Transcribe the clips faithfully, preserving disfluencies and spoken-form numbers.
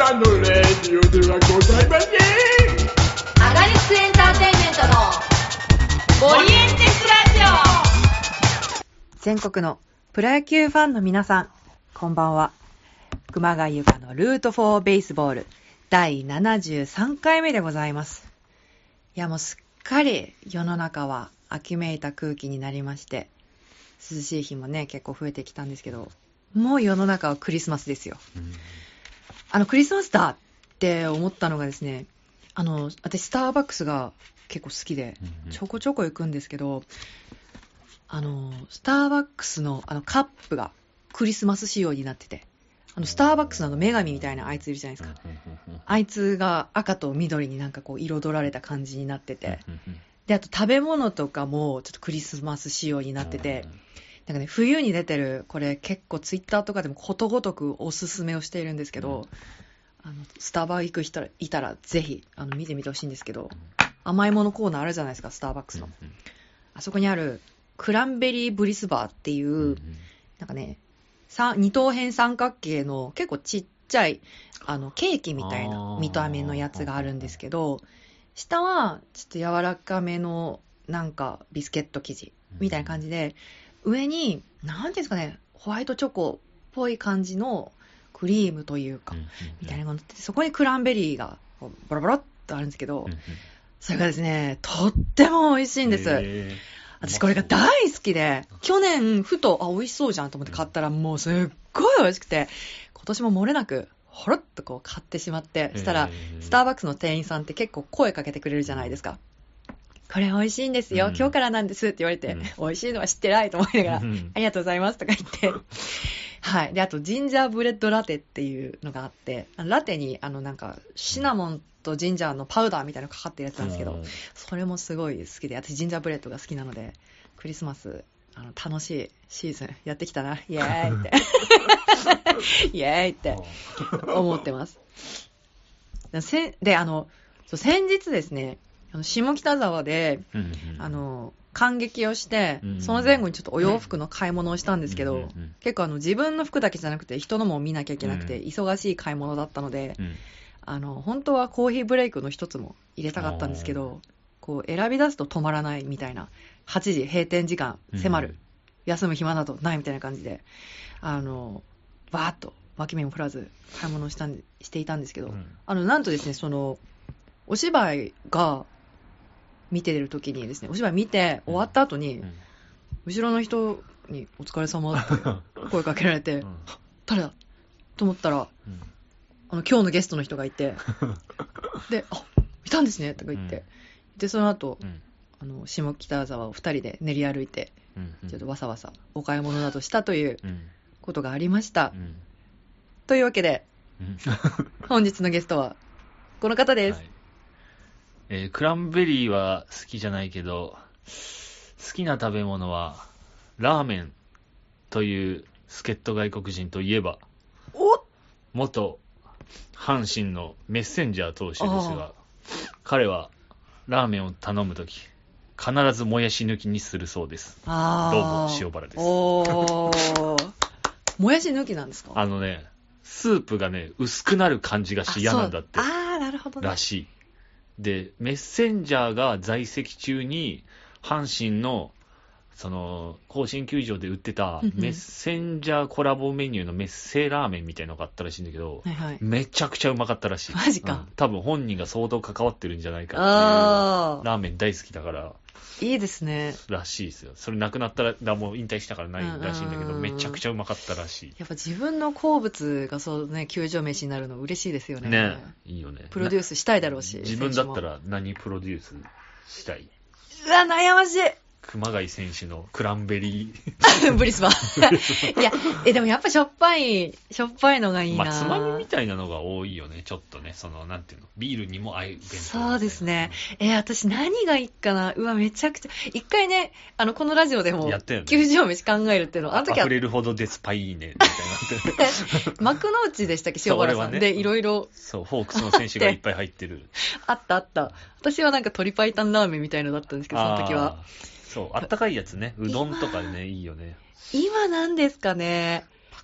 たのレディオではございません。 アガリスクエンターテインメントのオリエンテスラジオ。 全国のプロ野球ファンの皆さん、こんばんは。熊谷由佳のルートフォーベースボールだいななじゅうさんかいめでございます。いやもうすっかり世の中は秋めいた空気になりまして、涼しい日もね結構増えてきたんですけど、もう世の中はクリスマスですよ。うん、あのクリスマスだって思ったのがですね、あの私スターバックスが結構好きでちょこちょこ行くんですけど、あのスターバックスのあのカップがクリスマス仕様になってて、あのスターバックスのあの女神みたいなあいついるじゃないですか。あいつが赤と緑になんかこう彩られた感じになってて、であと食べ物とかもちょっとクリスマス仕様になってて、なんかね冬に出てるこれ結構ツイッターとかでもことごとくおすすめをしているんですけど、あのスタバ行く人いたらぜひあの見てみてほしいんですけど、甘いものコーナーあるじゃないですか、スターバックスの。あそこにあるクランベリーブリスバーっていう、なんかね二等辺三角形の結構ちっちゃいあのケーキみたいな見た目のやつがあるんですけど、下はちょっと柔らかめのなんかビスケット生地みたいな感じで、上になんていうんですかね、ホワイトチョコっぽい感じのクリームというかみたいなのが乗ってて、そこにクランベリーがボロボロっとあるんですけど、それがですねとっても美味しいんです。私これが大好きで、去年ふとあ美味しそうじゃんと思って買ったらもうすっごい美味しくて、今年も漏れなくほろっとこう買ってしまって、したらスターバックスの店員さんって結構声かけてくれるじゃないですか。これ美味しいんですよ、うん、今日からなんですって言われて、うん、美味しいのは知ってないと思いながら、うん、ありがとうございますとか言ってはい。であとジンジャーブレッドラテっていうのがあって、ラテにあのなんかシナモンとジンジャーのパウダーみたいなのかかってるやつなんですけど、それもすごい好きで、私ジンジャーブレッドが好きなので、クリスマスあの楽しいシーズンやってきたな、イエーイってイエーイって思ってます。であの先日ですね、あの下北沢で、うんうん、あの感激をして、うんうん、その前後にちょっとお洋服の買い物をしたんですけど、うんうん、結構あの自分の服だけじゃなくて人のも見なきゃいけなくて、うん、忙しい買い物だったので、うん、あの本当はコーヒーブレイクの一つも入れたかったんですけど、こう選び出すと止まらないみたいな、はちじ閉店時間迫る、うん、休む暇などないみたいな感じで、あのバーッと脇目も振らず買い物をしたんしていたんですけど、うん、あのなんとですね、そのお芝居が見てる時にですね、お芝居見て終わった後に、うん、後ろの人にお疲れ様って声かけられて、うん、誰だと思ったら、うん、あの今日のゲストの人がいてで、あ、いたんですねとか言って、うん、でその後、うん、あの下北沢をふたりで練り歩いて、うんうん、ちょっとわさわさお買い物などしたということがありました、うん、というわけで、うん、本日のゲストはこの方です、はい。 えー、クランベリーは好きじゃないけど、好きな食べ物はラーメンという助っ人外国人といえば、 お元阪神のメッセンジャー投手ですが、彼はラーメンを頼むとき必ずもやし抜きにするそうです。あ、どうも塩原です。 おもやし抜きなんですか？ あのね、スープがね薄くなる感じがして嫌なんだって。 ああ、なるほどね。 らしい。で、メッセンジャーが在籍中に阪神のその甲子園球場で売ってたメッセンジャーコラボメニューのメッセラーメンみたいなのがあったらしいんだけど、はいはい、めちゃくちゃうまかったらしい。 マジか、うん、 多分本人が相当関わってるんじゃないかっていう。あ、ラーメン大好きだからいいですね。 らしいですよ。それなくなったらだもう引退したからないらしいんだけど、めちゃくちゃうまかったらしい。 やっぱ自分の好物がそうね、球場飯になるの嬉しいですよね。 ね、いいよね。 プロデュースしたいだろうし。 自分だったら何プロデュースしたい？ うわ、悩ましい。 熊谷選手のクランベリーブリスバいやえでもやっぱしょっぱいしょっぱいのがいいな。 まあつまみみたいなのが多いよね。ちょっとね、そのなんていうの、ビールにも合う弁当。 そうですね。えー、私何がいいかな。うわ、めちゃくちゃ一回ね、あのこのラジオでも球場飯考えるっていうの、あの時は溢れるほどデスパイーネみたいなって幕の内でしたっけ、塩原さん、ね、でいろいろそうホークスの選手がいっぱい入ってるあったあった。私はなんか鶏白湯ラーメンみたいのだったんですけど、その時はそう、あったかいやつね、うどんとかね、いいよね。 今なんですかね。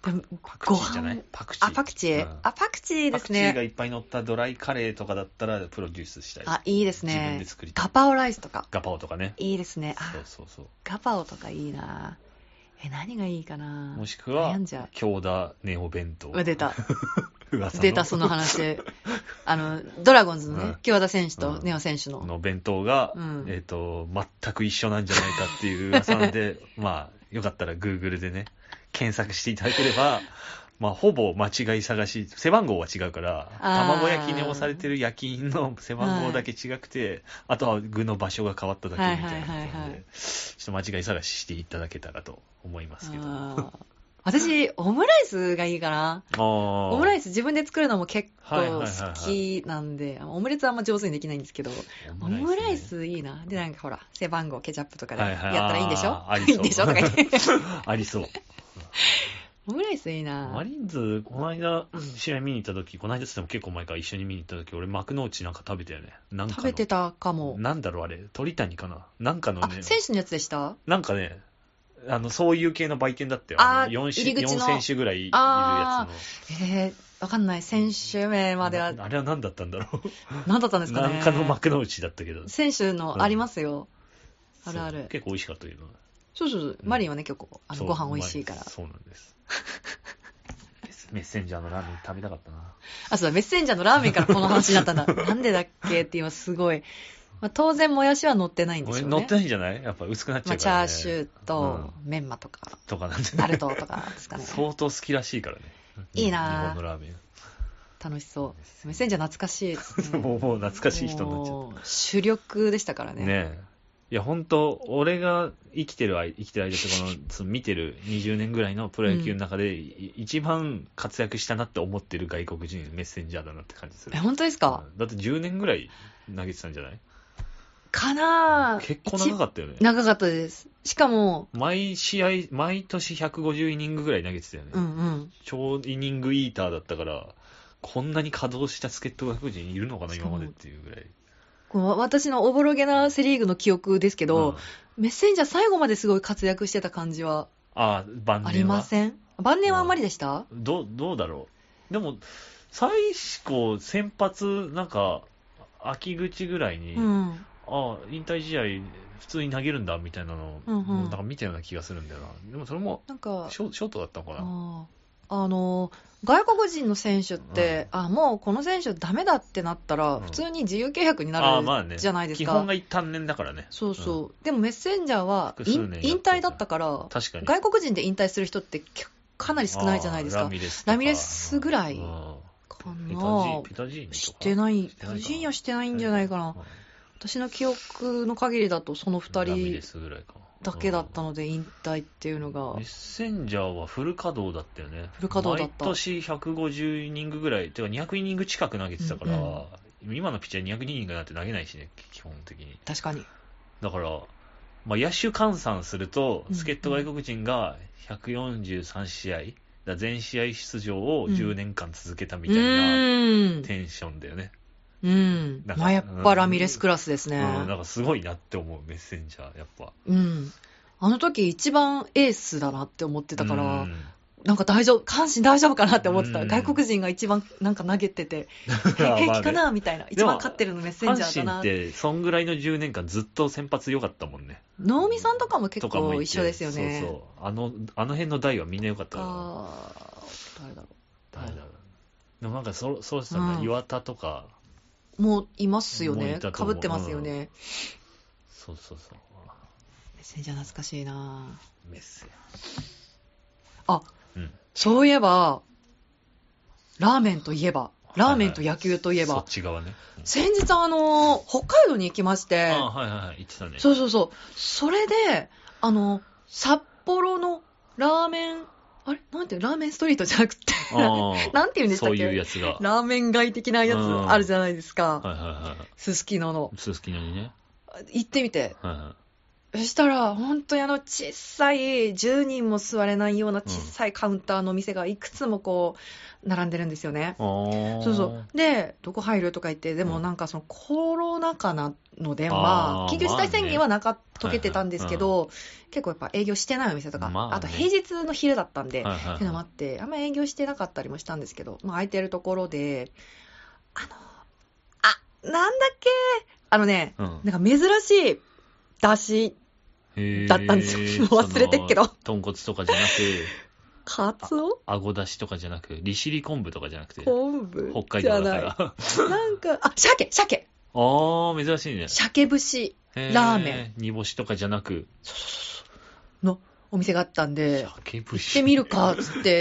でもパクチーじゃないご飯パクチー。 あ、パクチー、 うんあ、パクチーですパクチーがね。 いっぱい乗ったドライカレーとかだったらプロデュースしたい。 あ、いいです自分ねで作り。たいガパオライスとか。 ガパオとかね。 いいですね。あ、 そうそうそう。 ガパオとかいいな。え、何がいいかな。 もしくは悩んじゃ京田ネオ弁当。 う。出た。 噂の出た、その話。あの、ドラゴンズのね、 うん京田選手とうんネオ選手の。 の弁当が、 うんえっ、と、全く一緒なんじゃないかっていう噂なんで、まあ、よかったら Google でね、検索していただければ、まあ、ほぼ間違い探し、背番号は違うから、 あー卵焼きに押されてる焼き印の背番号だけ違くて、あとは具の場所が変わっただけみたいなことなんで、 はいはいはいはいちょっと間違い探ししていただけたらと思いますけど。ああー私、オムライスがいいかな。オムライスス自分で作るのも結はいはい構はいはい好きなんで、オムレツはあんま上手にできないんですけど、オムライねスいいな。で、なんかほら、背番号ケチャップとかでやっはいはいたらいいんでしょ、 あーありそういいんでしょとか言って。 ありそう。 オムライスいいな。 マリーンズ、この間、試合見に行った時、この間って言っても結構前から一緒に見に行った時、俺、幕の内なんか食べたよね。なんかの食べてたかも。 なんだろう、あれ。鳥谷かななんかのあ、 ね、 選手のやつでしたなんかね、あの、そういう系の売店だったよ。 あーのよん入り口の選手ぐらいいるやあつの。 えー、わかんない。選手名までは、 なあれは何だったんだろう。 何だったんですかね。 なんかの幕の内だったけど。 選手のありますよ。あるある。 そう結構美味しかったけど。 そうそうそう。 うんマリンはね、結構、あのそうご飯美味しいから。 そうなんです。メッセンジャーのラーメン食べたかったな。 あ、そうだ、メッセンジャーのラーメンからこの話になったんだ。なんでだっけって今すごい。まあ、当然、もやしは乗ってないんでしょうね。 俺乗ってないんじゃないやっぱ薄くなっちまあ、チゃうから、ね。 ャーシューとメンマとか、 とかなんて、 ナルトとかですかね。 相当好きらしいからね。 いいなぁ日本のラーメン。 楽しそう。メッセンジャー懐かしいですね。 もう、もう懐かしい人になっちゃっもう主力でしたからた。 ね。 ねえ。いや、本当俺が生きてる間、生きてる間ってこの、その見てるにじゅうねんぐらいのプロ野球の中で、い一番活躍したなって思ってる外国人、メッセンジャーだなって感じする。 え、本当ですか、 うんだってじゅうねんぐらい投げてたんじゃないかなぁ。 結構長かったよね。 長かったです。しかも、 毎試合、毎年ひゃくごじゅうイニングぐらい投げてたよね。 うんうん。 超イニングイーターだったから、こんなに稼働した助っ人外国人いるのかな、今までっていうぐらい。 この私のおぼろげなセリーグの記憶ですけど、 うんメッセンジャー最後まですごい活躍してた感じはああ、晩年は。 ありません？晩年はあんまりでした？ どう、どうだろう。でも、最初、先発、なんか、秋口ぐらいに、 うん。 ああ、引退試合、普通に投げるんだ、みたいなのを、 うんうんもうなんか見たような気がするんだよな。でもそれも、 なんか、 ショショートだったのかな。 ああの、外国人の選手って、あ、もうこの選手ダメだってなったら、 うん普通に自由契約になああ、まあね。 るじゃないですか。 基本が単年だからね。 そうそう。でもメッセンジャーは複数年やってる引引退だったから、 確かに。 外国人で引退する人ってきかなり少ないじゃないですかああラ。ミレスとか。 ラミレスぐらいうんかペタジなー、ペタジーニとか。 してない、 してないか個人はしてないんじゃないかな。私の記憶の限りだとその二ラミレ人スぐらいか。 だけだったので引退っていうのがメッ、センジャーはフル稼働だったよね。 フル稼働だった毎年ひゃくごじゅうイニングぐらい、てかにひゃくイニング近く投げてたから、 うん今のピッチャーにひゃくイニングなんて投げないしね、基本的に。 確かに。 だから、まあ、野手換算すると、 うん助っ人外国人がひゃくよんじゅうさん試合、だから全試合出場をじゅうねんかん続けたみたいなーん。 テンションだよね。 うん。 なんかまあやっぱラミレスクラスですね。 うん、なんかすごいなって思う、メッセンジャー、やっぱ。 うん。あの時一番エースだなって思ってたから、 うんなんか大丈夫、阪神大丈夫かなって思ってた。 うん外国人が一番なんか投げてて、 まあね平気かなみたいな。一番勝ってるのメッセンジャーだな。 阪神って、そんぐらいのじゅうねんかんずっと先発良かったもんね。 能見さんとかも結とかもいて構一緒ですよね。 そうそう。あの、あの辺の台はみんな良かったから。 あー誰だろ誰だろう。でもなんかそ、そうですよね、 うん岩田とか、 う。もういますよもうね。 いたと思うかぶってますよね。 そうそうそう。 メッセンジャー懐かしいなメッセ。 あ、 うん。 そういえば、ラーメンといえば、ラーメンと野球といえば、 そっち側ね。うん先日あの、北海道に行きまして、 あはいはいはい、言ってたね。 そうそうそう。それで、あの、札幌のラーメン、あれなんていうラーメンストリートじゃなくて、 あーなんていうんでしたっけそういうやつが。 ラーメン街的なやつうんあるじゃないですか。 はいはいはい。 すすきのの。 すすきのにね。 行ってみて、 はいはそしたら、本当にあの、小さい、じゅうにんも座れないような小さいカウンターの店がいくつもこう、並んでるんですよね。そうそう。で、どこ入るとか言って、でもなんかそのコロナ禍なので、まあ、緊急事態宣言はなかっ解けてたんですけど、結構やっぱ営業してないお店とか、 まあね、 あと平日の昼だったんで、 はいはいはい、 っていうのもあって、あんま営業してなかったりもしたんですけど、まあ空いてるところで、あの、あ、なんだっけ、あのね、うん、なんか珍しい出汁だったんですよ。忘れてっけど。 豚骨とかじゃなく、 カツオあごだしとかじゃなく、利尻昆布とかじゃなくて、 昆布北海道だから。 なんか、あ、鮭、鮭。 あー、珍しいね。 鮭節ラーメン。 煮干しとかじゃなく。 そうそうそう。のお店があったんで、 鮭節。 行ってみるか、つって、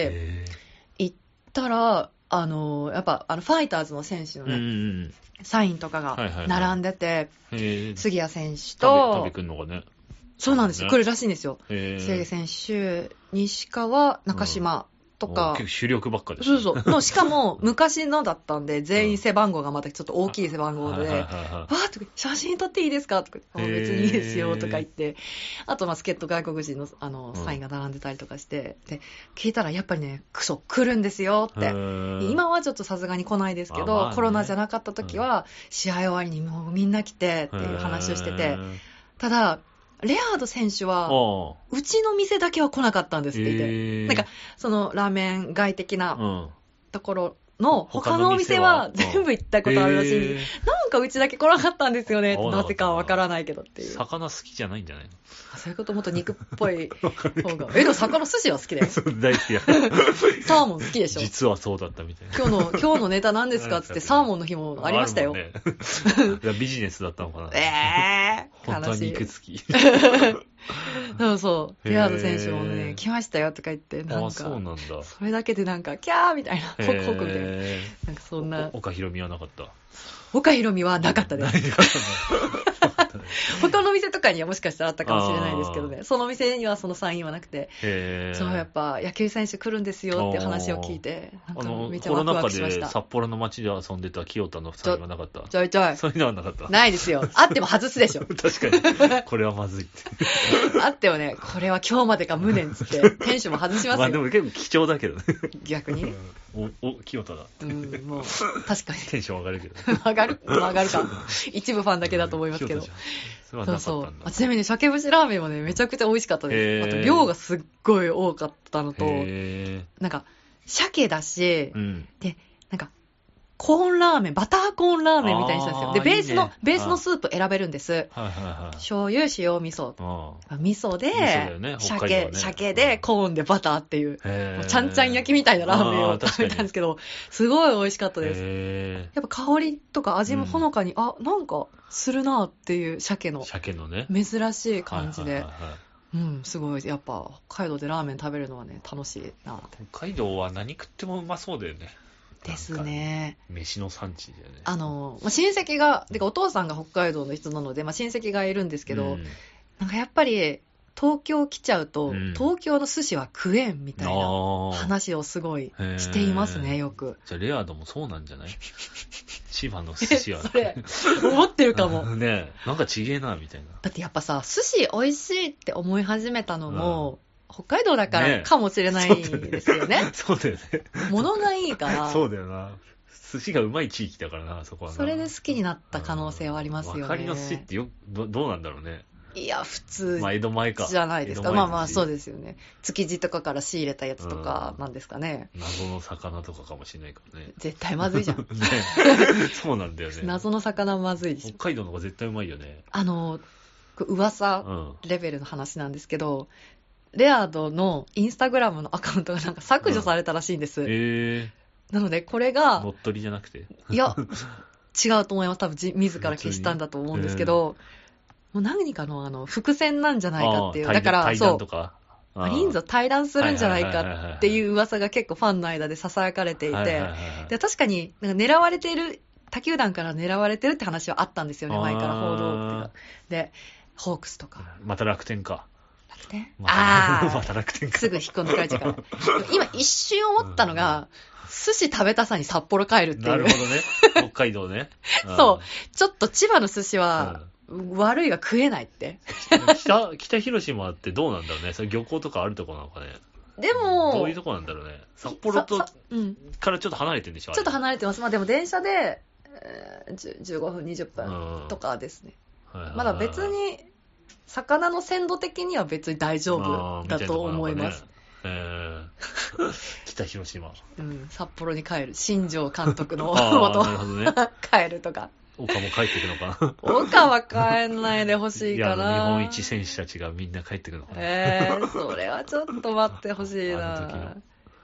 行ったら、あの、やっぱ、あの、ファイターズの選手のね、うんうん、サインとかが並んでて、はいはいはい、杉谷選手と、 食べくんのがね。 そうなんですよ。来るらしいんですよ。杉谷選手、西川、中島とか。 うん、結構主力ばっかで。 そうそう。のしかも、昔のだったんで、全員背番号がまたちょっと大きい背番号で、わーっと写真撮っていいですかとか、別にいいですよとか言って、あと、まあ、助っ人外国人の、あの、サインが並んでたりとかして、で、聞いたらやっぱりね、クソ来るんですよって。今はちょっとさすがに来ないですけど、ね、コロナじゃなかった時は、試合終わりにもうみんな来てっていう話をしてて、ただ、レアード選手は、うちの店だけは来なかったんですって言って、なんか、そのラーメン街的なところの他のお店は全部行ったことあるらしいんで、なんかうちだけ来なかったんですよね。なぜかわからないけどっていう。 魚好きじゃないんじゃないの？ そういうこと、もっと肉っぽい方が。え、でも魚寿司は好きだよ。 大好きや。 サーモン好きでしょ。 実はそうだったみたいな。 今日の、今日のネタ何ですかっつってサーモンの日もありましたよ。 ね、ビジネスだったのかな。 えぇー。 本当は肉好き。 そうそう。レアード選手もね、来ましたよとか言って、なんか、 そうなんだ。 それだけでなんか、キャーみたいな、ホクホクみたいな。なんかそんな。 岡ひろみはなかった？ 岡ひろみはなかったです。他の店とかにはもしかしたらあったかもしれないですけどね、その店にはそのサインはなくて、そう、やっぱ野球選手来るんですよっていう話を聞いて、なんかめちゃワクワクしました。コロナ禍で札幌の街で遊んでた清田のサインはなかった？ ちょいちょい。 そういうのはなかった？ ないですよ。あっても外すでしょ。 確かに。これはまずいって。 あってもね、これは今日までか無念つって、店主も外しますよ。 まあでも結構貴重だけどね。 逆にね。 お、お、清田だ。 うん、もう、確かに。 テンション上がるけど。 上がる上がるか。一部ファンだけだと思いますけど。そうそう。ちなみに鮭節ラーメンはね、めちゃくちゃ美味しかったです。あと量がすっごい多かったのと、なんか、鮭だし、うん、で、なんか、コーンラーメン、バターコーンラーメンみたいにしたんですよ。で、ベースの、いいね、ベースのスープ選べるんです。はいはいはい。醤油、塩、味噌。味噌で、ね、鮭、ね、鮭で、コーンでバターっていう、ちゃんちゃん焼きみたいなラーメンを食べたんですけど、すごい美味しかったです。やっぱ香りとか味もほのかに、うん、あ、なんかするなっていう鮭の、 鮭のね、 珍しい感じで。はいはいはいはい、うん、すごい、やっぱ、北海道でラーメン食べるのはね、楽しいなって。 北海道は何食ってもうまそうだよね。 ですね。 飯の産地だよね。 あの、まあ、親戚が、てかお父さんが北海道の人なので、まあ、親戚がいるんですけど、うん、なんかやっぱり、東京来ちゃうと、うん、東京の寿司は食えんみたいな話をすごいしていますね、よく。 じゃあ、レアードもそうなんじゃない？千葉の寿司は。 それ、思ってるかも。 ねえ、なんかちげえな、みたいな。 だってやっぱさ、寿司美味しいって思い始めたのも、うん、北海道だからかもしれないですよね。 そうだよね。 物がいいから。 そうだよな。寿司がうまい地域だからな、そこはな。 それで好きになった可能性はありますよね。 わかりの寿司ってよど、どうなんだろうね。 いや、普通まあ、江戸前か。 じゃないですか。まあまあ、そうですよね。築地とかから仕入れたやつとかなんですかね。 うん、謎の魚とかかもしれないからね。 絶対まずいじゃん。ね、 そうなんだよね。 謎の魚まずいでしょ。 北海道の方が絶対うまいよね。 あの、噂レベルの話なんですけど、うん、レアードのインスタグラムのアカウントがなんか削除されたらしいんです。うん、へー。なので、これが。 乗っ取りじゃなくて。 いや、違うと思います。多分じ、自ら消したんだと思うんですけど、もう何かのあの伏線なんじゃないかっていう。だから、 対談とかマリーンズを対談するんじゃないかっていう噂が結構ファンの間で囁かれていて、で確かになんか狙われている、他球団から狙われてるって話はあったんですよね、前から報道っていうか。で、ホークスとか。 また楽天か。 楽天、 ま、ああ。また楽天か。 すぐ引っこ抜かれちゃうから。今一瞬思ったのが、寿司食べたさに札幌帰るっていう。 なるほどね。北海道ね。 そう。ちょっと千葉の寿司は、 悪いが食えないって。 北、北広島ってどうなんだろうね。それ漁港とかあるとこなのかね。 でも、 どういうとこなんだろうね。札幌と、 うん、 からちょっと離れてるんでしょ。 ちょっと離れてます。まあでも電車で、えー、じゅうごふん、にじゅっぷんとかですね。はいはいはい、まだ別に、魚の鮮度的には別に大丈夫だと思います。 えー、北広島、 うん、札幌に帰る新庄監督の元、ね、帰るとか。 岡も帰ってくのかな。 岡は帰んないでほしいかな。 いや、日本一選手たちがみんな帰ってくのかな。 えー、それはちょっと待ってほしいな。あの時の。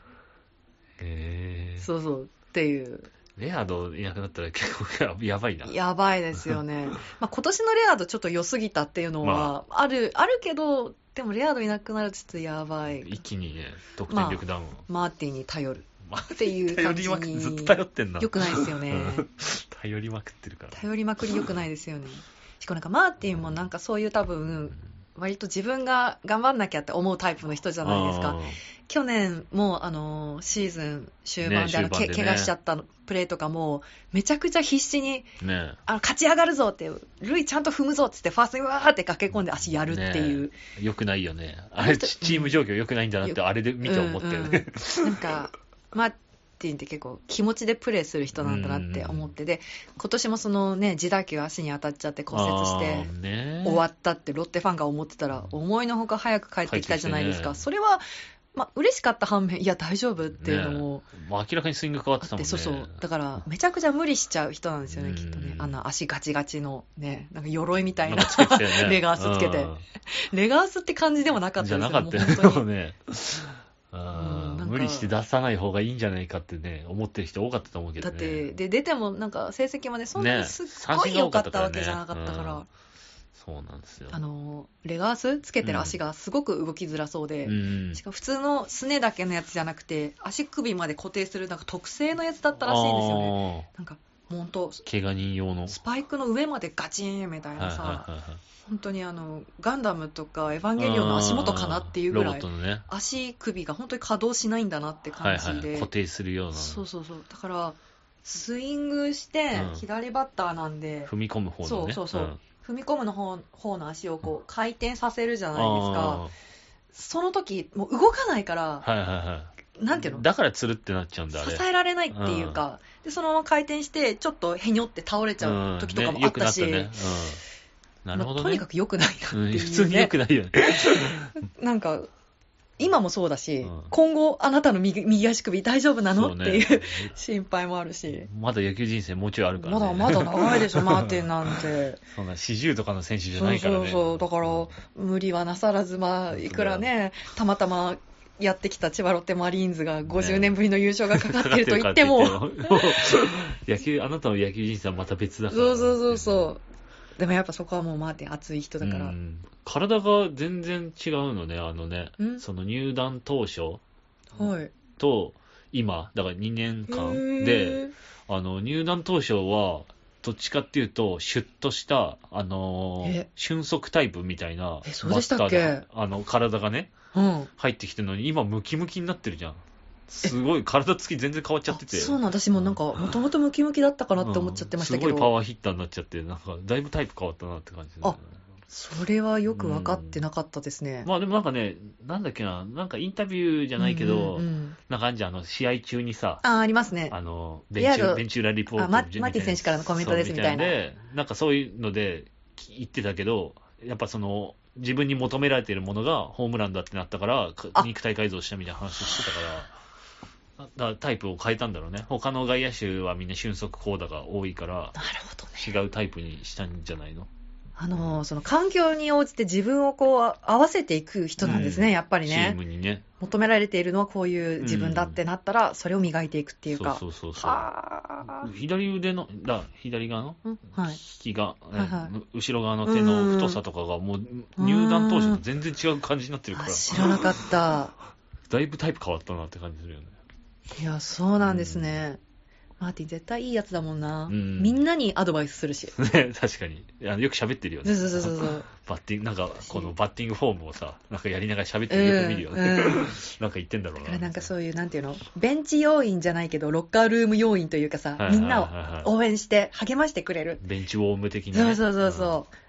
えー、 そうそうっていう。 レアードいなくなったら結構やばいな。 やばいですよね。まあ今年のレアードちょっと良すぎたっていうのはある、まあ、あるけど、でもレアードいなくなるとちょっとやばい。 一気にね、得点力ダウン、まあ、 マーティンに頼るっていう感じに。 頼りまくずっと頼ってんな。 良くないですよね。 頼りまくってるから。 頼りまくり良くないですよね。しかもなんかマーティンもなんかそういう多分、割と自分が頑張んなきゃって思うタイプの人じゃないですか。去年もあのシーズン終盤で、ね、あのけ、ね、怪我しちゃったプレーとかもめちゃくちゃ必死に、ね、あの勝ち上がるぞってルイちゃんと踏むぞってってファーストにわーって駆け込んで足やるっていう、 ね、よくないよね。あれチーム状況よくないんだなって、うん、あれで見て思ってるね、 うんうん、なんかマーティンって結構気持ちでプレーする人なんだなって思ってで、今年もそのね自打球足に当たっちゃって骨折して終わったってロッテファンが思ってたら思いのほか早く帰ってきたじゃないですか。それはまあ、嬉しかった反面、いや大丈夫っていうのも、 ね、まあ、明らかにスイング変わってたもんね。 そうそう。だからめちゃくちゃ無理しちゃう人なんですよね、きっとね。あんな足ガチガチのね、なんか鎧みたいな、ね、レガースつけて、レガースって感じでもなかったですよね。 じゃなかったよね。あうん、無理して出さない方がいいんじゃないかってね思ってる人多かったと思うけどね。 だってで出てもなんか成績までそんなにすっごい良かったわけじゃなかったから。ね、 そうなんですよ。 あのレガースつけてる足がすごく動きづらそうで、うん、しかも普通のすねだけのやつじゃなくて足首まで固定するなんか特製のやつだったらしいんですよね。なんか本当怪我人用のスパイクの上までガチーンみたいなさ、はいはいはいはい、本当にあのガンダムとかエヴァンゲリオンの足元かなっていうぐらい、ね、足首が本当に稼働しないんだなって感じで、はいはい、 固定するような。 そうそうそう。だからスイングして左バッターなんで、 うん、踏み込む方のね。 そうそうそう。うん踏み込むの 方, 方の足をこう回転させるじゃないですか。その時もう動かないから、 はいはいはい、 なんていうのだからつるってなっちゃうんだ。あれ支えられないっていうか、うん、でそのまま回転してちょっとへにょって倒れちゃう時とかもあったし、うんねよくなったねうん、なるほどね、まあ、とにかく良くないなっていう、ねうん、 普通に良くないよねなんか今もそうだし、うん、今後あなたの 右, 右足首大丈夫なの、ね、っていう心配もあるし、 まだ野球人生もうちょいあるからね。 まだまだ長いでしょマーティンなんてそんなよんじゅうとかの選手じゃないからね。 そうそうそう。だから無理はなさらず、まあいくらねたまたまやってきた千葉ロッテマリーンズがごじゅうねんぶりの優勝がかかってると言っても、ね、 野球あなたの野球人生はまた別だから、 ね、そうそうそうそう。でもやっぱそこはもうマーティン熱い人だから、うん、 体が全然違うのね。あのねその入団当初と今だからにねんかんで、あの入団当初はどっちかっていうとシュッとしたあのー、俊足タイプみたいなバッターであの体がね、うん、入ってきてるのに今ムキムキになってるじゃん。すごい体つき全然変わっちゃってて。 そうなん。私もなんかもともとムキムキだったかなって思っちゃってましたけど、うん、 すごいパワーヒッターになっちゃってなんかだいぶタイプ変わったなって感じ、ね、 あそれはよく分かってなかったですね、 うん、まあでもなんかねなんだっけななんかインタビューじゃないけど、うんうんうん、なんかあんじゃんあの試合中にさあありますね。 あのベンチュベンチューラリポートマ, マティ選手からのコメントですみたいなでなんかそういうので言ってたけどやっぱその自分に求められているものがホームランだってなったから肉体改造したみたいな話してたからだからタイプを変えたんだろうね。他の外野手はみんな俊足高打が多いからなるほど、 ね、違うタイプにしたんじゃないの。 あのその環境に応じて自分をこう合わせていく人なんですね、うん、やっぱりね。 チームにね求められているのはこういう自分だってなったらそれを磨いていくっていうか、 うん、そうそうそうそう左腕のだ左側の、はい、引きが、はいはい、後ろ側の手の太さとかがもう入団当初と全然違う感じになってるから知らなかっただいぶタイプ変わったなって感じするよね。 いやそうなんですね、うん、マーティン絶対いいやつだもんな、うん、みんなにアドバイスするし、 ね、確かにあのよく喋ってるよね。 そうそうそうそうバッティングなんかこのバッティングフォームをさなんかやりながら喋ってるよく見るよね、うんうん、なんか言ってんだろうな。 なんかそういうなんていうのベンチ要員じゃないけどロッカールーム要員というかさ、はいはいはいはい、みんなを応援して励ましてくれるベンチウォーム的な、ね、 そうそうそうそう、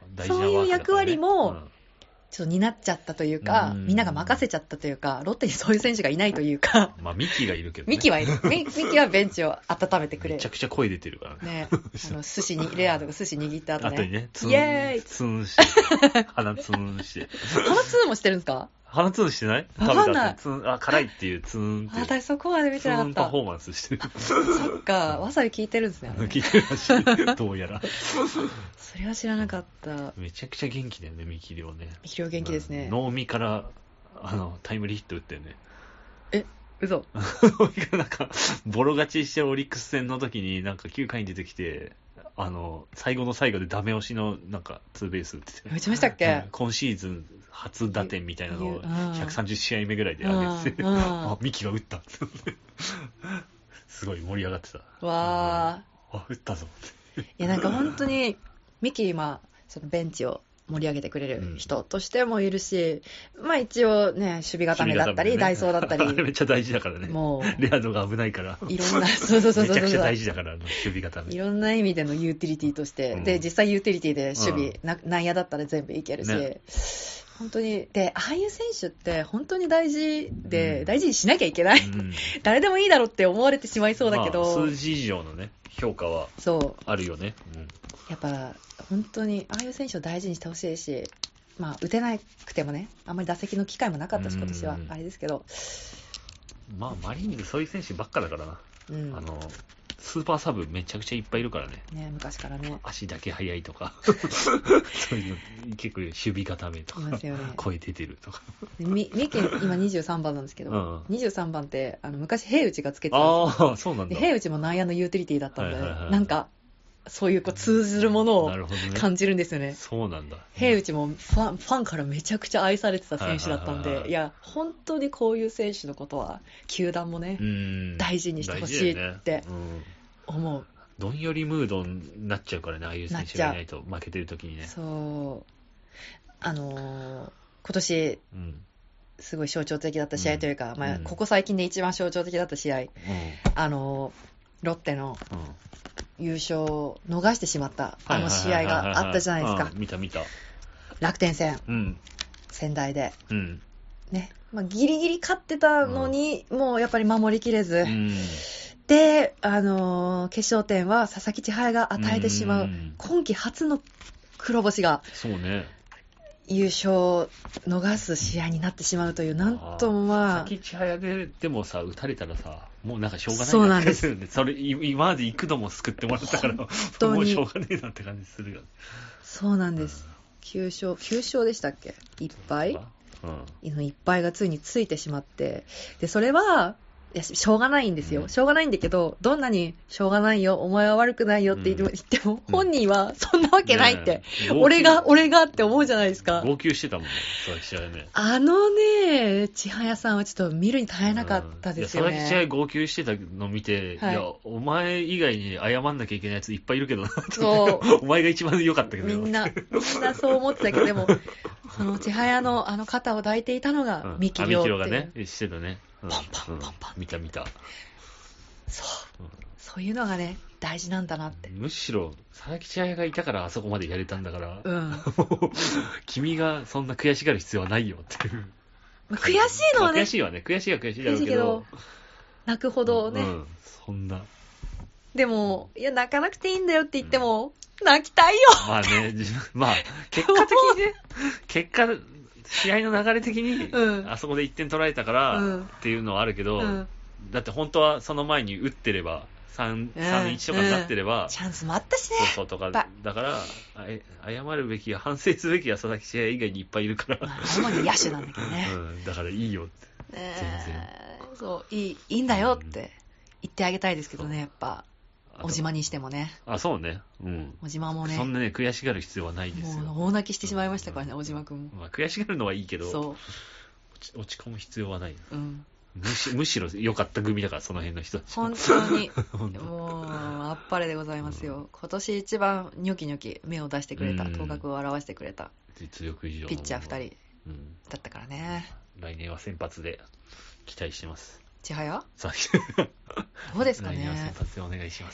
大事なそういう役割も、 うんちょっと担っちゃったというか、 うんみんなが任せちゃったというか、ロッテにそういう選手がいないというか、 まあ、ミキがいるけどね。 ミキはいる。ミミキはベンチを温めてくれるめちゃ。くちゃ声出てるからね。 ね、あの寿司に、レアードが寿司握った後ね。 後にね、ツイエーイーン、ツーンして、鼻ツーンして。 鼻ツーもしてるんですか？ 鼻ツーンしてないわかんない食べた後ツーン、あ、辛いっていうツーンっていう。 私そこまで見ツてなかった。 ーンパフォーマンスしてる。 そっか、わさび効いてるんですね。あれね聞いてるらしい。どうやら。 それは知らなかった。 めちゃくちゃ元気だよね、ミキリョウね。 ミキリョウ元気ですね。 脳みから、あの、タイムリーヒット打ってるね。 え、嘘。 脳みからなんか、ボロ勝ちしてるオリックス戦の時に、なんかきゅうかいに出てきて、あの、最後の最後でダメ押しの、なんか、ツーベース打ってて。 打ちましたっけ？ うん今シーズン初打点みたいなのをうんひゃくさんじゅっしあいめぐらいで上げてて、 うんうんあ、ミキが打ったすごい盛り上がってた。 わあ、打ったぞー。いや、なんか本当に、ミキ今、そのベンチを盛り上げてくれる人としてもいるし、まあ一応ね、守備固めだったり、ダイソーだったり、 あれめっちゃ大事だからね。 もう、 レア度が危ないから。 いろんな、そうそうそうそうそう。 めちゃくちゃ大事だから、あの守備固め。 いろんな意味でのユーティリティとして、 うんで、実際ユーティリティで守備、 うんな内野だったら全部いけるし、 ね本当に、で、ああいう選手って本当に大事で、 うん大事にしなきゃいけない。 うん誰でもいいだろうって思われてしまいそうだけど、 まあ数字以上のね、評価はそう、 あるよね。うんやっぱ本当にああいう選手を大事にしてほしいし、まあ、打てなくてもね、あんまり打席の機会もなかったし、今年はうんあれですけど、 まあ、マリーンズそういう選手ばっかだからな。 うんあの、スーパーサブめちゃくちゃいっぱいいるからね。 ね、昔からね、 足だけ速いとか。そういうの、結構守備固めとかいますよね。 声出てるとか。 でみ三重今にじゅうさんばんなんですけど、 うんにじゅうさんばんってあの昔平内がつけてたんですよ。 ああ、そうなんでだ。 平内も内野のユーティリティだったんで、 はいはいはいなんかそういうこう通ずるものをなるほどね。 感じるんですよね。 そうなんだ。 平内もファンファンからめちゃくちゃ愛されてた選手だったんで、 はいはいはいはいいや本当にこういう選手のことは球団もね、 うん大事にしてほしいって大事だよねうん思う。 どんよりムードになっちゃうからね、ああいう選手がいないと負けてる時にね。 そうあのー今年うん。 すごい象徴的だった試合というか、まあ、 うんここ最近で一番象徴的だった試合、 うん。 あのーロッテのうん。 優勝を逃してしまったあの試合があったじゃないですか。 うん見た見た。 楽天戦、 うん。 仙台で。 うん。 ね。まあ、ギリギリ勝ってたのに、もうやっぱり守りきれず。 うん。 で、あのー決勝点は佐々木千隼が与えてしまう、 うん今季初の黒星がそうね。 優勝を逃す試合になってしまうという、なんともまあ、 先千早で、でもさ、打たれたらさ、もうなんかしょうがないそうなんです気がるよね。それ、い今まで幾度も救ってもらったから、 当にもうしょうがねえなって感じするよね。 そうなんです。きゅう勝、きゅう勝でしたっけいっぱいうん。 いっぱいがついについてしまって、で、それは、いやししょうがないんですよ、 うんしょうがないんだけど、どんなにしょうがないよ、お前は悪くないよって言っても、 うん言っても本人はそんなわけないって、 ねえ俺が、俺がって思うじゃないですか。 号泣してたもんね、佐々木千早ね。 あのね、千早さんはちょっと見るに耐えなかったですようんいや佐々木千早ね。 号泣してたの見て、 はいい、や、お前以外に謝んなきゃいけないやついっぱいいるけどなってそお前が一番良かったけどみんな、みんなそう思ってたけど、でも、その千早のあの肩を抱いていたのがうん三木あミキ亮っていう。 ロがね、してたね。うんパンパンパンパンうん見た見た。 そううん。 そういうのがね、大事なんだなって。 むしろ、佐々木千早がいたからあそこまでやれたんだから、 うん。 もう君がそんな悔しがる必要はないよっていう。 まあ悔しいのはねまあ悔、しいわね。悔しいは悔しいだろうけど悔しいけど。泣くほどね、 うん、そんな。 でも、いや、泣かなくていいんだよって言っても、泣きたいよ。 まあね、自分まあ、結果的にね、結果、試合の流れ的に、 うんあそこでいってん取られたから、 うんっていうのはあるけど、 うん。 だって本当はその前に打ってれば、さんいちとかになってれば、 チャンスもあったしね。 そうそうとか、 ぱだから、あえ謝るべきや、反省すべきは佐々木千早以外にいっぱいいるから、 まあ、主に野手なんだけどね。 うん、だからいいよって。 ね全然そう、いい、いいんだよって言ってあげたいですけどね、やっぱ。 あと小島にしてもね。 あ、そうね。うん。 小島もね、 そんなね、悔しがる必要はないですよ。 もう大泣きしてしまいましたからね、小島くんも。 まあ、悔しがるのはいいけど、 そ落ち落ち込む必要はない。 う。うん。 むしむしろ良かった組だから、その辺の人たち。 本当に、 本当もう、あっぱれでございますよ。今年一番ニョキニョキ目を出してくれた、 うん頭角を表してくれた実力以上のピッチャーふたりうん。 だったからね。 来年は先発で期待してます。 千早さどうですか来年は先ね。 発でお願いします。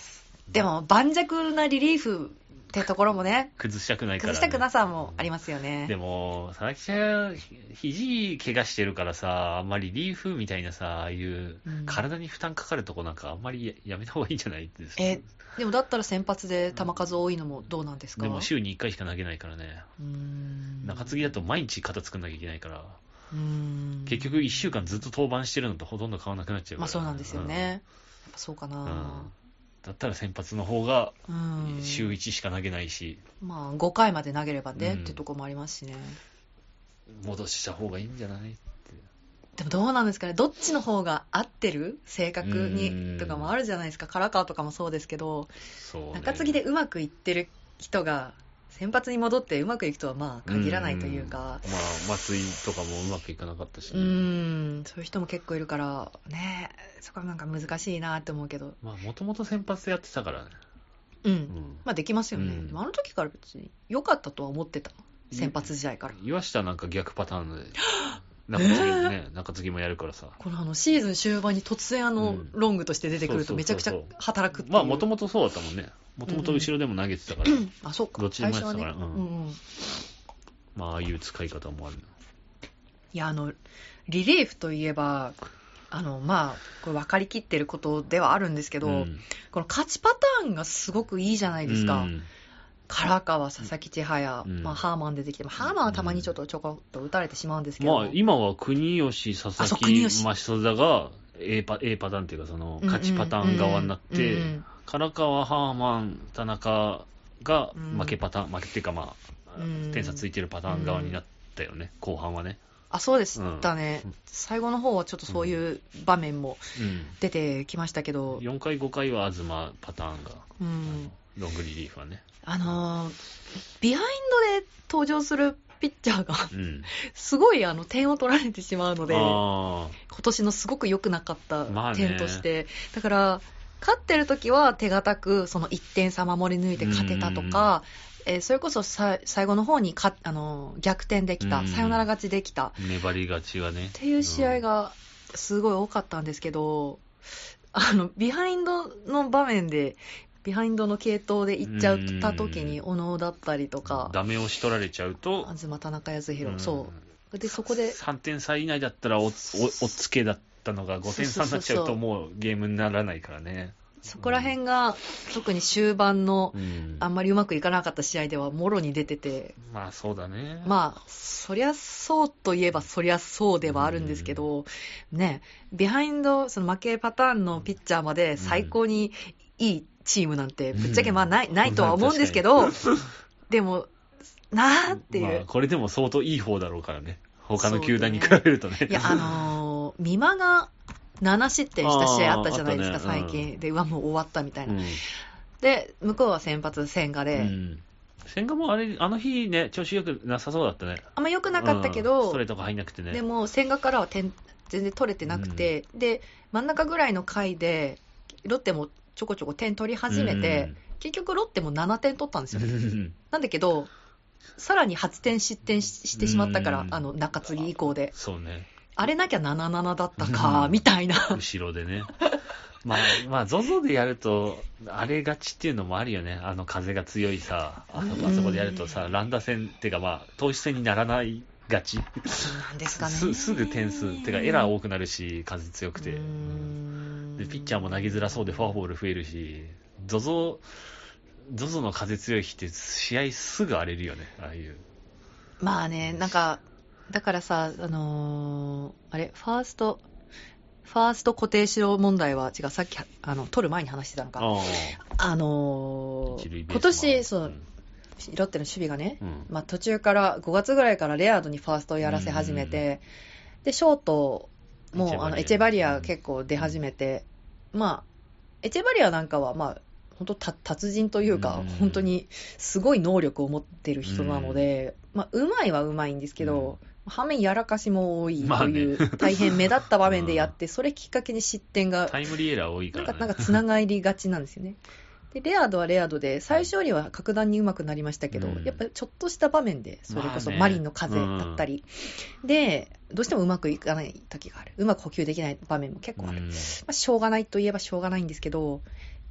でも盤石なリリーフってところもね、 崩したくないから、ね、 崩したくなさもありますよね。 でも佐々木ちゃん肘怪我してるからさ、あんまりリリーフみたいなさ、ああいう体に負担かかるとこなんかあんまり や, やめた方がいいんじゃないですか。 えでもだったら先発で球数多いのもどうなんですか。 でも週にいっかいしか投げないからね。 うーん中継ぎだと毎日肩作んなきゃいけないから、 うーん結局いっしゅうかんずっと登板してるのとほとんど変わらなくなっちゃうから。 まあそうなんですよね、うん、やっぱそうかな、 うん、だったら先発の方がうん週いちしか投げないし、 まあごかいまで投げればね、 うん、 ってとこもありますしね。 戻した方がいいんじゃない。 でもどうなんですかね、どっちの方が合ってる正確にとかもあるじゃないですか。唐川とかもそうですけど、 そうね、 中継ぎでうまくいってる人が先発に戻ってうまくいくとはまあ限らないというか、 うん、まあ松井とかもうまくいかなかったし、ね、 うーんそういう人も結構いるからね、そこはなんか難しいなって思うけど、 まあもともと先発やってたからね、 うん、うん、まあできますよね、うん、でもあの時から別に良かったとは思ってた、先発時代から。 岩下なんか逆パターンで中継ぎもね、えー、中継ぎもやるからさ、 このあのシーズン終盤に突然あの、うん、ロングとして出てくるとめちゃくちゃ働くっていう。 まあもともとそうだったもんね、もともと後ろでも投げてたから、うんうん、 あそうか、 どっちでもやってたから、 ね、うんうん、 まあああいう使い方もある。 いやあのリリーフといえばあのまあこれ分かりきってることではあるんですけど、うん、この勝ちパターンがすごくいいじゃないですか、うん、唐川、佐々木千早、うんまあ、ハーマン出てきて、ハーマンはたまにちょっとちょこっと打たれてしまうんですけど、 まあ、今は国吉、佐々木、増田が A パ、A パターンっていうかその勝ちパターン側になって、うんうんうんうん、唐川、ハーマン、田中が負けパターン、うん、負けっていうかまあ、うん、点差ついてるパターン側になったよね、うん、後半はね。 あそうでしたね、うん、最後の方はちょっとそういう場面も出てきましたけど、 うん、よんかいごかいは東パターンが、うん、ロングリリーフはね、 あのー、ビハインドで登場するピッチャーが、うん、すごいあの点を取られてしまうので、今年のすごく良くなかった点として、まあ、だから勝ってる時は手堅くそのいってん差守り抜いて勝てたとか、えー、それこそさ最後の方にかあの逆転できた、サヨナラ勝ちできた、 粘り勝ちがねっていう試合がすごい多かったんですけど、あのビハインドの場面でビハインドの系統でいっちゃった時に小野だったりとか、 ダメ押し取られちゃうと東田中康弘、そうでそこでさんてん差以内だったら お, お, おっつけだったのがごてん差になっちゃうともうゲームにならないからね。 そこら辺が特に終盤のあんまりうまくいかなかった試合ではもろに出てて、 うん、まあそうだね。 まあそりゃそうといえばそりゃそうではあるんですけど、うん、ねビハインドその負けパターンのピッチャーまで最高にいいチームなんてぶっちゃけまあない、うん、ないとは思うんですけど、でもなーっていう、まあ、 これでも相当いい方だろうからね、他の球団に比べるとね。 いやあのー、美馬がなな失点した試合あったじゃないですか、ね、最近、うん、でうわもう終わったみたいな、うん、で向こうは先発千賀で、うん、 千賀もあれあの日ね調子よくなさそうだったね。 あんま良くなかったけど、 うん、ストレートが入んなくてね。 でも千賀からは点全然取れてなくて、うん、で真ん中ぐらいの回でロッテもちょこちょこ点取り始めて、うん、結局ロッテもななてん取ったんですよねなんだけどさらにはちてん失点 し, してしまったから、うん、あの中継ぎ以降で、 そうね、 あれなきゃななななだったか、うん、みたいな後ろでねまあまあ ゾゾ でやるとあれがちっていうのもあるよね。あの風が強いさ、あそこあそこでやるとさ、乱打戦っていうかまあ投手戦にならないがちなんですかね。 す, すぐ点数ってかエラー多くなるし、風強くて、でピッチャーも投げづらそうでフォアボール増えるし、 ゾゾ ゾゾ の風強い日って試合すぐ荒れるよね、ああいう。 まあね、なんかだからさ、あのー、あれファーストファースト固定しろ問題は違う、さっきあの取る前に話してたのか、あ、あのー、今年そう、うん、ロッテの守備がね、うんまあ、途中からごがつぐらいからレアードにファーストをやらせ始めて、うん、でショートもあのエチェバリア結構出始めて、うん、まあエチェバリアなんかはまあ本当達人というか、うん、本当にすごい能力を持ってる人なので、うんまあ、うまいはうまいんですけど、うん、反面やらかしも多いという、まあね、大変目立った場面でやって、うん、それきっかけに失点がタイムリーエラー多いから、ね、 なんかなんかつながりがちなんですよね。でレアードはレアードで最初よりは格段に上手くなりましたけど、うん、やっぱりちょっとした場面でそれこそマリンの風だったり、まあね、でどうしてもうまくいかない時がある、うまく補給できない場面も結構ある、うんまあ、しょうがないといえばしょうがないんですけど、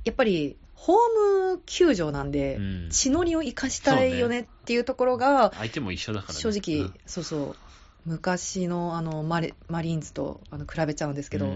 やっぱりホーム球場なんで、 うん、 地の利を生かしたいよねっていうところが、 相手も一緒だからね。 正直、 うん、 そうそう、昔のあの マ, レマリーンズとあの比べちゃうんですけど、 うん、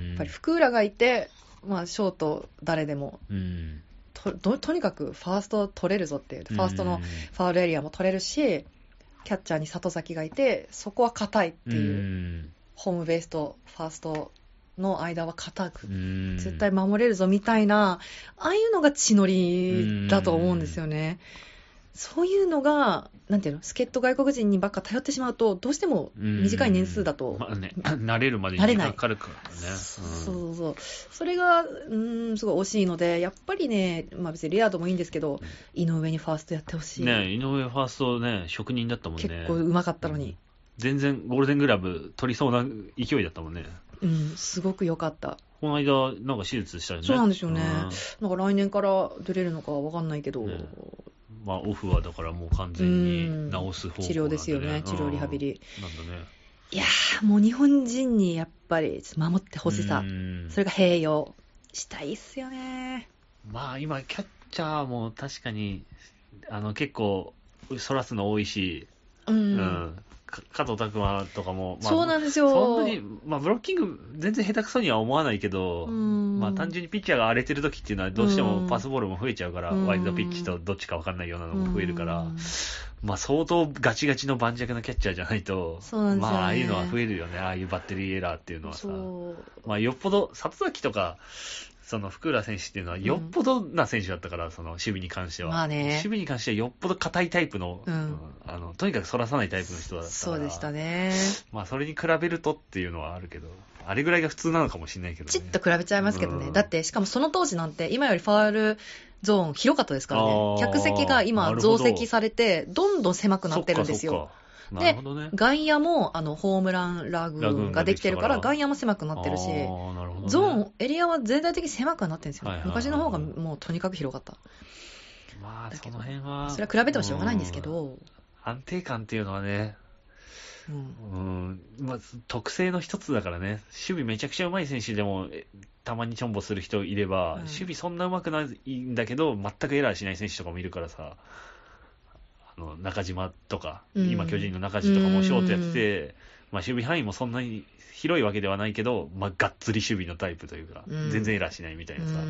やっぱり福浦がいて、まあ、ショート誰でも、 うん、 と, とにかくファースト取れるぞっていう、ファーストのファウルエリアも取れるし、キャッチャーに里崎がいて、そこは硬いっていう、うん、ホームベースとファーストの間は硬く、絶対守れるぞみたいな、ああいうのが血のりだと思うんですよね。そういうのが、なんていうの、助っ人外国人にばっか頼ってしまうと、どうしても短い年数だと、 まあね、慣れるまでに時間かかるからね。うん、 そうそう、それがうんすごい惜しいので、やっぱりね、まあ、別にレアードもいいんですけど、井上にファーストやってほしい。 ね、井上ファーストね、職人だったもんね。 結構うまかったのに。 全然ゴールデングラブ取りそうな勢いだったもんね。 うん、すごく良かった。 この間、なんか手術したよね。 そうなんですよね。うん、なんか来年から出れるのかわかんないけど、ね、 まあ、オフはだからもう完全に治す方法、ね、 治療ですよね、治療リハビリ。 なんだね。 いやー、もう日本人にやっぱり守ってほしさ、それが併用したいっすよね。 まあ今、キャッチャーも確かにあの結構、そらすの多いし、 うん、 うん加藤拓磨とかも、 まあ、そうなんですよ。 そんなに、まあ、ブロッキング全然下手くそには思わないけど、まあ、単純にピッチャーが荒れてる時っていうのはどうしてもパスボールも増えちゃうから、ワイルドピッチとどっちか分かんないようなのも増えるから、まあ、相当ガチガチの盤石なキャッチャーじゃないと、 そうなんですよね、 まあ、ああいうのは増えるよね、ああいうバッテリーエラーっていうのはさ。まあ、よっぽど、里崎とか、その福浦選手っていうのはよっぽどな選手だったから、うん、その守備に関しては、 まあね、 守備に関してはよっぽど硬いタイプの、 うん、 あのとにかく反らさないタイプの人だったから、 そうでしたね。 まあそれに比べるとっていうのはあるけど、あれぐらいが普通なのかもしれないけどね。 ちっと比べちゃいますけどね、うん、だってしかもその当時なんて今よりファウルゾーン広かったですからね。客席が今増席されてどんどん狭くなってるんですよ。で、ね、外野もあのホームランラグーンができてるから外野も狭くなってるし、 ね、 ゾーンエリアは全体的に狭くなってるんですよ、はいはいはいはい、昔の方がもうとにかく広かった。 まあその辺はそれは比べてもしょうがないんですけど、 安定感っていうのはね、うんうんまあ、特性の一つだからね。守備めちゃくちゃ上手い選手でもたまにチョンボする人いれば、うん、守備そんな上手くないんだけど全くエラーしない選手とかもいるからさ、あの中島とか、うん、今巨人の中地とかもショートやってて、うんまあ、守備範囲もそんなに広いわけではないけど、まあ、がっつり守備のタイプというか、うん、全然エラーしないみたいなさ、うん、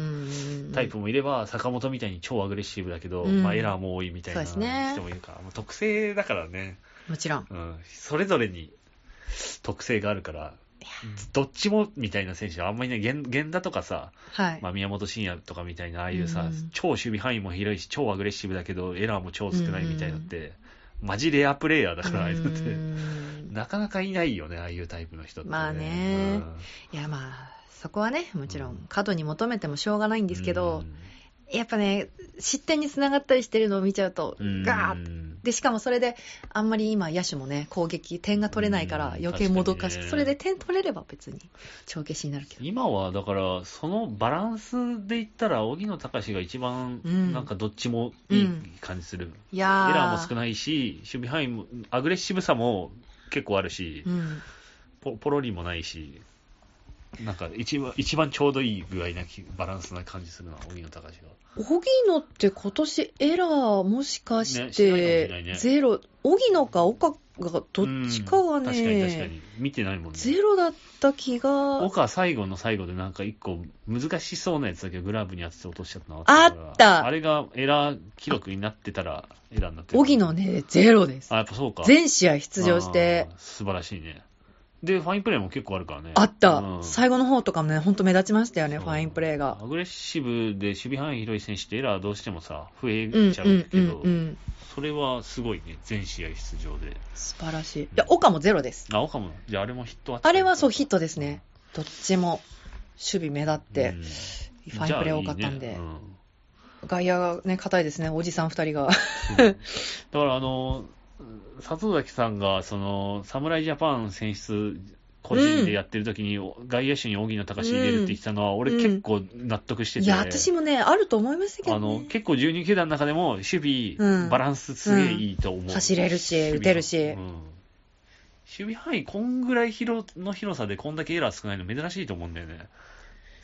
タイプもいれば、坂本みたいに超アグレッシブだけど、うんまあ、エラーも多いみたいな人もいるから、ね、特性だからね。 もちろん、 うん。それぞれに特性があるから、どっちもみたいな選手はあんまりね、源, 源田とかさ、 はいまあ、宮本慎也とかみたいな、ああいうさ、 うん、 超守備範囲も広いし、超アグレッシブだけど、エラーも超少ないみたいなのって、うん、マジレアプレイヤーだから、ああいうのって、なかなかいないよね、ああいうタイプの人って、ね。 まあね、うん、いやまあ、そこはね、もちろん過度に求めてもしょうがないんですけど、うんやっぱね、失点につながったりしてるのを見ちゃうと、ガーッで、しかもそれで、あんまり今、野手もね、攻撃、点が取れないから、余計もどかしく、ね、それで点取れれば別に、帳消しになるけど。 今は、だから、そのバランスで言ったら、荻野貴が一番、なんかどっちもいい感じする。うん、 いやエラーも少ないし、守備範囲も、アグレッシブさも結構あるし、 うん、 ポ, ポロリもないし、なんか一番、一番ちょうどいい具合なバランスな感じするな、荻野貴が。 荻野って今年エラーもしかしてゼロ、荻野か岡がどっちかがね、 確かに確かに見てないもんね。 ゼロだった気が。 岡最後の最後でなんか一個難しそうなやつだけどグラブに当てて落としちゃったのあった。 あれがエラー記録になってたらエラーになってる。 荻野ねゼロです。 あやっぱそうか。 全試合出場して素晴らしいね。で、ファインプレーも結構あるからね。 あった。うん、最後の方とかもね、ほんと目立ちましたよね、ファインプレーが。 アグレッシブで守備範囲広い選手ってエラーどうしてもさ、増えちゃうけど、うんうんうんうん、それはすごいね、全試合出場で。 素晴らしい。いや、岡もゼロです。 あ、岡も。じゃああれもヒットあった。 あれはそう、ヒットですね。どっちも守備目立って、うん、ファインプレー多かったんで。いいねうん、外野がね、硬いですね、おじさん二人が。 うん、だからあの、里崎さんが、その、侍ジャパン選出、個人でやってる時に、うん、外野手に荻野貴司入れるって言ってたのは、うん、俺結構納得してて、 いや、私もね、あると思いましたけど、ね、 あの、結構じゅうに球団の中でも、守備、うん、バランスすげえいいと思う。うん、 走れるし、打てるし。うん、 守備範囲、こんぐらい広の広さでこんだけエラー少ないの珍しいと思うんだよね。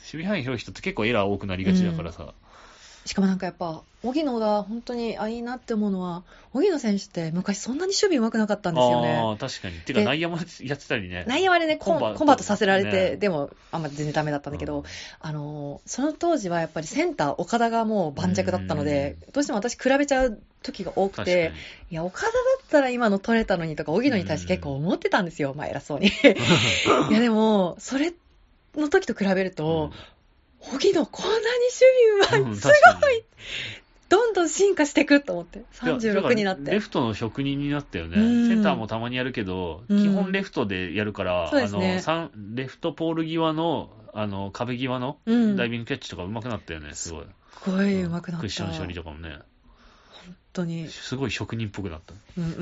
守備範囲広い人って結構エラー多くなりがちだからさ。うん、 しかもなんかやっぱ、荻野が本当にあいいなって思うのは、荻野選手って昔そんなに守備上手くなかったんですよね。 ああ、確かに。てか内野もやってたりね。 内野はね、コンバコンバートさせられて、 ね、 でもあんま全然ダメだったんだけど、 うん、 あの、その当時はやっぱりセンター岡田がもう盤石だったので、どうしても私比べちゃう時が多くて、いや、岡田だったら今の取れたのにとか、荻野に対して結構思ってたんですよ、まあ偉そうに。いやでも、それの時と比べると、荻野こんなに守備うまい、うん、すごいどんどん進化していくと思って、さんじゅうろくになって。 レフトの職人になったよね。センターもたまにやるけど、基本レフトでやるから、 うん、あの、ね、 レフトポール際の、あの、壁際のダイビングキャッチとか上手くなったよね、すごい。 すごい上手くなった。 クッション処理とかもね。 本当に。 すごい職人っぽくなった。 うんうんうん。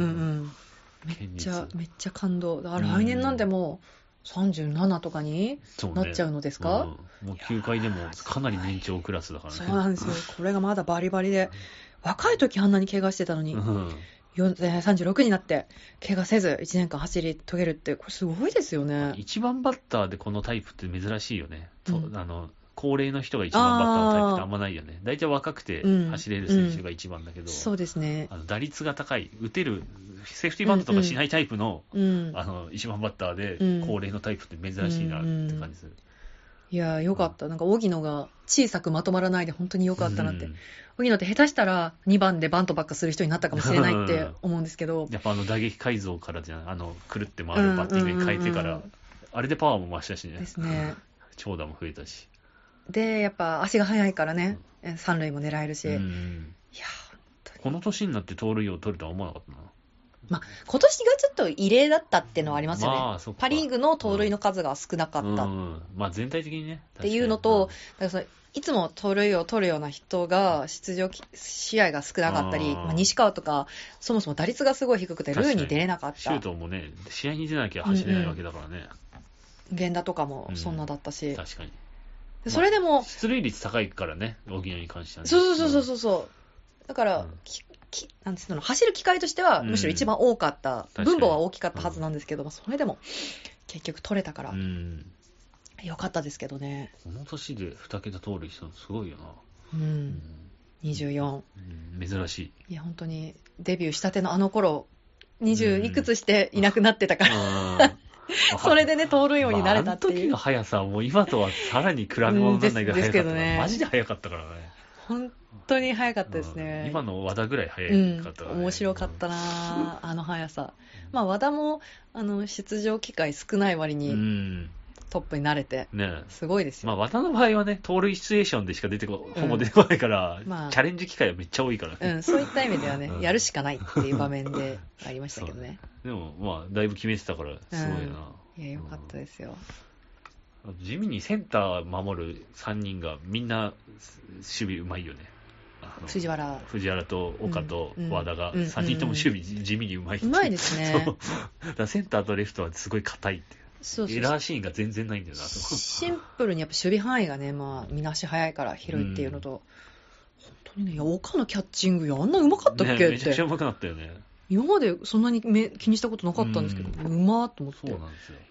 めっちゃ、めっちゃ感動。だから来年なんでも、さんじゅうななとかになっちゃうのですか、 ね、うん、もうきゅうかいでもかなり年長クラスだからね。 そうなんですよ。これがまだバリバリで、若い時あんなに怪我してたのに、うん、さんじゅうろくになって怪我せずいちねんかん走り遂げるって、これすごいですよね。 一番バッターでこのタイプって珍しいよね。うん、あの高齢の人が一番バッターのタイプってあんまないよね。大体若くて走れる選手が一番だけど、うんうん、 そうですね。 あの打率が高い、打てる、セーフティーバントとかしないタイプの、うんうん、あの一番バッターで高齢のタイプって珍しいなって感じする。うんうん、 いやーよかった。なんか荻野が小さくまとまらないで本当によかったなって。うん、荻野って下手したらにばんでバントばっかする人になったかもしれないって思うんですけど、 やっぱあの打撃改造からじゃん、あのくるって回るバッティングに変えてから、うんうんうん、あれでパワーも増したしね。 ですね。 長打も増えたし。 でやっぱ足が速いからね、うん、三塁も狙えるし、うん、いや本当にこの年になって盗塁を取るとは思わなかったな。 まあ、今年がちょっと異例だったっていうのはありますよね。まあ、パリーグの盗塁の数が少なかった、 うんうん、まあ、全体的にねっていうのと、だからそのいつも盗塁を取るような人が出場試合が少なかったり、まあ、西川とかそもそも打率がすごい低くてルーに出れなかった。 シュートもね試合に出なきゃ走れないわけだからね、うんうん、 源田とかもそんなだったし、 うん、確かにそれでも、まあ、 出塁率高いからね、荻野に関してはね。 そうそうそうそうそう。だから、うん、ききなんですの走る機会としては、むしろ一番多かった、うん、分母は大きかったはずなんですけど、うん、それでも結局取れたから、うん、よかったですけどね。 この年でに桁盗塁したのすごいよな。 うん。うん、にじゅうよん、 うん。珍しい。 いや、本当にデビューしたてのあの頃、にじゅういくつしていなくなってたから。うんそれでね、盗塁王になれたっていう。 まあ、あの時の速さはもう今とはさらに比べ物にならないぐらい速かったから、うんね、マジで速かったからね。 本当に速かったですね。 うん、今の和田ぐらい速かったから、ね、 うん、面白かったな、あの速さ。まあ和田もあの出場機会少ない割に、うん、トップに慣れて、ね、すごいですよ。 まあ和田の場合はね、盗塁シチュエーションでしか出てこ、うん、ほぼ出てこないから、まあ、チャレンジ機会はめっちゃ多いからね。 うん、そういった意味ではね、うん、やるしかないっていう場面でありましたけどね。 でもまあだいぶ決めてたからすごいな。うんいや、よかったですよ。 地味にセンター守るさんにんがみんな守備うまいよね。あの藤原。 藤原と岡と和田がさんにんとも守備地味にうまいって。 うまいですね。 そうだからセンターとレフトはすごい硬いっていう。そうそうエラーシーンが全然ないんだよな。 シンプルにやっぱ守備範囲がね、まあ、見なし早いから広いっていうのと、うん、本当にね、いや岡のキャッチングあんなうまかったっけ、ね、って。 めちゃくちゃうまくなったよね。 今までそんなにめ気にしたことなかったんですけど、うん、うまーっと思って。 そうなんですよ。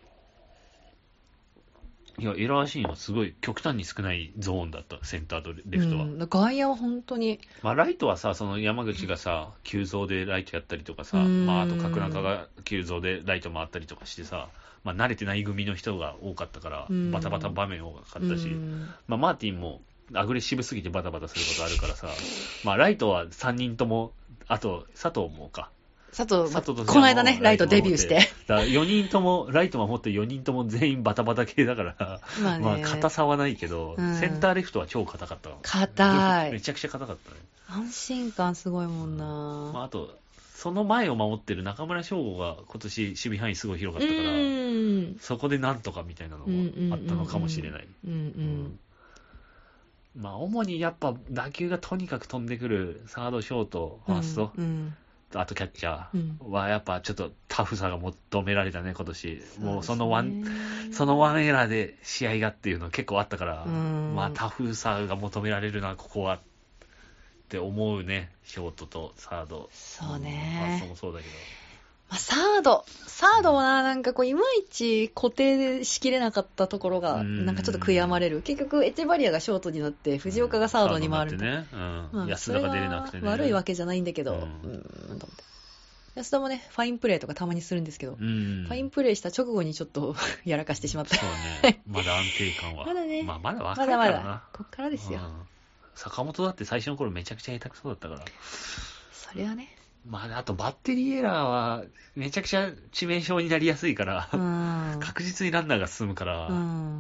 いや、エラーシーンはすごい極端に少ないゾーンだった、センターとレフトは。うん、 外野は本当に。 まあ、ライトはさ、その山口がさ、急増でライトやったりとかさ、まあ、あと角中が急増でライト回ったりとかしてさ、まあ、慣れてない組の人が多かったから、バタバタ場面多かったし、まあ、マーティンもアグレッシブすぎてバタバタすることあるからさ、まあ、ライトはさんにんとも、あと佐藤もか。 佐藤、佐藤とこの間ね、ライトデビューして。 だよにんとも、ライト守ってよにんとも全員バタバタ系だから、まあ、まあ、硬さはないけど、うん、センターレフトは超硬かったわ。 硬い。 めちゃくちゃ硬かったね。 安心感すごいもんな、 まあ、あと、その前を守ってる中村翔吾が今年守備範囲すごい広かったから、そこでなんとかみたいなのもあったのかもしれない。まあ、主にやっぱ打球がとにかく飛んでくるサード、ショート、ファースト、うんうんあとキャッチャーはやっぱちょっとタフさが求められたね、今年。もうそのワン、そのワンエラーで試合がっていうの結構あったから、まあタフさが求められるな、ここはって思うね、ショートとサード。 そうね。 ファーストもそうだけど。 まあ、サード。サードはな、なんかこう、いまいち固定しきれなかったところが、 うんなんかちょっと悔やまれる。結局、エチェバリアがショートになって、藤岡がサードに回る。 サードになってね。うん。 まあ安田が出れなくてね。 それは悪いわけじゃないんだけど、 ううんん、と思って。安田もね、ファインプレーとかたまにするんですけど、 うん。 ファインプレーした直後にちょっとやらかしてしまった。 そうね。まだ安定感は。 まだねまあ、まだ若まだまいからな。 だ、こっからですよ。 うん坂本だって最初の頃めちゃくちゃ下手くそだったから。 それはね。 まあ、あとバッテリーエラーはめちゃくちゃ致命傷になりやすいから、 うん。 確実にランナーが進むから、 うん。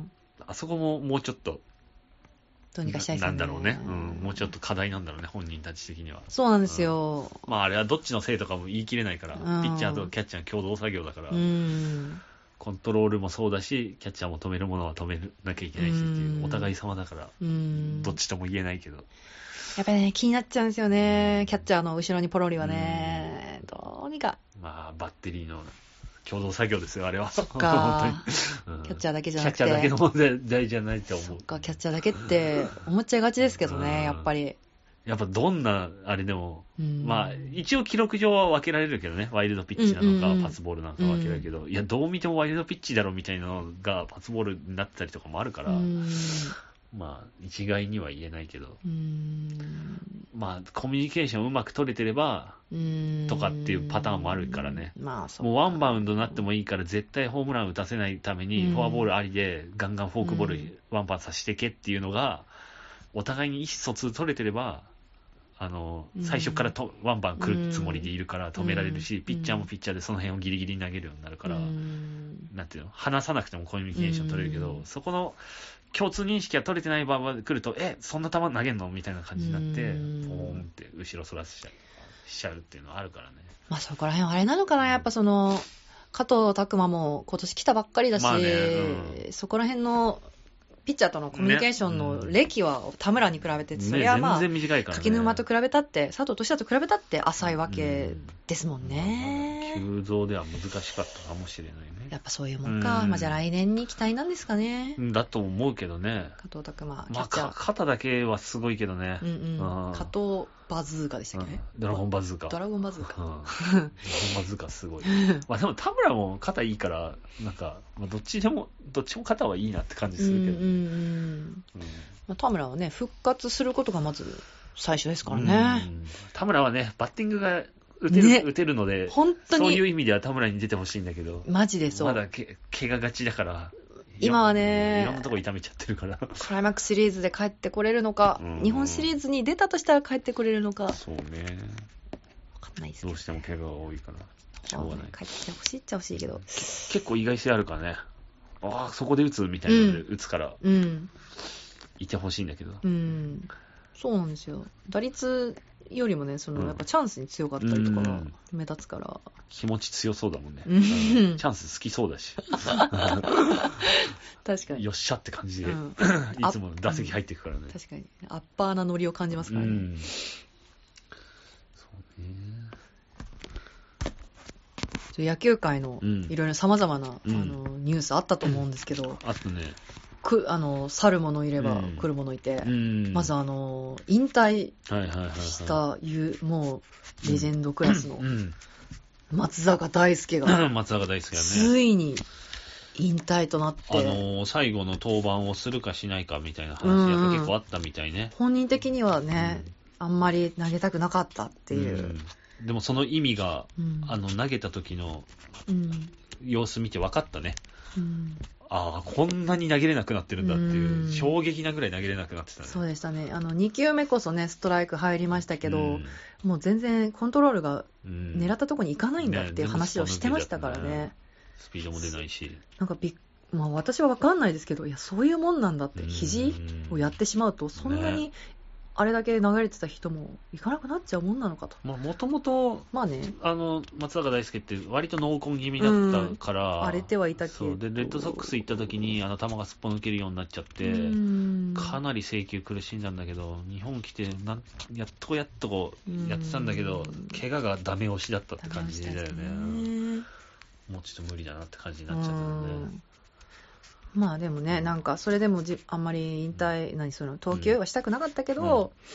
あそこももうちょっと、 どうにかしたいですよね。 なんだろうね、うん。もうちょっと課題なんだろうね、本人たち的には。 そうなんですよ。 まあ、あれはどっちのせいとかも言い切れないから、 うんピッチャーとキャッチャーの共同作業だから、 うん。 コントロールもそうだし、キャッチャーも止めるものは止めなきゃいけないしっていうう、 んお互い様だから、 うん。 どっちとも言えないけど。 やっぱりね、気になっちゃうんですよね。キャッチャーの後ろにポロリはね。どうにか。 まあ、バッテリーの共同作業ですよ、あれは。そっか本当に、うんキャッチャーだけじゃなくてキャッチャーだけの問題じゃないと思う。 かキャッチャーだけって思っちゃいがちですけどうんね、やっぱり。 やっぱどんな、あれでも、 うんまあ、一応記録上は分けられるけどね、ワイルドピッチなのか、 うんうんうんパスボールなのか分けられるけど、いや、どう見てもワイルドピッチだろみたいなのがパスボールになってたりとかもあるから、 うんまあ、一概には言えないけど、 うんまあ、コミュニケーションうまく取れてれば、 うんとかっていうパターンもあるからね。 まあ、そうもうワンバウンドになってもいいから絶対ホームラン打たせないためにうんフォアボールありでガンガンフォークボーうんルワンパンさせてけっていうのがお互いに意思疎通取れてればあのうん最初からとワンバン来るつもりでいるから止められるしうんピッチャーもピッチャーでその辺をギリギリに投げるようになるからうんなんていうの話さなくてもコミュニケーション取れるけどうんそこの共通認識が取れてない場合が来るとえそんな球投げんのみたいな感じになってうんポーンって後ろそらしちゃうしちゃうっていうのはあるからね。 まあそこら辺あれなのかな、やっぱその、加藤拓磨も今年来たばっかりだし、 まあねうんそこら辺のピッチャーとのコミュニケーションの歴は田村に比べて、 ねそれはまあ、 全然短いからね。 柿沼と比べたって、佐藤俊太と比べたって浅いわけですもんまあね。 急増では難しかったかもしれないね。 やっぱそういうもんか。 うんまあじゃあ来年に期待なんですかね。 だと思うけどね。 加藤拓磨、キまあ、 ャッチャー。 か肩だけはすごいけどね。 うんうん。 うん加藤バズーカでしたっけね。 うんドラゴンバズーカ。 ドラゴンバズーカ。 うんドラゴンバズーカすごい。まあでも田村も肩いいから、なんか、まあ、どっちでも、どっちも肩はいいなって感じするけど。 うんうんうん。 うんまあ、田村はね、復活することがまず最初ですからね。 うん田村はね、バッティングが打てる、 ね打てるので、 本当そういうに、 意味では田村に出てほしいんだけど、 マジでそう。 まだけ怪我がちだから、 今はねいろんなとこ痛めちゃってるから。 クライマックスシリーズで帰ってこれるのか、 うん日本シリーズに出たとしたら帰ってこれるのか、わそうね。 かんないですけど。 どうしても怪我が多いから、しょうがない。 帰ってきてほしいっちゃ欲しいけど。 結構意外性あるからね。ああ、そこで打つみたいなので、 う打つから、 うん。 いてほしいんだけど。 うん。そうなんですよ。打率よりもね、その、 うんやっぱチャンスに強かったりとかがうん目立つから。 気持ち強そうだもんね。 うんうんチャンス好きそうだし。 確かに。 よっしゃって感じで、 うんいつも打席入っていくからね。 確かに。アッパーなノリを感じますからね。 うん。そうね。 野球界のうんいろいろ様々な、 うんあのニュースあったと思うんですけど、 あとね、 くあの去る者いればうん来る者いて、 うん。 まずあの引退はいはいはいはい。 したいうもうレジェンドクラスのうん。 松坂大輔が松坂大輔がね。 ついに引退となって、 あのー最後の登板をするかしないかみたいな話、 うんやっぱ結構あったみたいね。 本人的にはね、 うんあんまり投げたくなかったっていう。 うんでもその意味が、 うんあの投げた時のうん様子見て分かったね。 うんああ、こんなに投げれなくなってるんだっていう、 うん衝撃なぐらい投げれなくなってたね。 そうでしたね。あのに球目こそねストライク入りましたけど、 うんもう全然コントロールがうん狙ったところに行かないんだっていうね話をしてましたからね。 スピードも出ないし。 なんかびっまあ私は分かんないですけど、いやそういうもんなんだって、 うん肘をやってしまうとそんなにねあれだけ流れてた人も行かなくなっちゃうもんなのかと。 まあ、もともと、 まあね、 あの、松坂大輔って割と濃紺気味だったから、 荒れてはいたけど。 そうで、レッドソックス行った時に、あの、球がすっぽ抜けるようになっちゃって、 うんかなり制球苦しんだんだけど、日本来てなん、やっとやっとこう、やってたんだけどうん、 怪我がダメ押しだったって感じだよね。 ダメでしたねもうちょっと無理だなって感じになっちゃったよね。 うんまあでもね、なんかそれでもじあんまり引退、何その投球はしたくなかったけど、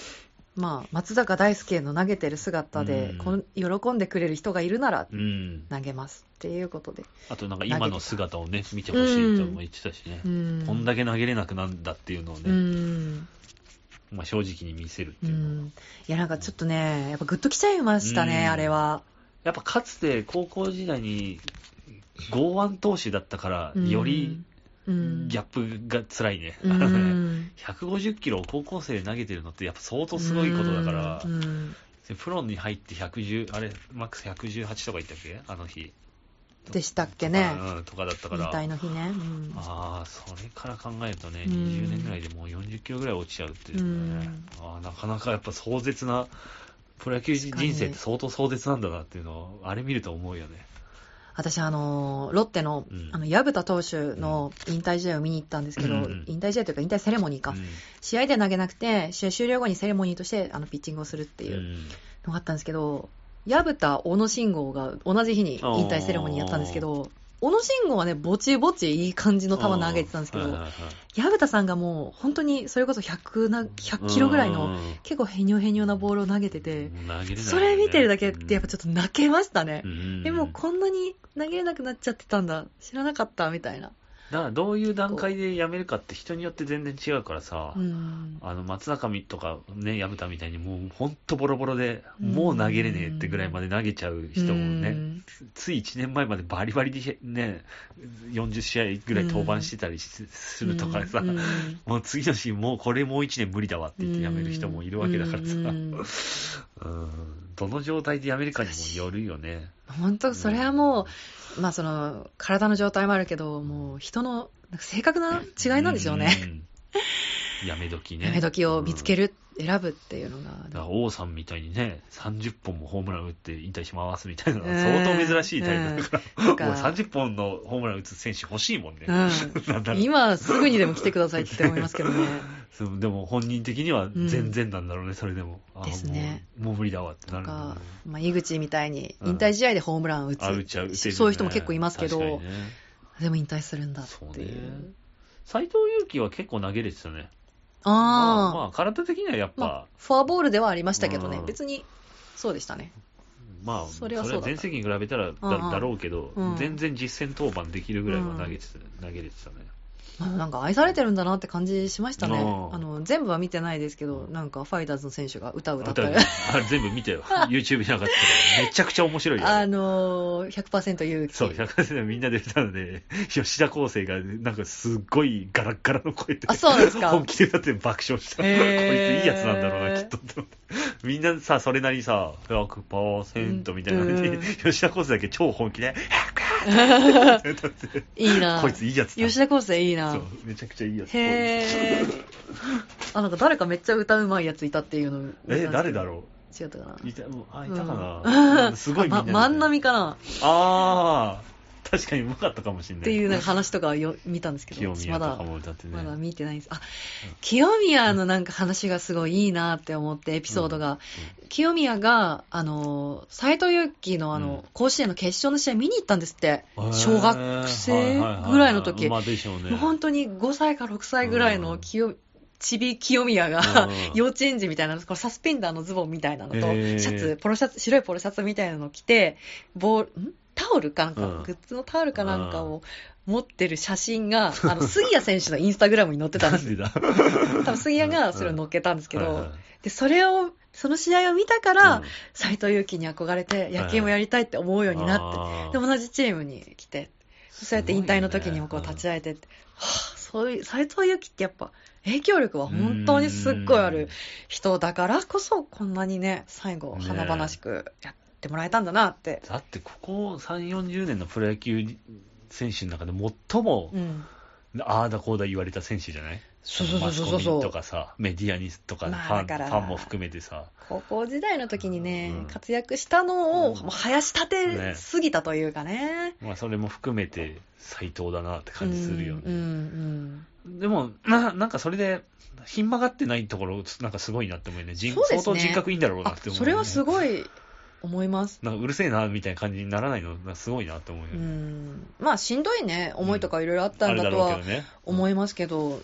まあ、松坂大輔の投げてる姿で、 うんこん喜んでくれる人がいるならうん。 投げますっていうことで。 あとなんか今の姿をね、見てほしいとも言ってたしね。 うん。 こんだけ投げれなくなんだっていうのをね、 うん。 まあ、正直に見せるってういうのは。 ん。いや、なんかちょっとね、やっぱグッときちゃいましたね、 うんあれは。 やっぱかつて高校時代に剛腕投手だったから、 うんよりうん、 ギャップが辛いね。 うあのねん。 ひゃくごじゅっキロを高校生で投げてるのってやっぱ相当すごいことだから、 うんうんプロに入ってひゃくじゅう、あれ、マックスひゃくじゅうはちとかいったっけあの日。 でしたっけね。 うん、とかだったか引ら。 退の日ね。うんああ、それから考えるとね、 うんにじゅうねんぐらいでもうよんじゅっキロぐらい落ちちゃうっていうね。ああ、なかなかやっぱ壮絶な、プロ野球人生って相当壮絶なんだなっていうのを、あれ見ると思うよね。 私、あのーロッテの、 うんあの、薮田投手の引退試合を見に行ったんですけど、 うんうん引退試合というか引退セレモニーか。 うん試合で投げなくて、試合終了後にセレモニーとしてあのピッチングをするっていううんのがあったんですけど、薮田、小野伸吾が同じ日に引退セレモニーやったんですけど、小野伸吾はね、ぼちぼちいい感じの球投げてたんですけど、 はいはいはい薮田さんがもう本当にそれこそひゃくな、ひゃくキロぐらいのうん結構ヘニョヘニョなボールを投げてて、 もう投げれないよねそれ見てるだけってやっぱちょっと泣けましたねう。んでもこんなに投げれなくなっちゃってたんだ、知らなかったみたいな。 だからどういう段階でやめるかって人によって全然違うからさ、 うんあの松坂とかね、薮田みたいにもうほんとボロボロで、もう投げれねえってぐらいまで投げちゃう人もね、 うんついいちねんまえまでバリバリでね、よんじゅっしあいぐらい登板してたりしするとかさ、 うんもう次のシーンもうこれもういちねん無理だわって言ってやめる人もいるわけだからさ、 うんうんどの状態でやめるかにもよるよね。 本当それはもう、まあその体の状態もあるけど、もう人のなんか正確な違いなんでしょうね。 うんやめ時ね。 やめ時を見つける。 る、選ぶっていうのが、 だから王さんみたいにね、さんじゅっぽんもホームラン打って引退しますみたいなのは相当珍しいタイプだから、 うんなんかもうさんじゅっぽんのホームラン打つ選手欲しいもんね。 うなんだろん、 う今すぐにでも来てくださいって思いますけどね。 そうでも本人的には全然なんだろうね、それでも。あですねもう。もう無理だわってななんるんだろうかね、 まあ、井口みたいに引退試合でホームランを打つ、 あ、打っちゃう、打てるねそういう人も結構いますけど、 確かにねでも引退するんだっそうていう。 ね。斎藤佑樹は結構投げれてたね。 あまあ、 あ、まあ、体的にはやっぱ、 まあ、フォアボールではありましたけどね、 うん別にそうでしたね。 まあ、 それはそうだった前席に比べたらだ,、 うんうんだろうけど、 うん全然実戦登板できるぐらいは投げてた、投げれてたね。 まあなんか愛されてるんだなって感じしましたね。 うんあの全部は見てないですけど、なんかファイターズの選手が歌を歌ったり、 あれ全部見てよ。YouTube じゃなかったから。めちゃくちゃ面白いよ。 あのー、ひゃくパーセント勇気。 そう、ひゃくパーセントみんなで歌うので、吉田康生がなんかすっごいガラッガラの声で、 あ、そうなんですか。 本気で歌って爆笑した。こいつへーいいやつなんだろうな、きっとって思って。みんなさ、それなりにさ、ひゃくパーセントみたいなのに、 うん吉田康生だけ超本気で、ひゃくパーセントって歌って。 いいな。 こいついいやつだ。 吉田康生いいなそう。、めちゃくちゃいいやつ。 へー。あ、なんか誰かめっちゃ歌うまいやついたっていうのを見たんですけえ、 ど誰だろ違ったかな。 ういた、あ、いたかうな、 んすごいみんなで。 あま万波かなあー、確かにうまかったかもしれない。 っていうなんか話とかをよ見たんですけど、 清私まだ宮とかも歌ってね。 まだ見てないんです。あ、清宮のなんか話がすごいいいなって思って、エピソードが。清宮が、あの、斎藤佑樹のあの、 うん甲子園の決勝の試合見に行ったんですって。 へー小学生ぐらいの時。 まあでしょうね。 もう本当にごさいかろくさいぐらいの清、ちび清宮が、 うん幼稚園児みたいな、これサスペンダーのズボンみたいなのと、シへーャツ、ポロシャツ、白いポロシャツみたいなのを着て、ボール、んタオルかなんか、 うんグッズのタオルかなんかを持ってる写真が、あの、杉谷選手のインスタグラムに載ってたんです。 なんでだ。 多分杉谷がそれを載っけたんですけど、 はいはいで、それを、その試合を見たから、 うん斎藤佑樹に憧れて、野球もやりたいって思うようになって、 あーで、同じチームに来て、そうやって引退の時にもこうすごいね立ち会えてって、はぁ、そういう、斎藤佑樹ってやっぱ、影響力は本当にすっごいある人だからこそ、こんなにね、最後、 ね華々しくやってもらえたんだなって。 だってここさんじゅう、よんじゅうねんのプロ野球選手の中で最も、 うん。 ああだこうだ言われた選手じゃない？ そうそうそうそうそうマスコミとかさ、メディアにとか、 まあファン、 だからファンも含めてさ。 高校時代の時にね、 うん活躍したのを、 うんもう生やしたてすぎたというかね。 まあそれも含めて斎藤だなって感じするよね。 うんうんでもな、なんかそれで、ひん曲がってないところ、なんかすごいなって思うよね。人そうですね相当人格いいんだろううん。あなって思う、ね。 それはすい。 ごい思います。 なんかうるせえな、みたいな感じにならないの、なんかすごいなって思うようね。 ん。まあ、しんどいね、思いとかいろいろあったんだとはあれだろうけどね。 思いますけど、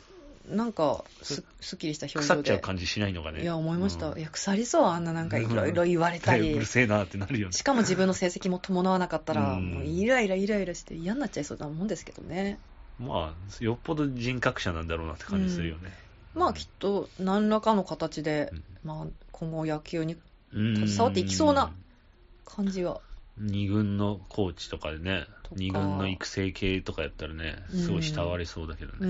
なんかすすっきりした表情で腐っちゃう感じしないのがね。 いや思いました、 うん、 いや腐りそう、あんななんかいろいろ言われたり、 うるせえなってなるよね。 しかも自分の成績も伴わなかったら、 うんもうイライライライラして嫌になっちゃいそうなもんですけどね。 まあよっぽど人格者なんだろうなって感じするよね。 うん、まあきっと何らかの形で、うん、まあ、今後野球に携わっていきそうな感じは。 に軍のコーチとかでね、に軍の育成系とかやったらね、すごい慕われそうだけどね。 うんうん、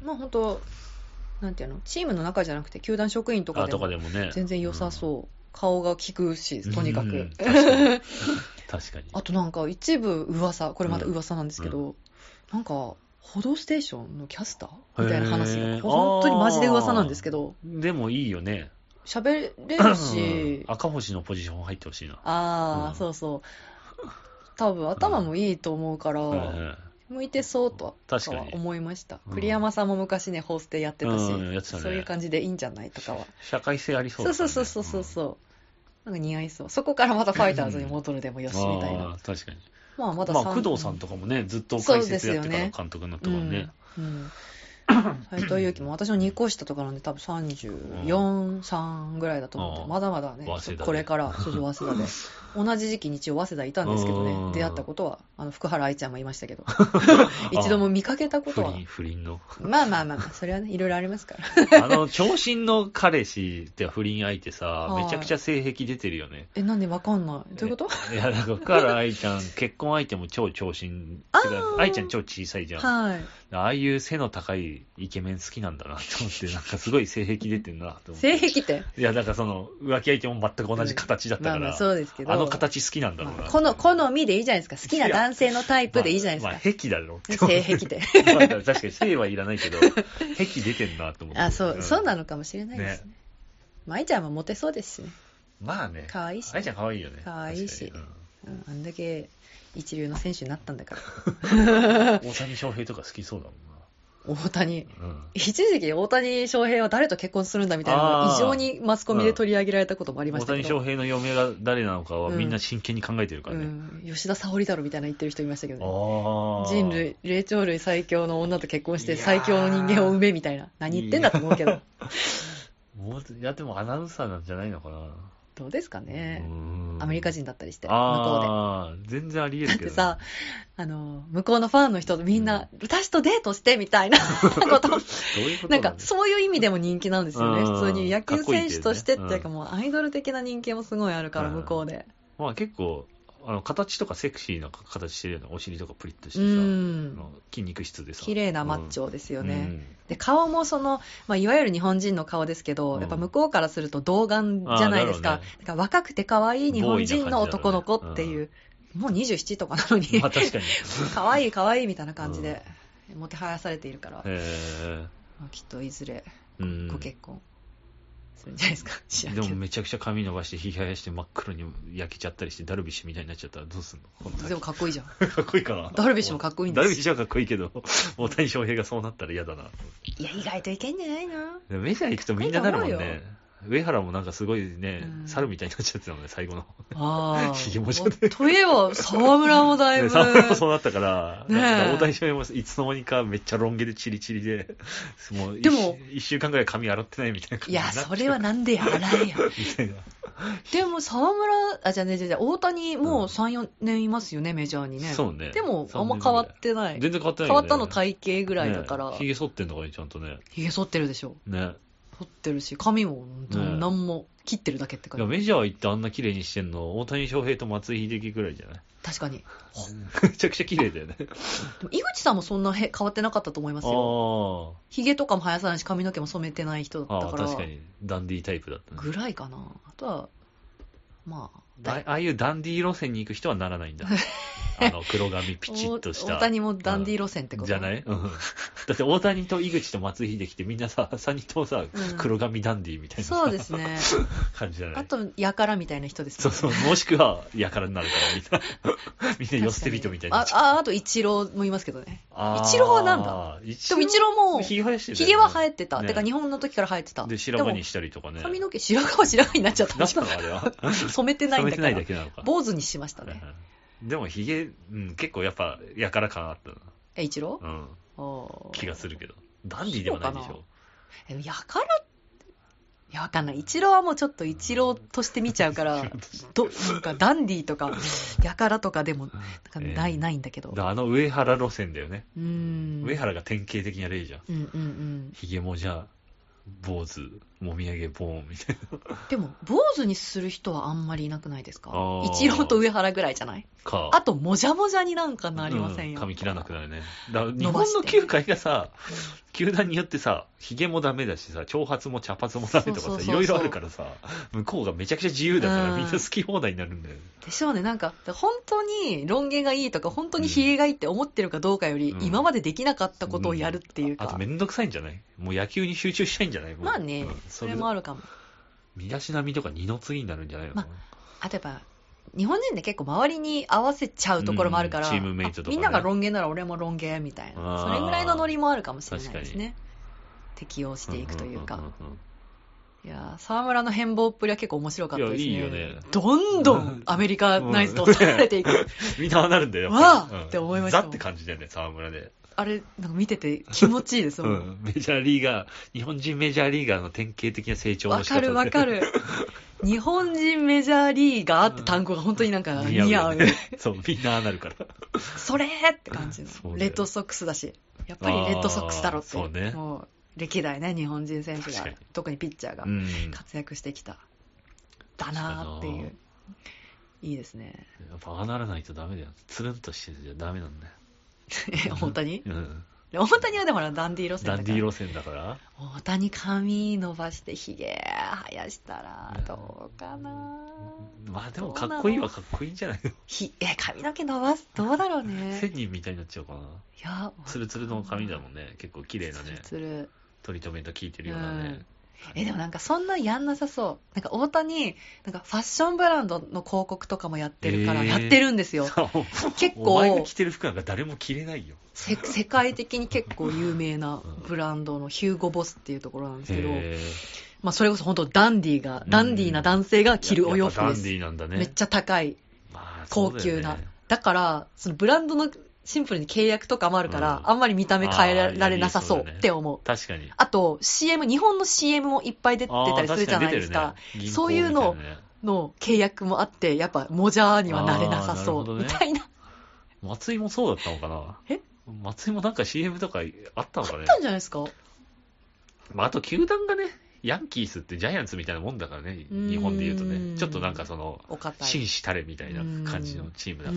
まあ本当なんていうの、チームの中じゃなくて球団職員とかでも全然良さそう、うん、顔が利くし、とにかく、うん、確かに確かに。 あとなんか一部噂、これまた噂なんですけど、うん、なんか報道ステーションのキャスターみたいな話が本当にマジで噂なんですけど。 でもいいよね、 喋れるし、 赤星のポジション入ってほしいな。 ああ、うん、そうそう、多分頭もいいと思うから、うん、向いてそうとは思いました。栗山さんも昔ねホーステやってたし、うんやってたね、そういう感じでいいんじゃないとかは。 社会性ありそうだね。 そうそうそうそうそう、うん、なんか似合いそう。そこからまたファイターズに戻るでもよしみたいな。 あ確かに。 まあまだ、 まあ、工藤さんとかもねずっと解説やってから監督になったからね。 うんうん斉藤佑樹も私のにこ下とかなんで多分さんじゅうよん、さんぐらいだと思って、まだまだね、これから、そうそう、早稲田で。同じ時期に一応早稲田いたんですけどね、出会ったことは、あの、福原愛ちゃんもいましたけど、一度も見かけたことは。 不倫の。 まあまあまあまあ、それはね、いろいろありますから。 あの、長身の彼氏って不倫相手さ、めちゃくちゃ性癖出てるよね。 え、なんでわかんない。どういうこと？ いや、なんか福原愛ちゃん、結婚相手も超長身。あ愛ちゃん超小さいじゃん。はい。ああいう背の高いイケメン好きなんだなって思って、なんかすごい性癖出てるなと思って。 性癖って？ いや、だからその、浮気相手も全く同じ形だったから、うんまあ、まあそうですけど、 あの形好きなんだろうな。 まあ、この、好みでいいじゃないですか。好きな男性のタイプでいいじゃないですか。 まあ、まあ、癖だろ。 性癖で。 まあ、確かに性はいらないけど、癖出てんなと思って。 あ、そう、うん、そうなのかもしれないですね。ねまあ、愛ちゃんはモテそうですしね。 まあね。 可愛いし、ね。 愛ちゃん可愛いよね。 可愛いし。うん、あんだけ一流の選手になったんだから。 大谷翔平とか好きそうだもんな。 大谷、うん、一時期大谷翔平は誰と結婚するんだみたいな異常にマスコミで取り上げられたこともありましたけど、 うん、大谷翔平の嫁が誰なのかはみんな真剣に考えてるからね、 うんうん、吉田沙保里だろみたいな言ってる人いましたけどね。人類霊長類最強の女と結婚して最強の人間を産めみたいな。何言ってんだと思うけど。 もういやでもアナウンサーなんじゃないのかな。 どうですかね。アメリカ人だったりして、向こうで。全然あり得るけど。 だってさ、あの、向こうのファンの人とみんな、うん、私とデートしてみたいなこと。どういうことなんか、そういう意味でも人気なんですよね。普通に野球選手としてっていうか、もうアイドル的な人気もすごいあるから、向こうで。 まあ結構、あの形とかセクシーな形してるようなお尻とかプリッとしてさ、うん、筋肉質でさ綺麗なマッチョですよね、うん、で顔もその、まあ、いわゆる日本人の顔ですけど、うん、やっぱ向こうからすると童顔じゃないですか、だ, ね、だから若くて可愛い日本人の男の子っていう、うん、もうにじゅうななとかなのに、 まあ、確かに可愛い可愛いみたいな感じで、うん、もてはやされているから、 えまあ、きっといずれご結婚するんじゃないですか。 でもめちゃくちゃ髪伸ばしてひげ生やして真っ黒に焼けちゃったりしてダルビッシュみたいになっちゃったらどうすんの。 でもかっこいいじゃん。 かっこいいかな。 ダルビッシュもかっこいいんです。 ダルビッシュはかっこいいけど大谷翔平がそうなったら嫌だな。 いや意外といけんじゃないの。 メジャー行くとみんななるもんね。上原もなんかすごいね、うん、猿みたいになっちゃってたもんね、最後の。ああ。ひげもちょっと。 といえば、沢村もだいぶ。 沢村もそうなったから、ね、大谷翔平もいつの間にかめっちゃロン毛でチリチリで、もうでも一週間ぐらい髪洗ってないみたいな感じ。 いや、それはなんで洗えよ。みたいな。でも沢村、あ、じゃあね、じゃあ大谷もうさん、よねんいますよね、メジャーにね。 そうね。 でも、あんま変わってない。 全然変わってない、 ね。変わったの体型ぐらいだから。 ひげ、ね、剃ってんのかね、ちゃんとね。 ひげ剃ってるでしょ。 ね。 剃ってるし、髪も何も切ってるだけって感じ。 いや、メジャー行ってあんな綺麗にしてんの、大谷翔平と松井秀喜ぐらいじゃない？ 確かに。 めちゃくちゃ綺麗だよね。でも井口さんもそんなへ変わってなかったと思いますよ。ひげとかも生やさないし、髪の毛も染めてない人だったから。 あ確かに。ダンディータイプだった、ね。 ぐらいかな。あとは、まあ。 ああいうダンディー路線に行く人はならないんだ。あの黒髪ピチッとした。 大谷もダンディー路線ってこと、 うん、じゃない、うん、だって大谷と井口と松井秀喜ってみんなさ、さんにんともさ、うん、黒髪ダンディーみたいな。 そうですね。 感じじゃない。 あと、やからみたいな人ですね。そうそう。もしくは、やからになるからみんな。みんな寄捨て人みたいな。 あ、あ、あと、イチローもいますけどね。イチローはなんだでも、イチローも、 ひげ生やしてた、ね。ひげは生えてた。ね、てか、日本の時から生えてた。 で、白髪にしたりとかね。 髪の毛、白髪は白髪になっちゃったんですか。あれは。 染めてないんだから。 染めてないだけなのか。 坊主にしましたね。 でもヒゲ、うん、結構やっぱやから感あったな。 え、イチローうん。気がするけど。ダンディーではないでしょ。 えやからいやわかんない。イチローはもうちょっとイチローとして見ちゃうからどなんかダンディとかやからとかでもなんかない、えー、ないんだけど、 あの上原路線だよね。 うーん、 上原が典型的な例じゃん。 うんうんうん。 ひげもじゃ坊主もみあげボーンみたいな。 でも坊主にする人はあんまりいなくないですか？イチローと上原ぐらいじゃないか。 あともじゃもじゃになんかなりませんよ、 うん、髪切らなくなるね。だから日本の球界がさ、球団によってさ、ヒゲもダメだしさ、長髪も茶髪もダメとかさ、いろいろあるからさ、向こうがめちゃくちゃ自由だから、みんな好き放題になるんだよね。 でしょうね。なんか本当にロン毛がいいとか本当にヒゲがいいって思ってるかどうかより、うん、今までできなかったことをやるっていうか、 うん、あとめんどくさいんじゃない？もう野球に集中したいんじゃない？ まあね、うん、それもあるかも。 身だしなみとか二の次になるんじゃないの？まあ、 あとやっぱ日本人で結構周りに合わせちゃうところもあるから、 うん、チームメイトとか、ね、 みんながロン毛なら俺もロン毛みたいな、それぐらいのノリもあるかもしれないですね。適応していくというか、うんうんうんうん、いや沢村の変貌っぷりは結構面白かったですね。 いやいいよね。 どんどんアメリカナイズとされていく、うん、 みんななるんだよ。 わーって思いました。 ザって感じだよね、沢村で。 あれなんか見てて気持ちいいですもん、 うん、メジャーリーガー、日本人メジャーリーガーの典型的な成長の仕方。 わかるわかる。日本人メジャーリーガーって単語が本当になんか似合う。似合うね、 そう、みんななるから。 それーって感じの。レッドソックスだし、やっぱりレッドソックスだろって。 そうね。 もう歴代ね、日本人選手が、特にピッチャーが活躍してきた。だなーっていう。いいですね。 やっぱああならないとダメだよ。つるんとしてじゃダメなんだよ。 え、大谷？ うん。 大谷はでもダンディー路線だから。 ダンディー路線だから。 大谷髪伸ばしてヒゲ生やしたらどうかな。 まあでもかっこいいはかっこいいんじゃないの？ ひえ髪の毛伸ばすどうだろうね。 仙人みたいになっちゃうかな。いや、 ツルツルの髪だもんね。結構綺麗なね。 ツルツル。 トリートメント効いてるようなね。うんえ、でもなんかそんなやんなさそう。なんか大谷、なんかファッションブランドの広告とかもやってるからやってるんですよ。えー、結構。 お前が着てる服なんか誰も着れないよ。 世界的に結構有名なブランドのヒューゴボスっていうところなんですけど、えー、まあそれこそ本当ダンディーが、ダンディーな男性が着るお洋服です。 ダンディーなんだね。 めっちゃ高い、まあ高級な。だね、だから、そのブランドのシンプルに契約とかもあるから、うん、あんまり見た目変えられなさそうって思う。 ね、確かに。 あと シーエム、日本の シーエム もいっぱい出てたりするじゃないですか。ね、そういうのの契約もあって、やっぱモジャーにはなれなさそう、ね、みたいな。 松井もそうだったのかな。 え？ 松井もなんか シーエム とかあったのかね。 あったんじゃないですか。 まあ、あと球団がね、ヤンキースってジャイアンツみたいなもんだからね、日本で言うとね、ちょっとなんかその、紳士たれみたいな感じのチームだから、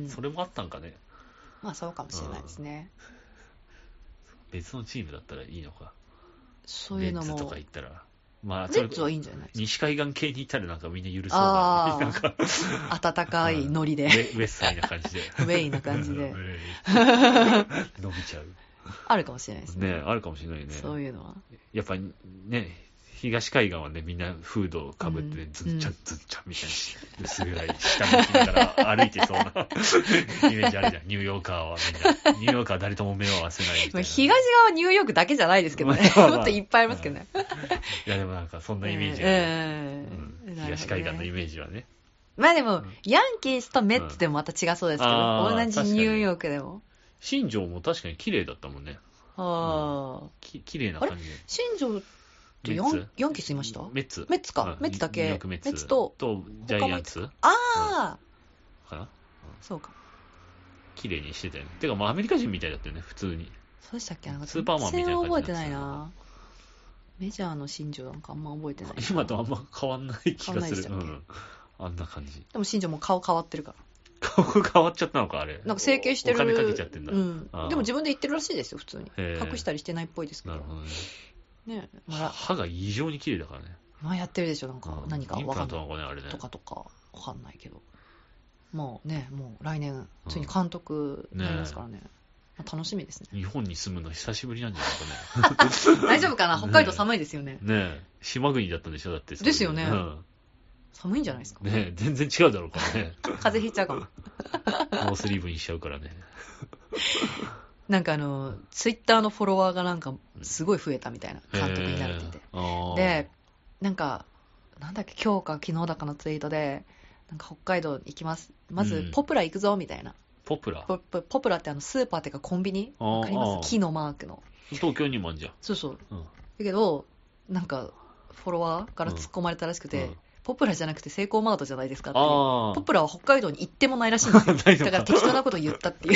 それもあったんかね。 まあそうかもしれないですね、 うん、別のチームだったらいいのか。 そういうのもレッツとか行ったら、まあレッツはいいんじゃないですか。 西海岸系に行ったらなんかみんな許そうな、なんか温かいノリで、うん、 ウェッサイな感じでウェイな感じで伸びちゃう。 あるかもしれないですね。 ね、あるかもしれないね。 そういうのはやっぱりね、東海岸はね、みんなフードをかぶって、ね、うん、ずっちゃんずっちゃんみたいに薄暗い下向きながら歩いてそうなイメージあるじゃん。ニューヨーカーはみんな。ニューヨーカーは誰とも目を合わせないみたいな。 東側はニューヨークだけじゃないですけどね。まあまあ、もっといっぱいありますけどね。 いやでもなんかそんなイメージが、ねえーうん、東海岸のイメージはね。 まあでも、うん、ヤンキースとメッツでもまた違そうですけど、うん、同じニューヨークでも。 新庄も確かに綺麗だったもんね。 ああ、 うん、き綺麗な感じで。 新庄ヤン, ヤンキースいました？ メッツ。 メッツか。メッツだけ。 メッツ。 メッツと、 とジャイアンツ。 ああ、 うん、かな、うん、 そうか。 綺麗にしてたよね。てかもうアメリカ人みたいだったよね、普通に。 そうでしたっけ？なんかスーパーマンみたいな感じ。 覚えてないな。メジャーの新庄なんかあんま覚えてない。 今とあんま変わんない気がする。うん、あんな感じ。 でも新庄も顔変わってるから。 顔変わっちゃったのか、あれ。 なんか整形してる。 お金かけちゃってんだ。 うん。でも自分で言ってるらしいですよ、普通に。隠したりしてないっぽいですけど。 なるほどね。 ね、 まあ、歯が異常に綺麗だからね。 まあやってるでしょ、なんか何かわかんない。 インプラントなのかね、あれね。 とかとかわかんないけど。もうね、もう来年、ついに監督になりますからね。うん、ね、まあ、楽しみですね。 日本に住むの久しぶりなんじゃないかね。大丈夫かな、北海道寒いですよね。 ねえ、島国だったんでしょ、だって。 ですよね。うん、寒いんじゃないですか。 ねえ、全然違うだろうからね。 風邪ひいちゃうかも。 ノースリーブにしちゃうからね。 なんかあの、ツイッターのフォロワーがなんかすごい増えたみたいな、監督になれてて。で、なんか、なんだっけ、今日か昨日だかのツイートで、なんか北海道行きます。まず、ポプラ行くぞ、みたいな。うん、 ポプラポプポプラってあのスーパーっていうかコンビニわかります？木のマークの。 東京にもあるじゃん。 そうそう。うん、 だけど、なんか、フォロワーから突っ込まれたらしくて、 うんうんポプラじゃなくてセイコーマートじゃないですかっていう。 あポプラは北海道に行ってもないらしいんですよ。 ないのかだから適当なこと言ったっていう。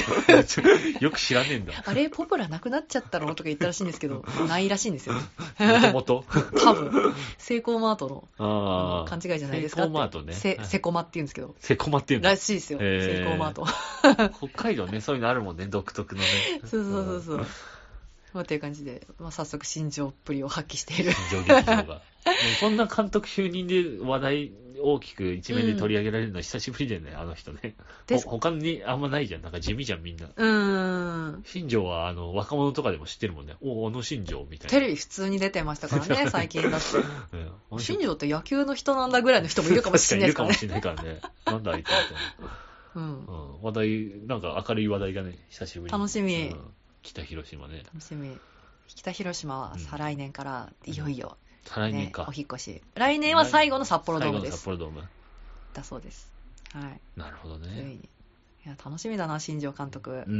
よく知らねえんだ。 あれ、ポプラなくなっちゃったのとか言ったらしいんですけど、ないらしいんですよ。 もともと多分、セイコーマートのあ勘違いじゃないですかって。 セイコーマートね。 セ、セコマって言うんですけど。 セコマって言うんだ。 らしいですよ、セイコーマート。 北海道ね、そういうのあるもんね、独特のね。 そうそうそうそう。まあ、という感じで、まあ、早速新庄っぷりを発揮している。 新庄劇場が。でもそんな監督就任で話題大きく一面で取り上げられるのは久しぶりだよね、うん、あの人ね。ほ他にあんまないじゃん。なんか地味じゃん、みんな。 うーん。 新庄はあの若者とかでも知ってるもんね。お、あの新庄みたいな。 テレビ普通に出てましたからね、最近だって。うん、新庄って野球の人なんだぐらいの人もいるかもしれないですからね。 確かにいるかもしれないからね。なんだあいつみたいな。うん。うん、話題、なんか明るい話題がね、久しぶりに。 楽しみ。うん、 北広島ね。 楽しみ。北広島は再来年からいよいよ、 ね、再来年か、 お引越し。来年は最後の札幌ドームです。 札幌ドームだそうです。はい。 なるほどね。 ついに。いや、楽しみだな、新庄監督。 うん。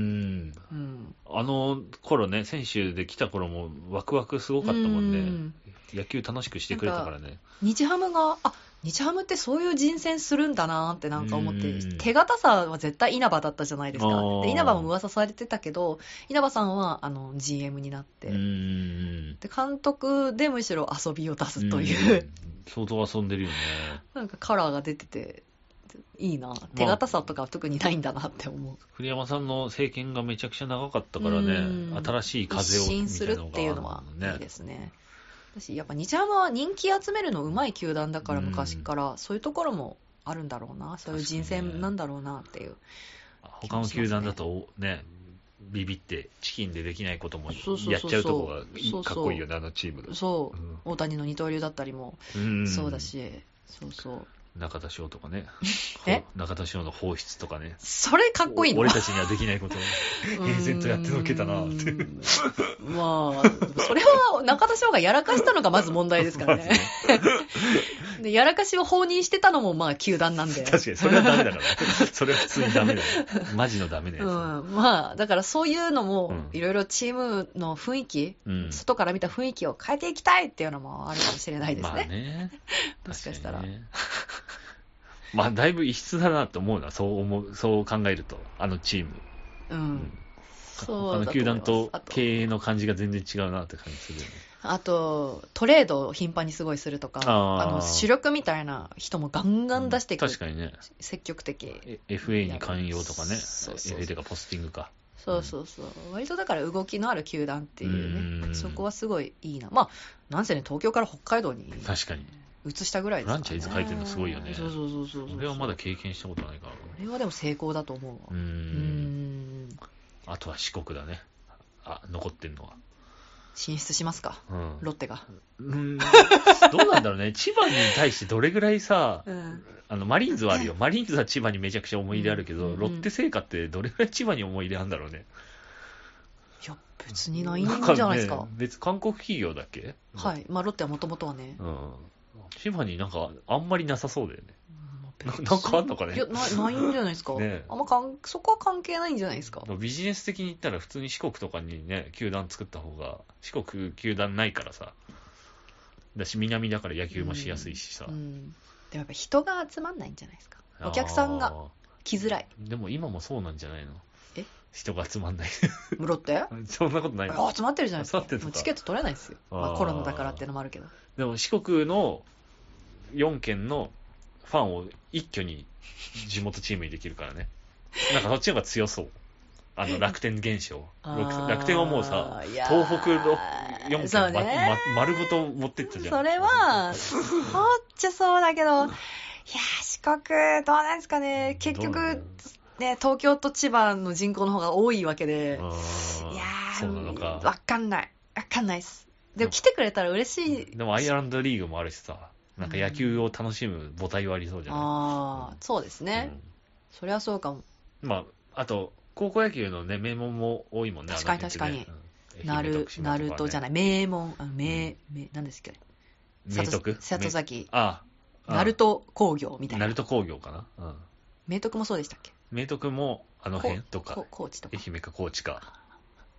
うん。あの頃ね、選手で来た頃もワクワクすごかったもんね。ん野球楽しくしてくれたからね。 日ハムが、あ、日ハムってそういう人選するんだなってなんか思って、手堅さは絶対稲葉だったじゃないですか。で稲葉も噂されてたけど、稲葉さんはあの ジーエム になって、で監督でむしろ遊びを出すという。 相当遊んでるよね。 なんかカラーが出てて、いいな。手堅さとかは特にないんだなって思う。 栗山さんの政権がめちゃくちゃ長かったからね、新しい風を一新するっていうのはいいですね。私やっぱ日ハムは人気集めるのうまい球団だから昔から、そういうところもあるんだろうな、そういう人選なんだろうなっていう、ね、 他の球団だとねビビってチキンでできないこともやっちゃうとこがかっこいいよね、あのチーム。 そう、うん、大谷の二刀流だったりもそうだし、そうそう中田翔とかね。 え中田翔の放出とかね。 それかっこいいの？ 俺たちにはできないことを平然とやってのけたなって。 まあ、それは中田翔がやらかしたのがまず問題ですからね。でやらかしを放任してたのもまあ球団なんで。 確かに、それはダメだから。それは普通にダメだよ。マジのダメなやつ。うん、 まあ、だからそういうのも、いろいろチームの雰囲気、うん、外から見た雰囲気を変えていきたいっていうのもあるかもしれないですね。まあね。もしかしたら。 まあ、だいぶ異質だなと思うな、そう思う、そう考えると、あのチーム。 うん。うん、そうあの球団と経営の感じが全然違うなって感じするよね。 あと、トレードを頻繁にすごいするとか、ああの主力みたいな人もガンガン出していく、うん。確かにね。積極的。 エフエー に勧誘とかね。そうそうそう エフエー とかポスティングか。 そうそうそう。うん、割とだから動きのある球団っていうね。そこはすごいいいな。まあ、なんせね、東京から北海道に。 確かに。 移したぐらいですからね。 フランチャイズ書いてるのすごいよね。 そうそうそうそう。 俺はまだ経験したことないから。 俺はでも成功だと思うわ。うーん。うーんあとは四国だね。あ、残ってんのは。 進出しますか、うん、ロッテが。 うーん。どうなんだろうね。千葉に対してどれぐらいさ、うん、あの、マリーンズはあるよ。マリーンズは千葉にめちゃくちゃ思い入れあるけど、うんうん、ロッテ製菓ってどれぐらい千葉に思い入れあるんだろうね。 いや、別にないんじゃないですか。かね、 別、韓国企業だっけ？ はい。まあ、ロッテはもともとはね。 うん。千葉になんかあんまりなさそうだよね。うん、なんかあんのかね。 いや な, ないんじゃないですか。ね、あんまかんそこは関係ないんじゃないですか。 ビジネス的に言ったら普通に四国とかにね球団作った方が、四国球団ないからさ。だし南だから野球もしやすいしさ。うんうん、 でもやっぱ人が集まんないんじゃないですか。お客さんが来づらい。 でも今もそうなんじゃないの？ え？ 人が集まんない。 ロッテ？ そんなことないの？ 集まってるじゃないですか。もうチケット取れないですよ。まあ、コロナだからってのもあるけど。 でも四国のよんけんのファンを一挙に地元チームにできるからね。なんかそっちの方が強そう。あの楽天現象。楽天はもうさ、東北のよんけん、ねま、丸ごと持ってったじゃん。 それは、そうっちゃそうだけど、いや四国、どうなんですかね。結局、ね、東京と千葉の人口の方が多いわけで。いやそうなのか。 わかんない。わかんないです。でも来てくれたら嬉しい。 でもアイアランドリーグもあるしさ。なんか野球を楽しむ母体はありそうじゃない？ ああ、そうですね。うん、そりゃそうかも。 まあ、あと、高校野球のね、名門も多いもんね。 確かに確かに。なる、なるとじゃない、名門、あ名、名、何ですっけ？ 明徳？ 里崎。 ああ。鳴門工業みたいな。 鳴門工業かな？うん。 明徳もそうでしたっけ？ 明徳も、あの辺とか。 高知とか。 愛媛か高知か。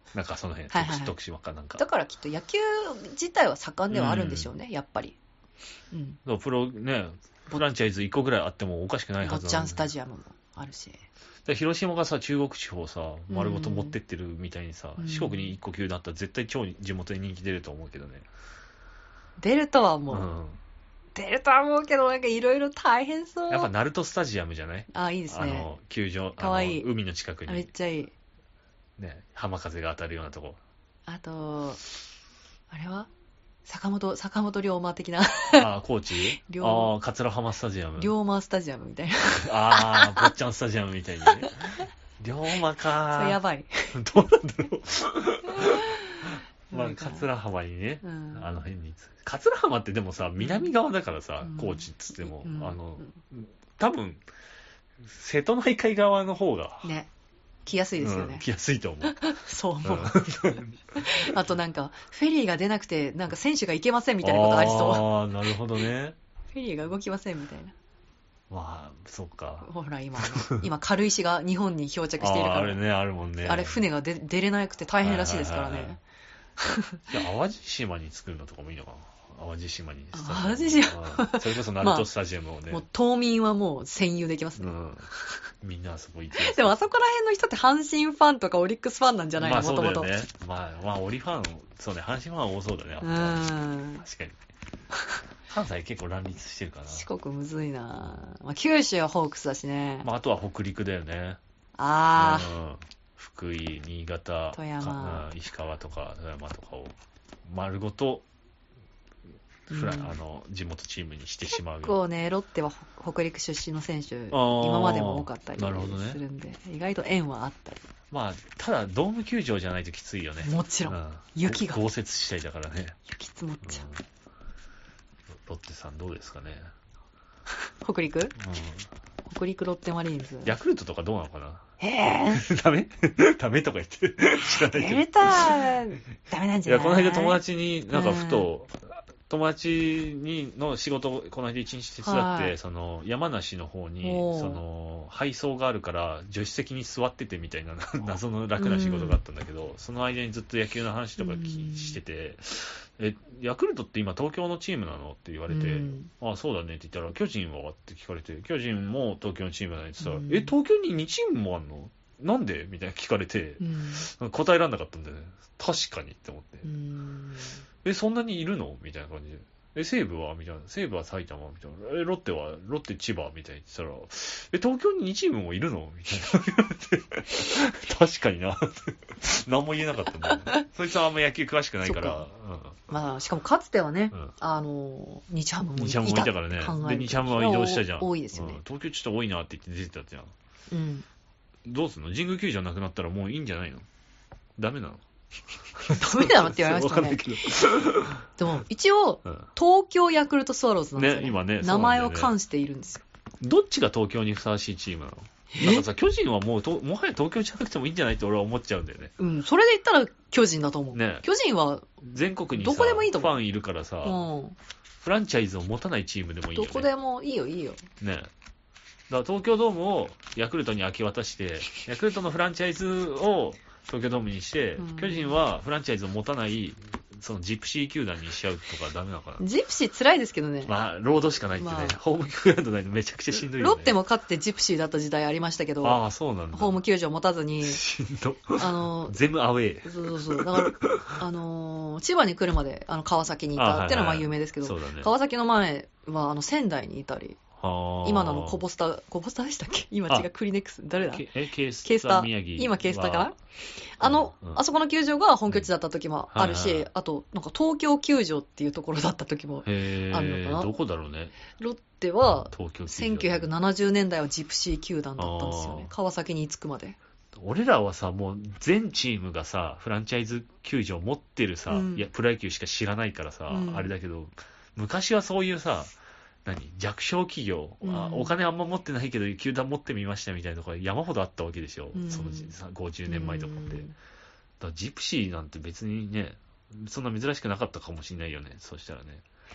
なんかその辺、 はいはいはい徳島かなんか。 だからきっと野球自体は盛んではあるんでしょうね、やっぱり。うん。 プロね、フランチャイズいっこぐらいあってもおかしくないはず坊ちゃんスタジアムもあるし。 で広島がさ、中国地方さ、丸ごと持ってってるみたいにさ、 うん四国にいっこ球団あったら絶対超地元に人気出ると思うけどね。 出るとは思う。 うん。 出るとは思うけど、なんかいろいろ大変そう。 やっぱナルトスタジアムじゃない？ あ、いいですね。 あの、球場、 かわいいあの海の近くあめっに、 ちゃいい。 ね、浜風が当たるようなとこ。 あと、あれは坂本、坂本龍馬的な、 ああ、高知龍ああ、桂浜スタジアム。 龍馬スタジアムみたいな。 ああ、坊ちゃんスタジアムみたいにね。龍馬かそれやばい。 どうなんだろう。まあ、 なんか桂浜にね、 うんあの辺に。桂浜ってでもさ、南側だからさ、 うん高知っつっても、 うんあの、多分、瀬戸内海側の方が、 ね。来やすいですよね。 うん来やすいと思う。 そう思う。 うんあとなんか、フェリーが出なくて、なんか選手が行けませんみたいなことありそう。 ああ、なるほどね。 フェリーが動きませんみたいな。 まあ、そうか。 ほら、今、あの今、軽石が日本に漂着しているから。 あーあれね、あるもんね。 あれ、船が出出れなくて大変らしいですからはいはいはいね。 じゃあ淡路島に作るのとかもいいのかな。淡路島に。 淡路島うんそれこそナルトスタジアムをね。 もう島民はもう占有できますね。 うん。みんなあそこ行って。 でもあそこら辺の人って阪神ファンとかオリックスファンなんじゃないまの、もともと。 あそうだよね。まあ、まあ、オリファン、そうね、阪神ファンは多そうだね。やっうぱん。 確かに。関西結構乱立してるかな。 四国むずいな、まあ、九州はホークスだしね。 まあ、あとは北陸だよね。 あうん。福井、新潟、 富山か石川とか富山とかを丸ごとフラ、 うんあの地元チームにしてしまうー。結構ね、ロッテは北陸出身の選手、 あー今までも多かったりなるほどねするんで、意外と縁はあったり。 まあただドーム球場じゃないときついよね。 もちろん。 うん雪が豪雪地帯だからね、 雪積もっちゃう。 うんロッテさんどうですかね、 北陸う北陸ロッテマリーンズん、。ヤクルトとかどうなのかな。 へぇダメダメとか言って知らないけどデルター、ダメなんいや、 じゃない？ この間友達になんかふと、友達にの仕事をこの間一日手伝って、 はいその山梨の方におーその配送があるから助手席に座っててみたいな謎の楽な仕事があったんだけど、その間にずっと野球の話とか聞うんしてて、え、ヤクルトって今東京のチームなのって言われて、 うんああそうだねって言ったら、巨人はって聞かれて、巨人も東京のチームだねって言ったら、 うんえ、東京ににチームもあんのなんでみたいな聞かれて、 うん。 答えられなかったんだよね。確かにって思って。 うん。 え、そんなにいるのみたいな感じで。え、西武はみたいな。西武は埼玉みたいな。え、ロッテはロッテ千葉みたいに言ってたら、え、東京ににチームもいるのみたいな言われて。確かにな。何も言えなかったんだよね。そいつはあんま野球詳しくないから。 まあ、しかもかつてはね、 うんあの、日ハムもいた。 日ハムもいたからね。で、 考えると日ハムは移動したじゃん。 多いですよねうん。東京ちょっと多いなって言って出てたじゃん。 うん。 どうすんの？神宮球場なくなったらもういいんじゃないの？ダメなの？ ダメだろって言われましたね。 わかんないけど。 でも、一応、 うん東京ヤクルトスワローズなんですよ、 ね今ね名前を冠しているんですよ。 どっちが東京にふさわしいチームなの？なんかさ、巨人はもうと、もはや東京じゃなくてもいいんじゃないって俺は思っちゃうんだよね。 うん、それで言ったら巨人だと思う。 ね巨人は、 全国にさ、 どこでもいいと思うファンいるからさ、 うん、 フランチャイズを持たないチームでもいいよね。 どこでもいいよ、いいよ。 ね。だから東京ドームをヤクルトに明け渡して、ヤクルトのフランチャイズを東京ドームにして、 うん巨人はフランチャイズを持たない、そのジプシー球団にしちゃうとかダメなのかな。 ジプシー辛いですけどね。 まあ、ロードしかないってね、 まあホームグラウンドないとめちゃくちゃしんどいよね。 ロッテもかつてジプシーだった時代ありましたけど、 ああ、そうなんだ。 ホーム球場持たずに、 しんど。 あの、 全部アウェー。 そうそうそう。だから、あのー千葉に来るまで、あの、川崎にいたっていうのはまあ有名ですけど、 そうだね。 川崎の前は、あの、仙台にいたり、 はあ今のあの、コボスタ、コボスタでしたっけ今違あう、クリネックス。誰だけえ、ケースケースタ宮城。 今ケースタかなあの、 うんうんあそこの球場が本拠地だった時もあるし、 うんはいはいはいあと、なんか東京球場っていうところだった時も、 へあるのかなえ、どこだろうね。 ロッテは、 東京球場せんきゅうひゃくななじゅうねんだいはジプシー球団だったんですよねあ。ー川崎に着くまで。 俺らはさ、もう全チームがさ、フランチャイズ球場持ってるさ、 うんいやプロ野球しか知らないからさ、 うんあれだけど、昔はそういうさ、何弱小企業、あうんお金あんま持ってないけど球団持ってみましたみたいなところ山ほどあったわけでしょ、 うんそのさごじゅうねんまえとかって、 うんだからジプシーなんて別にねそんな珍しくなかったかもしれないよね、そうしたらね。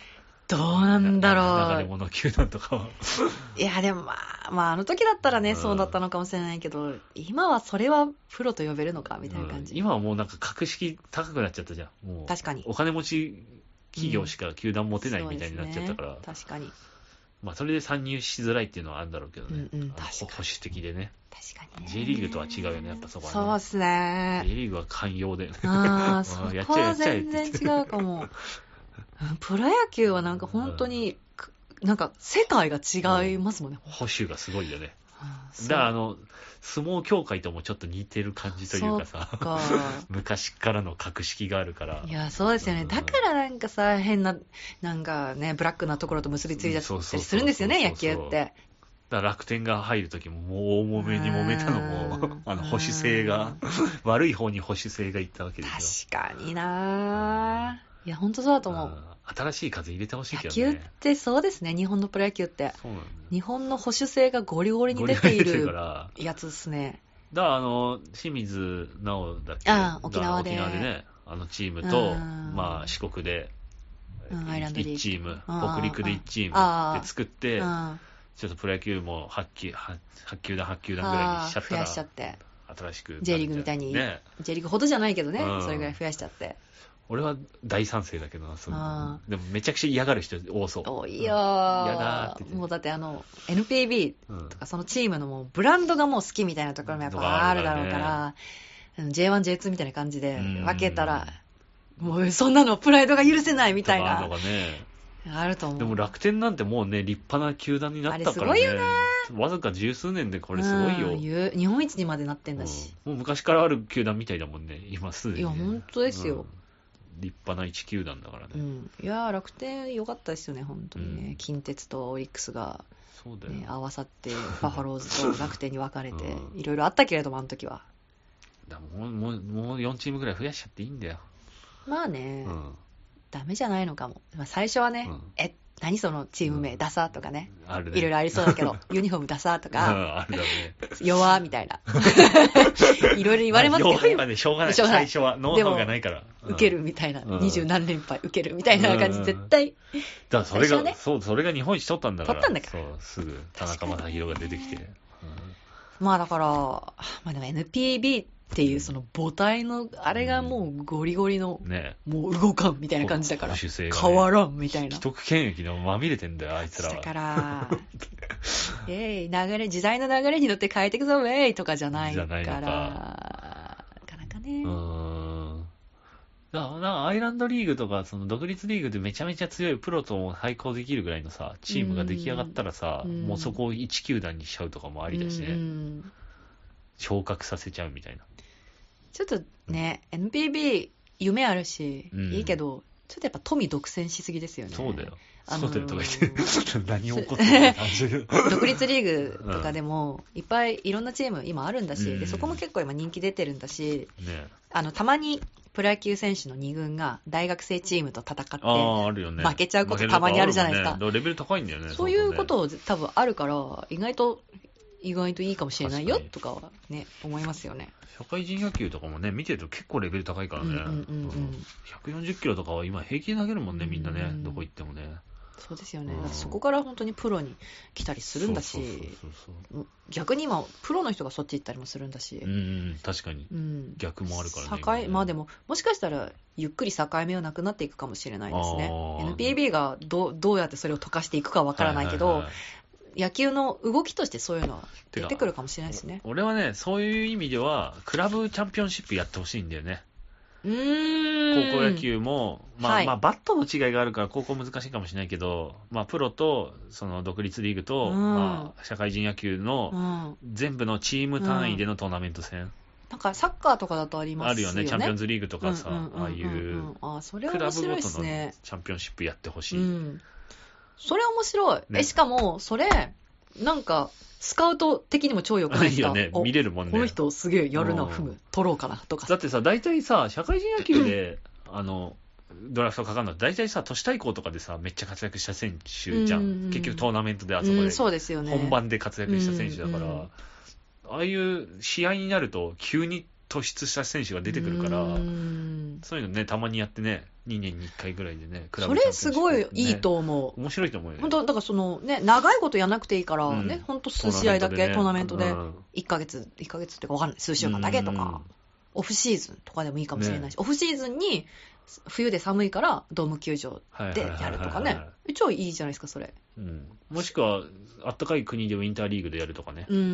どうなんだろう。 流れ物球団とかは。 いや、でもまあ、まあ、あの時だったらね、 うんそうだったのかもしれないけど、今はそれはプロと呼べるのかみたいな感じ。 うん今はもうなんか格式高くなっちゃったじゃん。もう確かにお金持ち企業しか球団持てないみたいになっちゃったから、 そうですね、確かに。 まあそれで参入しづらいっていうのはあるんだろうけどね。 うんうんあの確かに保守的でね。 確かにね。 J リーグとは違うよね、やっぱそこはね。 そうっすね。 J リーグは寛容で。 ああ、そこやっちゃえやはっちゃえって全然違うかも。うんプロ野球はなんか本当に、くなんか世界が違いますもんね。 保守がすごいよね。 うんだからあの、相撲協会ともちょっと似てる感じというかさそっか昔からの格式があるから。 いや、そうですよね。だからなんかさ、変な、なんかね、ブラックなところと結びついちゃったりするんですよね、野球って。 だから楽天が入るときももう大揉めに揉めたのも、あの保守性が、悪い方に保守性がいったわけですよ。 確かになぁ。いや、ほんとそうだと思う。 うん新しい風入れてほしいけ野どね。 球ってそうですね、日本のプロ野球って。 そうなんだよ。 日本の保守性がゴリゴリに出ていゴリゴリ出てるかるら。 やつですね。 だからあの、清水直だっけああ沖縄で沖縄でね、あのチームと、 うんまあ四国で、 うんアイランドリーグいちチーム、 ああ北陸でいちチああームで作って、 うんちょっとプロ野球もはち球団、はち球団ぐらいにしちゃったら、 増やしちゃって。 新しく。 J リーグみたいに、 ね。 J リーグほどじゃないけどね、 うんそれぐらい増やしちゃって。 俺は大賛成だけどな、そういうあのでもめちゃくちゃ嫌がる人多そう。 多いよー。 嫌だーって言ってもうだってあの、エヌピービうんーとかそのチームのもうブランドがもう好きみたいなところもやっぱあるだろうから、うん ジェイワン、ジェイツー みたいな感じで分けたら、もうそんなのプライドが許せないみたいあるなのがね。 あると思う。 でも楽天なんてもうね、立派な球団になったからね。 あれすごいよねわずか十数年でこれすごいよ。 うんゆ日本一にまでなってんだし。 うんもう昔からある球団みたいだもんね、今すでに、ね。 いや本当ですようん立派な一球団だからね。 うん、いやー楽天良かったですよね、本当にね、 うん近鉄とオリックスが、 そうだよ。 ね、合わさって、バファローズと楽天に分かれて、 うんいろいろあったけれども、あの時は。 だもうもうもうよんチームぐらい増やしちゃっていいんだよ。 まあね、 うんダメじゃないのかも。まあ、最初はね、 うんえ、何そのチーム名、 うんダサとかね、 あるね。 いろいろありそうだけど、ユニフォームダサとうんか、 あるだろうね。 弱みたいな。いろいろ言われますけど、 弱いはね、しょうがない。 しょうがない最初は。ノウハウがないから。 受けるうんみたいな、 うん二十何連敗受けるみたいな感じ、絶対、 だからそれが、 最初はねそう、それが日本一取ったんだから。 取ったんだからそう、すぐ、田中将大が出てきて。 まあだから、まあでも エヌピービー っていうその母体の、あれがもうゴリゴリの、 うんねもう動かんみたいな感じだから、 保守性がね変わらんみたいな。 既得権益のまみれてんだよ、あいつらは。 だから、えい、流れ、時代の流れに乗って変えていくぞ、ウェイとかじゃないから、 じゃないのかなかなかね。 うーん。だからなんかアイランドリーグとか、その独立リーグでめちゃめちゃ強いプロとも対抗できるぐらいのさ、チームが出来上がったらさ、 うんもうそこをいち球団にしちゃうとかもありだしね、 うんうん昇格させちゃうみたいな。 ちょっとね、エヌピービー 夢あるし、 うんいいけど、ちょっとやっぱ富独占しすぎですよね。 そうだよ。 あのーそうだよとか言って、何起こってるのか感じる。 独立リーグとかでも、いっぱいいろんなチーム今あるんだし、 うんでそこも結構今人気出てるんだし、 ねあのたまにプロ野球選手のに軍が大学生チームと戦って、 ああ、あるよね。 負けちゃうことたまにあるじゃないですか負けることあるもんねだからレベル高いんだよね。 そういうことを。 を多分あるから、意外と、意外といいかもしれないよ確かにとかはね、思いますよね。 社会人野球とかもね、見てると結構レベル高いからね。 うんうんうんうんひゃくよんじゅっキロとかは今平気で投げるもんね、みんなね。 うんどこ行ってもね。 そうですよね。 うんだってそこから本当にプロに来たりするんだし、 そうそうそうそう逆に今、プロの人がそっち行ったりもするんだし、 うんうん、確かに。 うん逆もあるからね。 境まあでも、もしかしたら、ゆっくり境目はなくなっていくかもしれないですね。 あーエヌピービー がどうどうやってそれを溶かしていくかわからないけど、 はいはいはい野球の動きとしてそういうのは出てくるかもしれないですね。 俺はね、そういう意味では、クラブチャンピオンシップやってほしいんだよね。 うーん。 高校野球も、まあ、 はいまあ、バットの違いがあるから高校難しいかもしれないけど、まあ、プロと、その独立リーグと、 うんまあ、社会人野球うのん。 全部のチーム単位でのトーナメント戦、 なんかサッカーとかだとありますよね。 あるよね、チャンピオンズリーグとかさ、 うんうんうんうんうんああいうあ、それはクラ面白いブごとのですね。 チャンピオンシップやってほしい。 うん。それ面白い。 ねえ、しかも、それ、なんか、スカウト的にも超良くないですか？ いいよね、 お見れるもんね。 この人すげえやるな、 うんふむ、取ろうかな、とかだってさ、大体さ、社会人野球で、あの、ドラフトかかるのって、大体さ、都市対抗とかでさ、めっちゃ活躍した選手じゃん。 うんうんうん結局トーナメントであそこで、 うん、そうですよね。 本番で活躍した選手だから、 うんうんああいう試合になると、急に突出した選手が出てくるから、 うんそういうのね、たまにやってね、 にねんにいっかいぐらいでね、クラそブチャンピオンシップれすごいねいいと思う。 面白いと思うよね。 本当だからそのね、長いことやらなくていいからね、 うん本当数試合だけ、トーナメントでうんいっかげつ、いっかげつっていうかわかんない、数週間だけとか、オフシーズンとかでもいいかもしれないし、 ねオフシーズンに冬で寒いからドーム球場でやるとかね、超いいじゃないですか、それ。 うん、もしくは、あったかい国でウィンターリーグでやるとかね、 うん。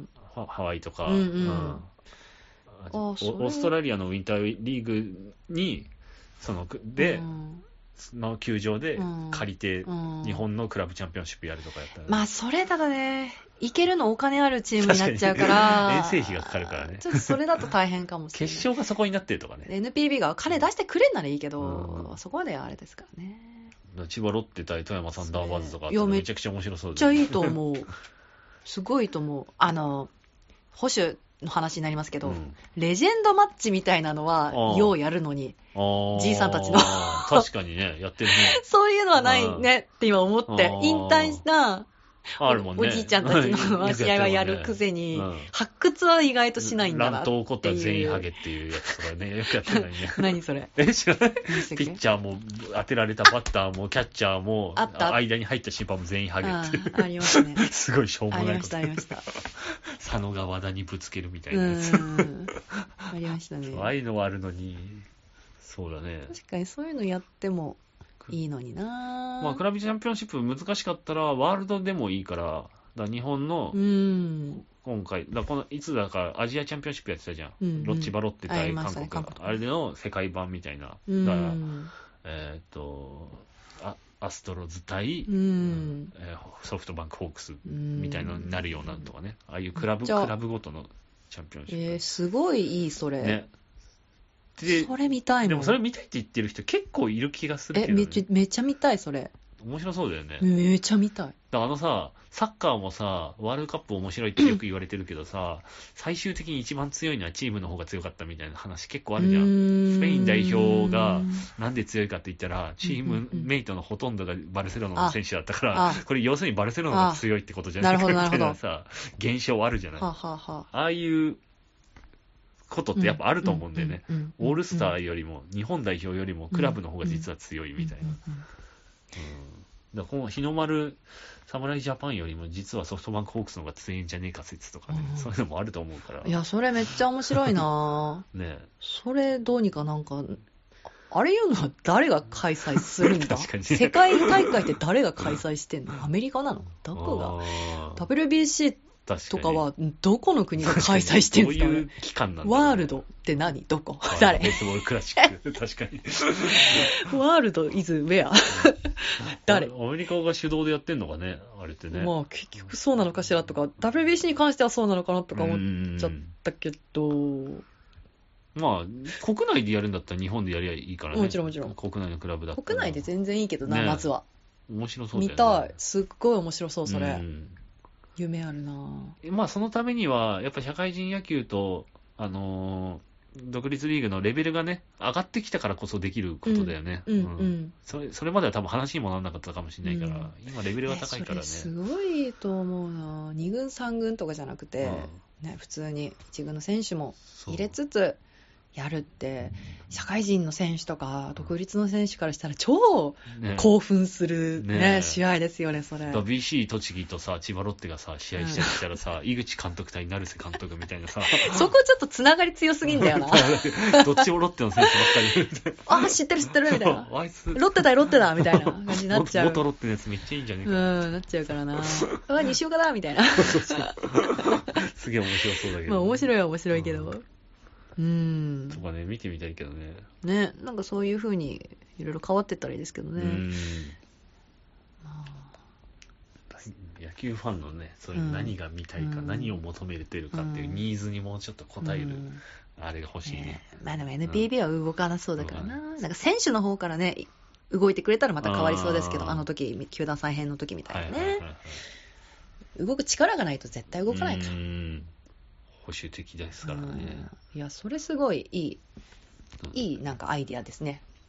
ハハワイとか、 うんうんああそれオーストラリアのウィンターリーグに、そので、 うんの球場でうん借りて、 うん日本のクラブチャンピオンシップやるとかやったら、 まあ、それただね、行けるのお金あるチームになっちゃうから、 遠征費がかかるからねちょっとそれだと大変かもしれない。 決勝がそこになってるとかね、 エヌピービー が金出してくれんならいいけど、 うんそこまであれですからね。 千葉ロッテ対富山サンダーバーズとかあったいやめらめちゃくちゃ面白そうめっちゃいいとと思う。すごいと思う。あの、保守の話になりますけど、 うんレジェンドマッチみたいなのはああようやるのに、じいさんたちの確かにね、やってるね。 そういうのはないねって今思ってああ、 引退したあるもんね。 おじいちゃんたちの試合はやるくせに、 うん発掘は意外としないんだなっていう。 乱闘起こったら全員ハゲっていうやつとかね、よくやってないね。 何それ。 え、知らない何でしたっけピッチャーも当てられたバッターもキャッチャーもあった間に入った審判も全員ハゲっていうああありますね。 すごいしょうもありましないことたありました。 佐野が和田にぶつけるみたいうなやつ、 ん。ありましたね。 ああいうのはあるのに、そうだね。 確かにそういうのやってもいいのにな。 まあ、クラブチャンピオンシップ難しかったらワールドでもいいから、だから日本のうん。 今回、だこのいつだかアジアチャンピオンシップやってたじゃん、 うんうんロッチバロッテあ対韓りましたね国、 韓国あれでの世界版みたいな、 うだから、 ん。 えーっとあアストロズ対、 うん。 えーソフトバンクホークスうんみたいなのになるようなとかね、ああいうクラブクじゃあラブごとのチャンピオンシップ、 えー、すごいいい、それ。 ね。でそれ見たいの。 でもそれ見たいって言ってる人結構いる気がするけえ、 ど、ね、 めっちゃ、めっちゃ見たい、それ。 面白そうだよね。 めっちゃ見たい。 だからあのさ、サッカーもさ、ワールドカップ面白いってよく言われてるけどさ、最終的に一番強いのはチームの方が強かったみたいな話結構あるじゃん。 んスペイン代表がなんで強いかって言ったら、チーうんうんうんムメイトのほとんどがバルセロナの選手だったかあら、これ要するにバルセロナが強いってことじゃないかみたいなさ、現象あるじゃない。 はあ、はあはあ、 ああいうことってやっぱあると思うんだよね。 うんうんうんオールスターよりも、日本代表よりもクラブの方が実は強いみたいな。 うんうんうんうんだからこの日の丸侍ジャパンよりも実はソフトバンクホークスの方が強いんじゃねえか説とかね、 うんそういうのもあると思うから。 いや、それめっちゃ面白いなねそれどうにかなんか、あれいうのは誰が開催するんだ確かに世界大会って誰が開催してんのアメリカなのどこがあーダブリュービーシー確とかはどこの国が開催してんですかどういうね機関なんだろうねワールドって何どこあー誰ベースボールクラシック確かにワールド is where? 誰アメリカが主導でやってんのかねあれってね。 まあ結局そうなのかしらとか ダブリュービーシー に関してはそうなのかなとか思っちゃったけど、 まあ国内でやるんだったら日本でやりゃいいからね。 もちろんもちろん国内のクラブだったら国内で全然いいけどな、 ねまずは面白そうだよね。 見たいすっごい面白そうそれ、 うん夢あるなまあそのためにはやっぱ社会人野球とあのー独立リーグのレベルがね上がってきたからこそできることだよね。 うんうん、 それそれまでは多分話にもならなかったかもしれないから、 うん今レベルが高いからね。 えそれすごいと思うなに軍さん軍とかじゃなくて、 うんね、普通にいち軍の選手もそう入れつつやるって社会人の選手とか独立の選手からしたら超ね興奮する、ねね試合ですよねそれだから ビーシー 栃木とさ千葉ロッテがさ試合したりしたらさ、井口監督対成瀬監督みたいなさそこちょっとつながり強すぎんだよなどっちもロッテの選手ばっかりいるみたいなあ知ってる知ってるみたいなあいつロッテ対ロッテだみたいな感じになっちゃう元ロッテのやつめっちゃいいんじゃねえうか、 んなっちゃうからなうわ西岡だみたいなすげえ面白そうだけど、 まあ面白いは面白いけどうんとかね見てみたいけどね。 ねなんかそういう風にいろいろ変わってったらいいですけどね、 うんまあ野球ファンのねそういう何が見たいか、 うん何を求めてるかっていうニーズにもうちょっと応える、 うんあれが欲しいね。 ねまあでも エヌピービー は動かなそうだからな、なんか選手の方からね動いてくれたらまた変わりそうですけどあーあの時球団再編の時みたいなね、 はいはいはいはい動く力がないと絶対動かないからうん保守的ですからね。 うんいやそれすごいいいうんいいなんかアイディアですね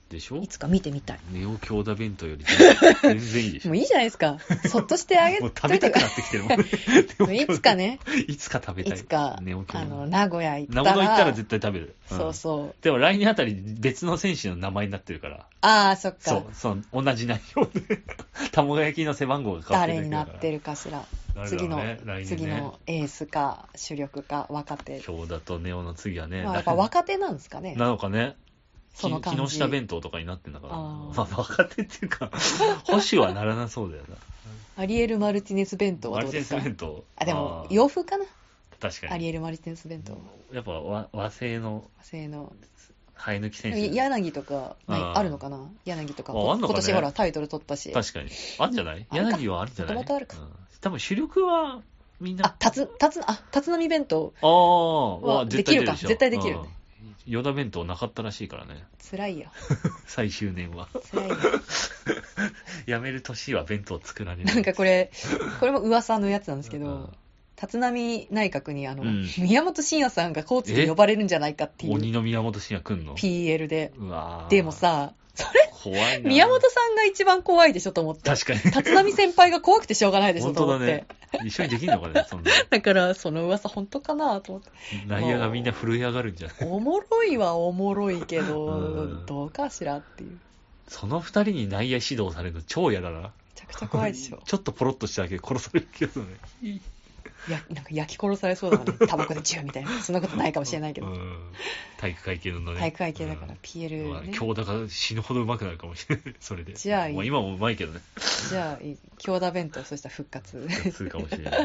でしょ。 いつか見てみたい。 ネオ京田弁当より全然いいでしょ。 もういいじゃないですか。そっとしてあげもうと食べたくいてくなってきてるもんね。 いつかね、 いつか食べたい。 いつか、 ネオ京田。 あの、名古屋行った名ら。 古屋行ったら絶対食べる。うん、 そうそう。 でも来年あたり別の選手の名前になってるから。 ああ、そっか。 そう、そう、同じ内容で。卵焼きの背番号が変わってる。 誰になってるかしら。次の、 ねね、 次のエースか、主力か、若手。 京田とネオの次はね。 まあ、やっぱ若手なんですかね。 なのかね。 その感じ。 木下弁当とかになってんだから。 あまあ、若手っていうか、保守はならなそうだよな。 アリエル・マルティネス弁当はマルティネどうですか？ ス弁当。 あ、でも、洋風かな。 確かに。 アリエル・マルティネス弁当。 やっぱ和和製の。 和製の。 生え抜き選手。 柳とかないあるのかな。柳とか。あんのかね、今年ほらタイトル取ったし。 確かに。あんじゃない？柳はあるんじゃない？ もともとあるか。 うん、多分主力はみんな。 あ、たつ、たつ、あ、立浪弁当。 ああ、 できるか。絶対できるね。 ヨダ弁当なかったらしいからね。 辛いよ。 最終年は。 辛いよ。 辞める年は弁当作られない。 なんかこれ、これも噂のやつなんですけど、立浪内閣にあの、うん、宮本慎也さんがコーチで呼ばれるんじゃないかっていう。 鬼の宮本慎也くんのピーエル で。 うわでもさ、それ、 怖いな。 宮本さんが一番怖いでしょと思って。 確かに。 立浪先輩が怖くてしょうがないでしょと思って。 本当だね。一緒にできんのかね、そんな。 だから、その噂本当かなと思って。 内野がみんな震え上がるんじゃない？ おもろいはおもろいけど、どうかしらっていう。 その二人に内野指導されるの超嫌だな。めちゃくちゃ怖いでしょ。 ちょっとポロッとしただけで殺される気がするね。 いや、なんか焼き殺されそうだもんね。タバコでチューみたいな。そんなことないかもしれないけど。うん、 体育会系のね。 体育会系だから ピーエル、ね。まあ、 京田が死ぬほど上手くなるかもしれない。それで。 じゃあいい。 もう今も上手いけどね。 じゃあいい。京田弁当、そしたら復活。復活するかもしれない。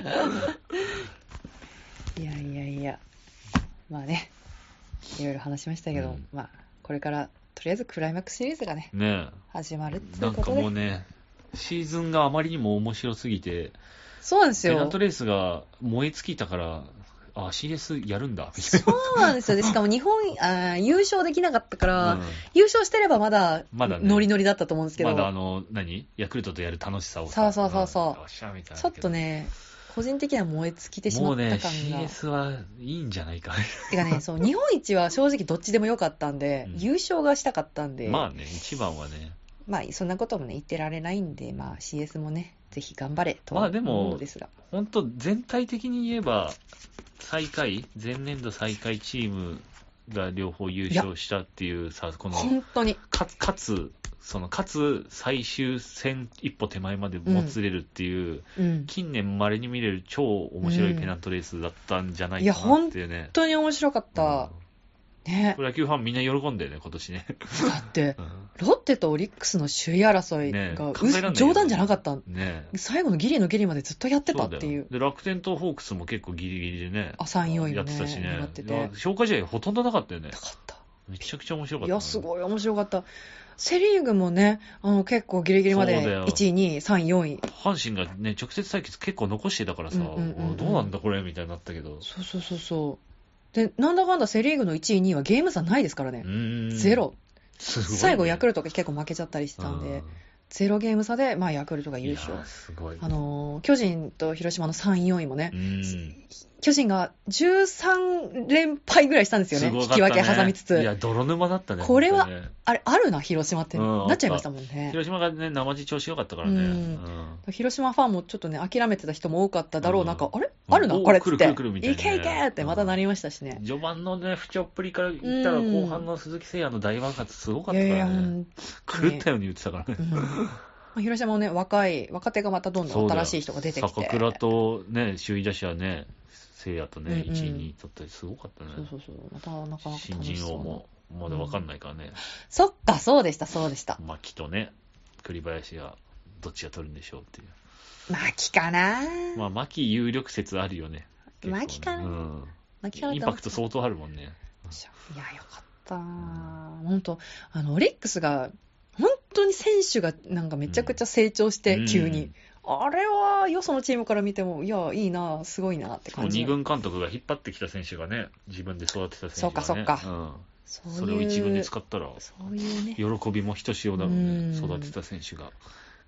いやいやいや。まあね。いろいろ話しましたけど、うん、まあ、これから、とりあえずクライマックスシリーズがね、 ね始まるっていうなんことで。 かもうね、シーズンがあまりにも面白すぎて、 そうなんですよ。 ペナントレースが燃え尽きたから、あ、シーエス やるんだ。 そうなんですよ。でしかも日本あ、優勝できなかったから、うん、優勝してればまだ、まだね、ノリノリだったと思うんですけど。 まだあの、何ヤクルトとやる楽しさをさ。そうそうそうそう。 よっしゃみたいな。 ちょっとね、個人的には燃え尽きてしまった感が。もうね、 シーエス はいいんじゃないか。 てかね、そう、日本一は正直どっちでもよかったんで、うん、優勝がしたかったんで。 まあね、一番はね。 まあ、そんなこともね、言ってられないんで、まあ、シーエス もね、ぜひ頑張れとは思うんですが。 まあでも、本当全体的に言えば、最下位、前年度最下位チームが両方優勝したっていうさ、この、 本当に。 かつ、かつ、その、かつ、最終戦一歩手前までもつれるっていう、うん、近年稀に見れる超面白いペナントレースだったんじゃないかなっていうね。 いや、本当に面白かった。うんね、 プロ野球ファンみんな喜んでね、今年ね。 だって、うん、ロッテとオリックスの首位争いが、ね、冗談じゃなかった、ね、最後のギリのギリまでずっとやってたっていう。 で、楽天とホークスも結構ギリギリでね、 あ、さん、よんいもね、 やってたしね。 やってて。 消化試合ほとんどなかったよね。 なかった。 めちゃくちゃ面白かった、 ね。いや、すごい面白かった。セリーグもね、あの結構ギリギリまでいちい、にい、さんい、よんい。 阪神がね、直接対決結構残してたからさ、うんうんうんうん、どうなんだこれみたいになったけど。 そうそうそうそう。で、なんだかんだセリーグのいちい、にいはゲーム差ないですからね。ゼロ。すごいね、最後ヤクルトが結構負けちゃったりしてたんで、ゼロゲーム差で、まあヤクルトが優勝。 すごい。 あのー、巨人と広島のさんい、よんいもね、巨人がじゅうさんれんぱいぐらいしたんですよね。すごかったね、引き分け挟みつつ。 いや、泥沼だったね。 これは、ね、あれ、あるな、広島って、うん、なっちゃいましたもんね。 広島がね、生地調子良かったからね、うんうん。広島ファンもちょっとね、諦めてた人も多かっただろう。うん、なんか、あれあるな、これっつって。 くるくるみたいな、ね。 いけいけってまたなりましたしね。 序盤のね、不調っぷりから言ったら、後半の鈴木誠也の大爆発すごかったからね。狂ったように言ってたからね。 うん、広島もね、若い、若手がまたどんどん新しい人が出てきて。 坂倉とね、首位打者ね、聖夜とね、うんうん、いちいに取ったりすごかったね。 そうそうそう。またなかなか新人王もまだわかんないからね、うん。 そっか、そうでした、そうでした。 牧とね、栗林がどっちが取るんでしょうっていう。 牧かなまあ、牧有力説あるよね。 牧かな、うん、牧かなインパクト相当あるもんね。 いや、よかったな。ほんと、あの、オリックスが、本当に選手がなんかめちゃくちゃ成長して、うん、急に。あれはよそのチームから見ても、いや、いいな、すごいなって感じ。 二軍監督が引っ張ってきた選手がね、自分で育てた選手がね。 そうか、そうか。 うん、そういうそれを一軍で使ったら、そういうね、喜びもひとしおだろうね、育てた選手が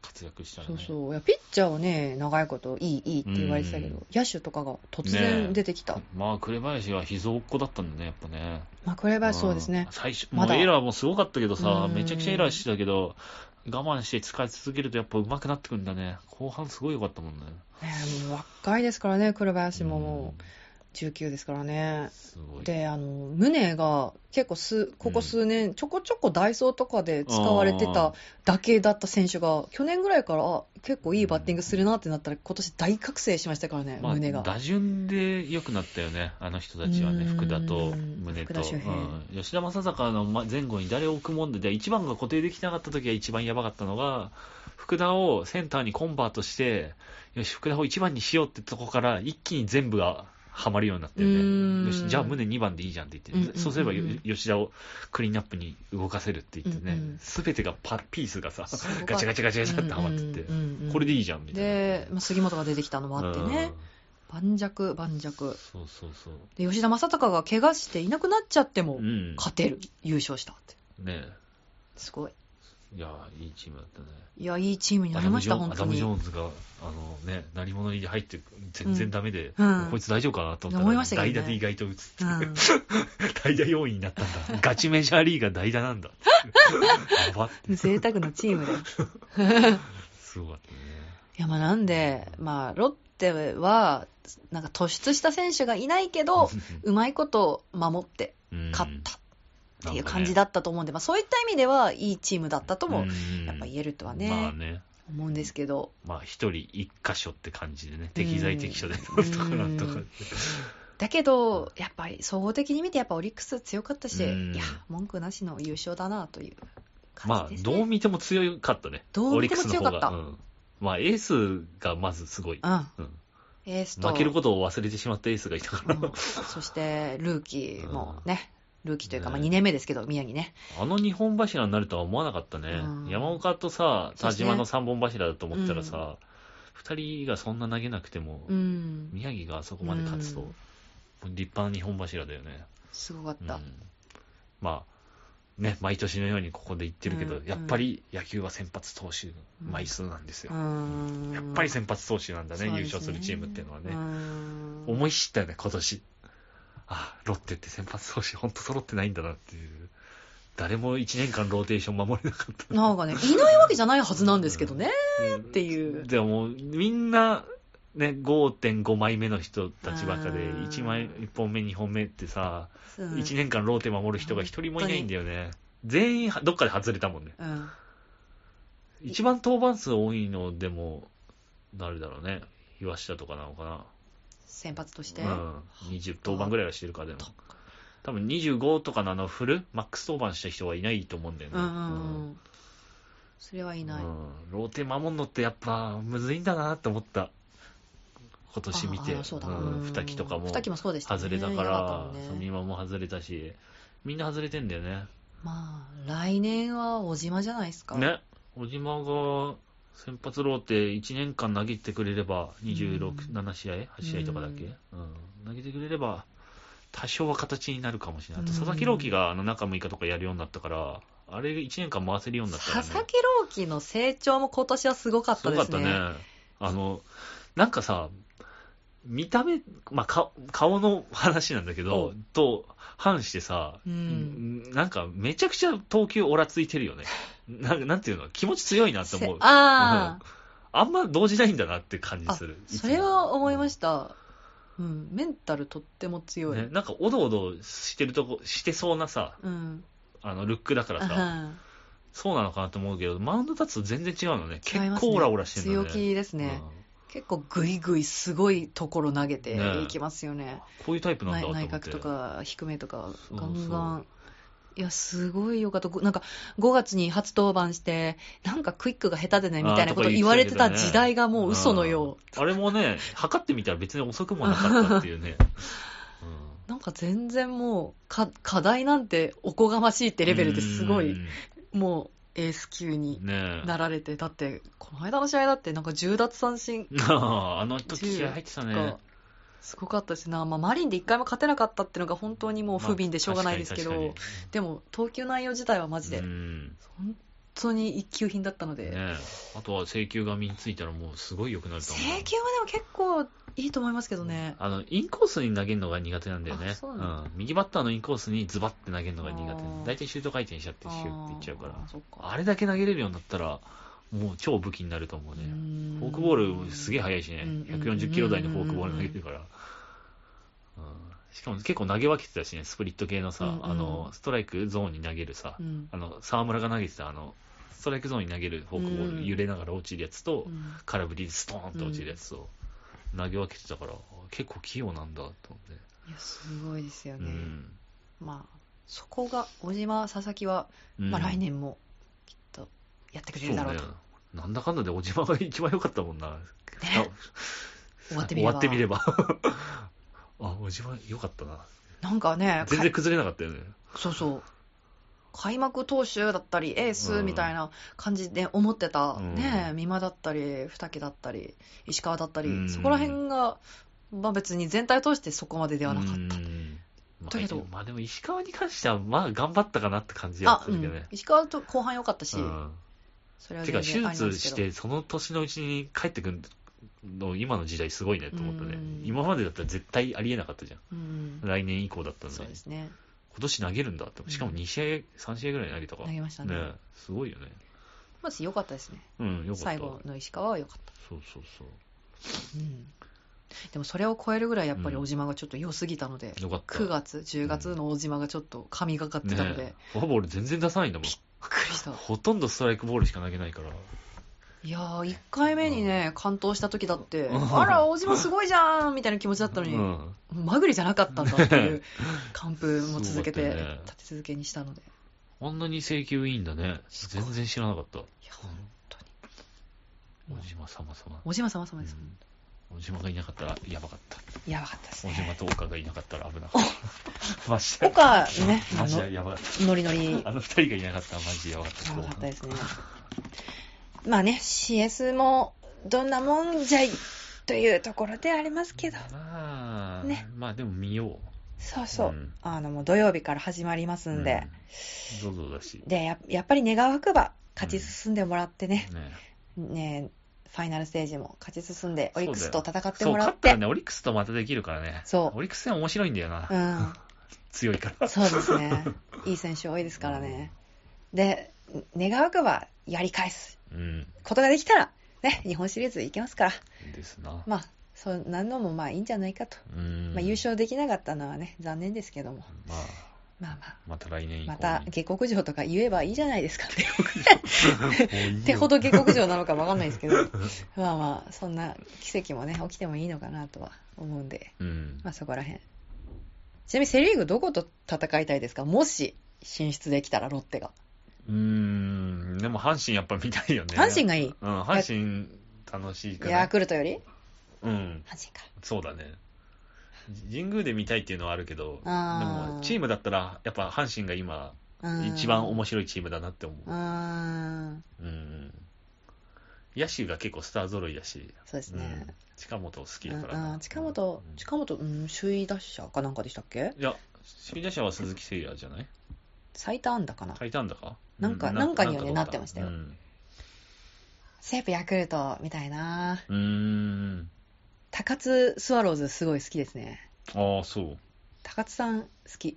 活躍したらね。 そうそう。いや、ピッチャーはね、長いこといい、いいって言われてたけど、 うん野手とかが突然出てきた。 ねまあ、紅林は秘蔵っ子だったんだね、やっぱね。 まあ、これはそうですねん。最初、 まだもうエラーもすごかったけどさ、 うんめちゃくちゃエラーしてたけど、我慢して使い続けるとやっぱ上手くなってくるんだね。後半すごい良かったもんね。 ねもう若いですからね、紅林ももうんうじゅうきゅうですからね。 すごい。 で、あの、宗が結構す、ここ数年、ちょこちょこダイソーとかで使われてただけだった選手が、去年ぐらいから、あ、結構いいバッティングするなってなったら、今年大覚醒しましたからね、 まあ、 宗が。 打順で良くなったよね、あの人たちはね、 うん福田と宗と、 福田周平うん吉田正尚の前後に誰を置くもんで、でいちばんが固定できなかった時は一番やばかったのが、福田をセンターにコンバートして、よし、福田をいちばんにしようってとこから、一気に全部がハマるようになってるうんね。よし、じゃあ宗にばんでいいじゃんって言って、 うんうんうんうんそうすればよ吉田をクリーンアップに動かせるって言ってねうんうん、 すべ、てがパピースがさすごかっ、たガチャガチャガチャガチャってハマってて、 うんうんうんこれでいいじゃんみたいな。 で、まあ、杉本が出てきたのもあってね、盤石、盤石。 そうそうそう。 で、吉田正尚が怪我していなくなっちゃっても、 うん。 勝てる、優勝したって。 ねすごい。 え。いや、いいチームだったね。 いや、いいチームになりました、 アダム本当に。 ジョーンアダム・ジョーンズが、あのね、鳴り物入り入って全然ダメで、 うんこいつ大丈夫かなと思ったら、 思いましたけどね代打で意外と打つって、 うん代打要員になったんだ。ガチメジャーリーガー代打なんだ。やばって。 贅沢なチームだよ。 すごかったね。 いや、まあなんで、まあ、ロッテは、なんか突出した選手がいないけど、うまいこと守ってうん勝ったっていう感じだったと思うんで、まあそういった意味ではいいチームだったとも、 うんやっぱ言えるとはね、 まあね。 思うんですけど。 まあ一人一箇所って感じでね、適材適所でうんとかなんとかって。 だけど、やっぱり総合的に見て、やっぱオリックス強かったし、 うんいや、文句なしの優勝だなというまあ感じですね。 どう見ても強かったね。 どう見ても強かったオリックスの方がうんまあエースがまずすごい。 うん。 うんエースと、 負けることを忘れてしまったエースがいたから、 うんそして、ルーキーもね、ルーキーというか、 ねまあにねんめですけど、宮城ね。 あの二本柱になるとは思わなかったね、 うん山岡とさそうですね田島の三本柱だと思ったらさ、二、人がそんな投げなくても、 うん。 宮城があそこまで勝つと、立派な二本柱だよね、 すごかっうんた。 まあね毎年のようにここで言ってるけど、 うんやっぱり野球は先発投手の枚数なんですよ、 うんやっぱり先発投手なんだね、 そうです優勝するチームっていうのはね、 うん思い知ったよね今年。あ、ロッテって先発投手本当揃ってないんだなっていう。誰もいちねんかんローテーション守れなかった。 なんかね、いないわけじゃないはずなんですけどね、 うんっていう。 でもみんな、ね、ごてんご 枚目の人たちばっかで、 うんいちまい、いっぽんめ、にほんめってさ、 うんいちねんかんローテ守る人が一人もいないんだよね。全員どっかで外れたもんね。 うん。 一番登板数多いのでも、誰だろうね。岩下とかなのかな。 先発として。 うん。にじゅう登板ぐらいはしてるかでも。多分にじゅうごとかのあのフル、マックス登板した人はいないと思うんだよね。 うんうんうん。それはいない。 うんローテ守るのってやっぱむずいんだなって思った。今年見て。 ああそうだ。 うんうん二木とかも二木もそうでしたね。 外れたかやばら、 かったもんね美馬も外れたし、みんな外れてんだよね。 まあ、来年は小島じゃないですか。 ね。小島が先発ローテいちねんかん投げてくれれば、にじゅうろく、 うんなな試合 ?はち 試合とかだっけ、 ううんん投げてくれれば、多少は形になるかもしれない。あとうん佐々木朗希があの中むいかとかやるようになったから、あれいちねんかん回せるようになったから、ね。 佐々木朗希の成長も今年はすごかったですね。 すごかったね。あの、なんかさ、見た目、まあ、か顔の話なんだけおどう、 と反してさ、 うんなんかめちゃくちゃ投球オラついてるよね。なんなんていうの気持ち強いなって思う。 せあうんあんま動じないんだなって感じあ、 する。 それは思いました。うん、メンタルとっても強い。 ね、なんかおどおどしてるとこ、してそうなさ、 うん。 あの、ルックだからさ、 あそうなのかなと思うけど、マウンド立つと全然違うのね。 違いますね結構オラオラしてるのね。 強気ですね。結構グイグイすごいところ投げてねいきますよね。 こういうタイプなんだと思内って。 内角とか低めとかそうガンガそン。いや、すごいよかった。ごなんかごがつに初登板して、なんかクイックが下手でねみたいなこと言われてた時代がもう嘘のよう。 うんあれもね、測ってみたら別に遅くもなかったっていうね。 なんか全然もうか課題なんておこがましいってレベルですごいうんもうエース級にねえ。 なられて、だってこの間の試合だってなんかじゅう奪三振あの時気合入ってたねが。すごかったしな、まあ、マリンでいっかいも勝てなかったっていうのが本当にもう不憫でしょうがないですけど、 まあ確かに確かでも投球内容自体はマジでにうん本当に一級品だったので、 ね、あとは制球が身についたらもうすごい良くなると思う。 制球はでも結構いいと思いますけどね。 あのインコースに投げるのが苦手なんだよね。 あそうなんだ、 うん、右バッターのインコースにズバッて投げるのが苦手。 あー大体シュート回転しちゃってシューっていっちゃうから、 あーそっかあれだけ投げれるようになったらもう超武器になると思うね。フォークボールすげえ速いしね、 うんひゃくよんじゅっキロ台のフォークボール投げてるから、うん、しかも結構投げ分けてたしね、スプリット系のさ、 うんうん、 あのストライクゾーンに投げるさ、 うん、 あの沢村が投げてたあのストライクゾーンに投げるフォークボール、 うん、 揺れながら落ちるやつと、 うん、 空振りでストーンと落ちるやつを投げ分けてたから、結構器用なんだと思って。 いやすごいですよね、 うんまあそこが小島佐々木は、 うん、 まあ、来年もきっとやってくれるだろうと、 そうね、なんだかんだで小島が一番良かったもんな、 ね、終わってみれば終わってみればあ、小島良かったな。 なんかね全然崩れなかったよね。 そうそう開幕投手だったりエースみたいな感じで思ってた、うん、ね、美馬だったり二木だったり石川だったり、うん、そこら辺が、まあ、別に全体通してそこまでではなかった、うんだけど、 まあでも石川に関してはまあ頑張ったかなって感じだったんだよね、 うん、石川と後半良かったし、うん、 それはてか手術してその年のうちに帰ってくるの今の時代すごいねと思ったね、うん、今までだったら絶対ありえなかったじゃん、うん、来年以降だったんで、 そうですね、 今年投げるんだって、しかもに試合、さん試合ぐらい投げたか、 投げましたね、 ね、すごいよね。 まず良かったですね、 うん、良かった。 最後の石川は良かった。 そうそうそう、 うん、でもそれを超えるぐらいやっぱり小島がちょっと良すぎたので、うん、くがつじゅうがつの小島がちょっと神がかってたので、 ね、フォアボール全然出さないんだもん。 びっくりした。 ほとんどストライクボールしか投げないから。 いやーいっかいめにね完投した時だって、うん、あら小島すごいじゃんみたいな気持ちだったのに、うん、まぐりじゃなかったんだっていう完封も続けて、ね、立て続けにしたので、 あんなに制球いいんだね。全然知らなかった。いや本当に小島様様小島様様です、 うん、小島がいなかったらやばかった。 やばかったですね。 小島と岡がいなかったら危なかったマジで岡ねマジでやばかった。 ノリノリあの二人がいなかったらマジでやばかった。 やばかったですね。まあね シーエス もどんなもんじゃいというところでありますけど、 まあ、 ね、 まあでも見よう。 そうそう、 うん、 あのもう土曜日から始まりますんで、 うん、どうぞだしで や, やっぱり願わくば勝ち進んでもらってね、 うん、ね, ねファイナルステージも勝ち進んでオリックスと戦ってもらって、 そう勝ったらねオリックスとまたできるからね。 そうオリックス戦面白いんだよな、 うん、 強いからそうですねいい選手多いですからね、うん、で願わくばやり返すことができたらね日本シリーズいけますからですな。 まあそんなのもまあいいんじゃないかと、まあ、優勝できなかったのはね残念ですけども、 まあ、 まあまあまた来年以降また下克上とか言えばいいじゃないですかってほど下克上なのか分かんないですけどまあまあそんな奇跡もね起きてもいいのかなとは思うんで、うん、まあそこら辺。ちなみにセリーグどこと戦いたいですか、もし進出できたら。ロッテがうーんでも阪神やっぱ見たいよね。 阪神がいい。 うん阪神楽しいから。 ヤクルトよりうん阪神か。 そうだね。神宮で見たいっていうのはあるけど、でもチームだったらやっぱ阪神が今一番面白いチームだなって思う。うんうん野手が結構スター揃いだし。 そうですね、うん、 近本好きだからな。 近本、うん、近本、うん、首位打者かなんかでしたっけ。 いや首位打者は鈴木誠也じゃない。 最多安打かな。 最多安打かなんか、うん、なんかにはねなってましたよ、うん、西武ヤクルトみたいな。うーん高津スワローズすごい好きですね。 ああそう高津さん好き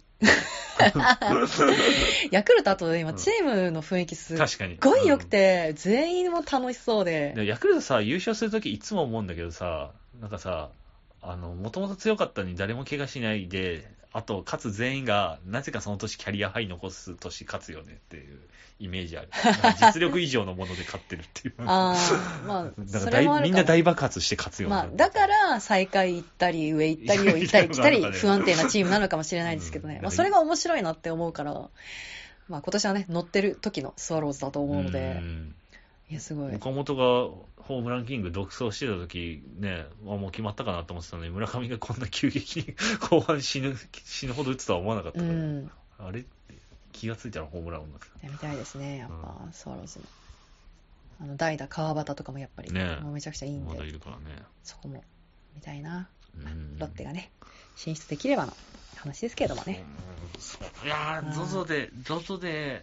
ヤクルトあと今チームの雰囲気すっごい良くて、うん、全員も楽しそうで。 ヤクルトさ優勝するときいつも思うんだけどさ、なんかさあのもともと強かったのに誰も怪我しないで、あとかつ全員がなぜかその年キャリアハイ残す年勝つよねっていうイメージある。実力以上のもので勝ってるっていうあまあだから大みんな大爆発して勝つよね、 まあ、だから最下位行ったり上行ったりを行ったり来たり不安定なチームなのかもしれないですけどね、うんまあ、それが面白いなって思うから、まあ、今年はね乗ってる時のスワローズだと思うので、うんいやすごい。 岡本がホームランキング独走してた時ね、あもう決まったかなと思ってたのに、村上がこんな急激に後半死ぬ死ぬほど打つとは思わなかったから、うん、あれ気がついたらホームランになってた。 みたいですねやっぱ、うん、スワローズのあの代打川端とかもやっぱり、ね、もうめちゃくちゃいいんで、 まだいるからね、 そこも見たいな、うん、ロッテがね進出できればの話ですけれどもね。 うん、そういやー ゾゾ で ゾゾ で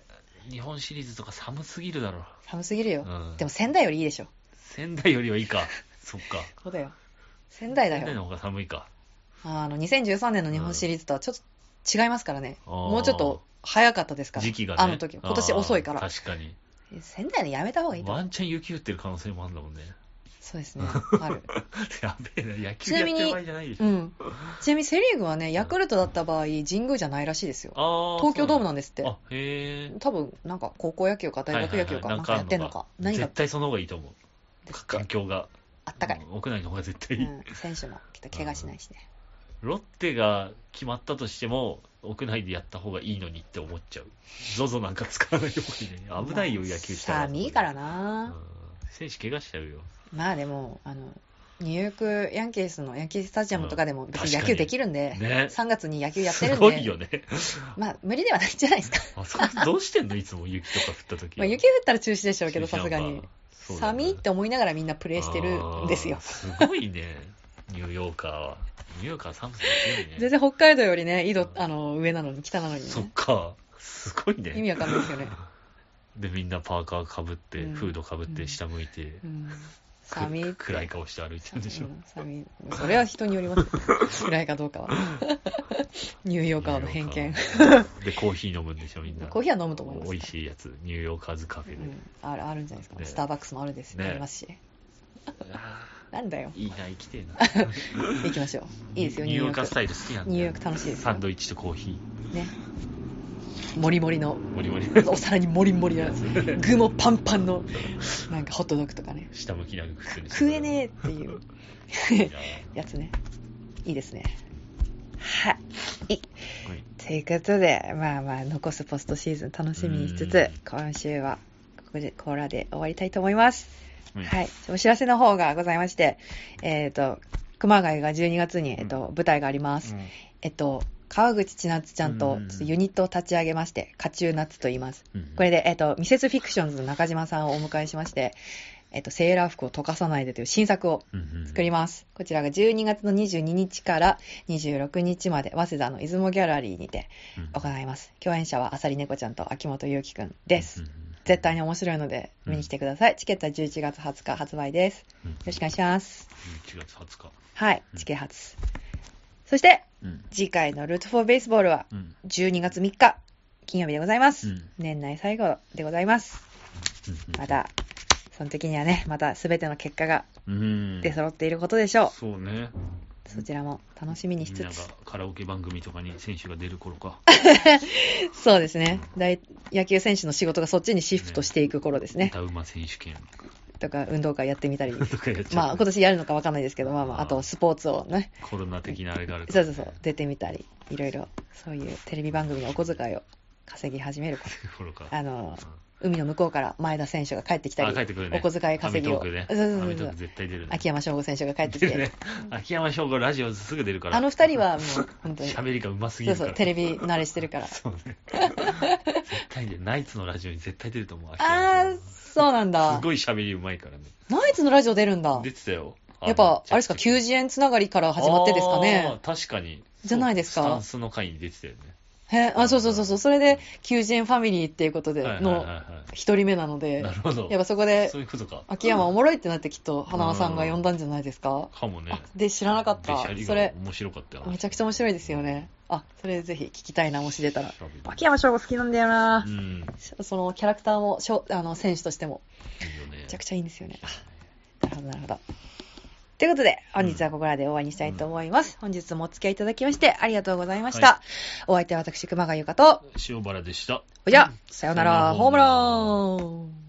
日本シリーズとか寒すぎるだろ。 寒すぎるよ。 うんでも仙台よりいいでしょ。 仙台よりはいいか。そっか。 そうだよ。仙台だよ。 仙台の方が寒いか。 あの、にせんじゅうさんねんの日本シリーズとはちょっと違いますからね。 うんもうちょっと早かったですから。 時期がね。 あの時。今年遅いから。 あー確かに。 仙台のやめた方がいいと思う。 ワンチャン雪降ってる可能性もあるんだもんね。 そうですね。ある。 やべえな、野球やってる場合じゃないでしょ。 うん。ちなみにセリーグはね、ヤクルトだった場合、神宮じゃないらしいですよ。 あー東京ドームなんですって。 あ、へえ。 多分、なんか高校野球か大学野球かなんかやってんのか。何が絶対その方がいいと思う。 ですって環境が。 あったかい。 うん屋内の方が絶対いい。 うん。選手もきっと怪我しないしね。 ロッテが決まったとしても、屋内でやった方がいいのにって思っちゃう。ゾゾなんか使わない方がいいね。危ないよ、野球したら。 寒いからうんな。 選手怪我しちゃうよ。 まあでも、あの、ニューヨークヤンキースのヤンキースタジアムとかでも別に野球できるんで、 ねさんがつに野球やってるんすで、 ごいよね。 まあ無理ではないんじゃないですか。 あそこどうしてんのいつも雪とか降った時は。 まあ雪降ったら中止でしょうけど、 中止さすがになんか。そうだよね寒いって思いながらみんなプレーしてるんですよあ。ーすごいね、ニューヨーカーは。ニューヨーカー寒さ強いね。 全然北海道よりね、緯度、あの、上なのに、北なのにそっね。 か。すごいね。 意味わかんないですよね。 で、みんなパーカーかぶって、 うんフードかぶって、下向いて、 うん。 く寒いって。 暗い顔して歩いてるんでしょ。 うん寒い。それは人によりますよ。暗いかどうかは。ニューヨーカーの偏見。 で、コーヒー飲むんでしょ、みんな。 コーヒーは飲むと思います。 美味しいやつ、ニューヨーカーズカフェで。 うん。ある、あるんじゃないですか。 ねスターバックスもあるです、 ねありますし。 あなんだよ。 ーいいな、生きてえな。 行きましょう。いいですよ、 ニューヨーカークスタイル好きなんだよ。 ニューヨーク楽しいですよサンドイッチとコーヒね。もりもりの、 ー。もりもり。 お皿にもりもりの、具もパンパンの、なんかホットドッグとかね。 下向きながら食ってる。 食えねえっていういややつね。いいですね。はい。 ーはいということで、まあまあ、残すポストシーズン楽しみにしつつうん、 今週はここで、ここらで終わりたいと思います。 はいはい。お知らせの方がございまして、えっと、熊谷がじゅうにがつに、えっと、舞台があります。えっと、川口千夏ちゃんとうんちょっとユニットを立ち上げまして、家中夏と言います。 うんこれで、えっと、ミセスフィクションズの中島さんをお迎えしまして、えっと、セーラー服を溶かさないでという新作を作ります。こちらがじゅうにがつのにじゅうににちからにじゅうろくにちまで、早稲田の出雲ギャラリーにて行います。共演者はあさり猫ちゃんと秋元祐樹くんです。絶対に面白いので見に来てください。チケットはじゅういちがつはつか発売です。よろしくお願いします。 いちがつはつか。 はい、チケ発。そして、 うん次回のルートフォーベースボールはうんじゅうにがつみっか、金曜日でございます。 うん年内最後でございます。また、その時にはね、また全ての結果がうん出揃っていることでしょそうね。 う。そちらも楽しみにしつつみんなが。カラオケ番組とかに選手が出る頃か。 そうですね。大野球選手の仕事がそっちにシフトしていく頃ですね。 歌うま選手権とか、運動会やってみたり。 とかやっちゃう。 まあ、今年やるのかわかんないですけど、まあまあ、あとスポーツをね、 コロナ的なあれがあるからそうそうそう、出てみたり、いろいろ、そういうテレビ番組のお小遣いを稼ぎ始める頃。 頃か。 あの、海の向こうから前田選手が帰ってきたあ、 り、 帰ってくるね。 お小遣い稼ぎを。 アメトークね。 そうそうアそうそうメトーク絶対出るね。 秋山翔吾選手が帰ってきて、 出るね。秋山翔吾ラジオすぐ出るから。 あの二人はもう本当に、 喋りがうますぎるから。 そうそう、テレビ慣れしてるから。 そうね。絶対で、ナイツのラジオに絶対出ると思う。秋山あー、そうなん翔吾だす。ごい喋りうまいからね。 ナイツのラジオ出るんだ。 出てたよ。 やっぱ、あれですか、求人つながりから始まってですかあねー。確かに。 じゃないですかスタンスの回に出てたよね。 へあ、そうそうそうそう、それで、求人ファミリーっていうことではいはいのはいは一人目なのい。 で、 なるほど。 やっぱそこでそう、いうことか。 秋山おもろいってなってきっと、花輪さんが呼んだんじゃないですか。 かもねあ。で、知らなかったでシャリ。がそれ、 面白かったよ。 めちゃくちゃ面白いですよね。あ、それぜひ聞きたいな、もし出たら。 喋り秋山翔吾好きなんだよなう。ん。 そのキャラクターも、しょあの選手としても、 いいよね。 めちゃくちゃいいんですよね。あなるほど、なるほど。ということで、本日はここらで終わりにしたいと思います。本日もお付き合いいただきましてありがとうございました。 はお相手は私、熊谷由香と、 塩原でした。 おじゃ、さようなら、 さようならホームラン。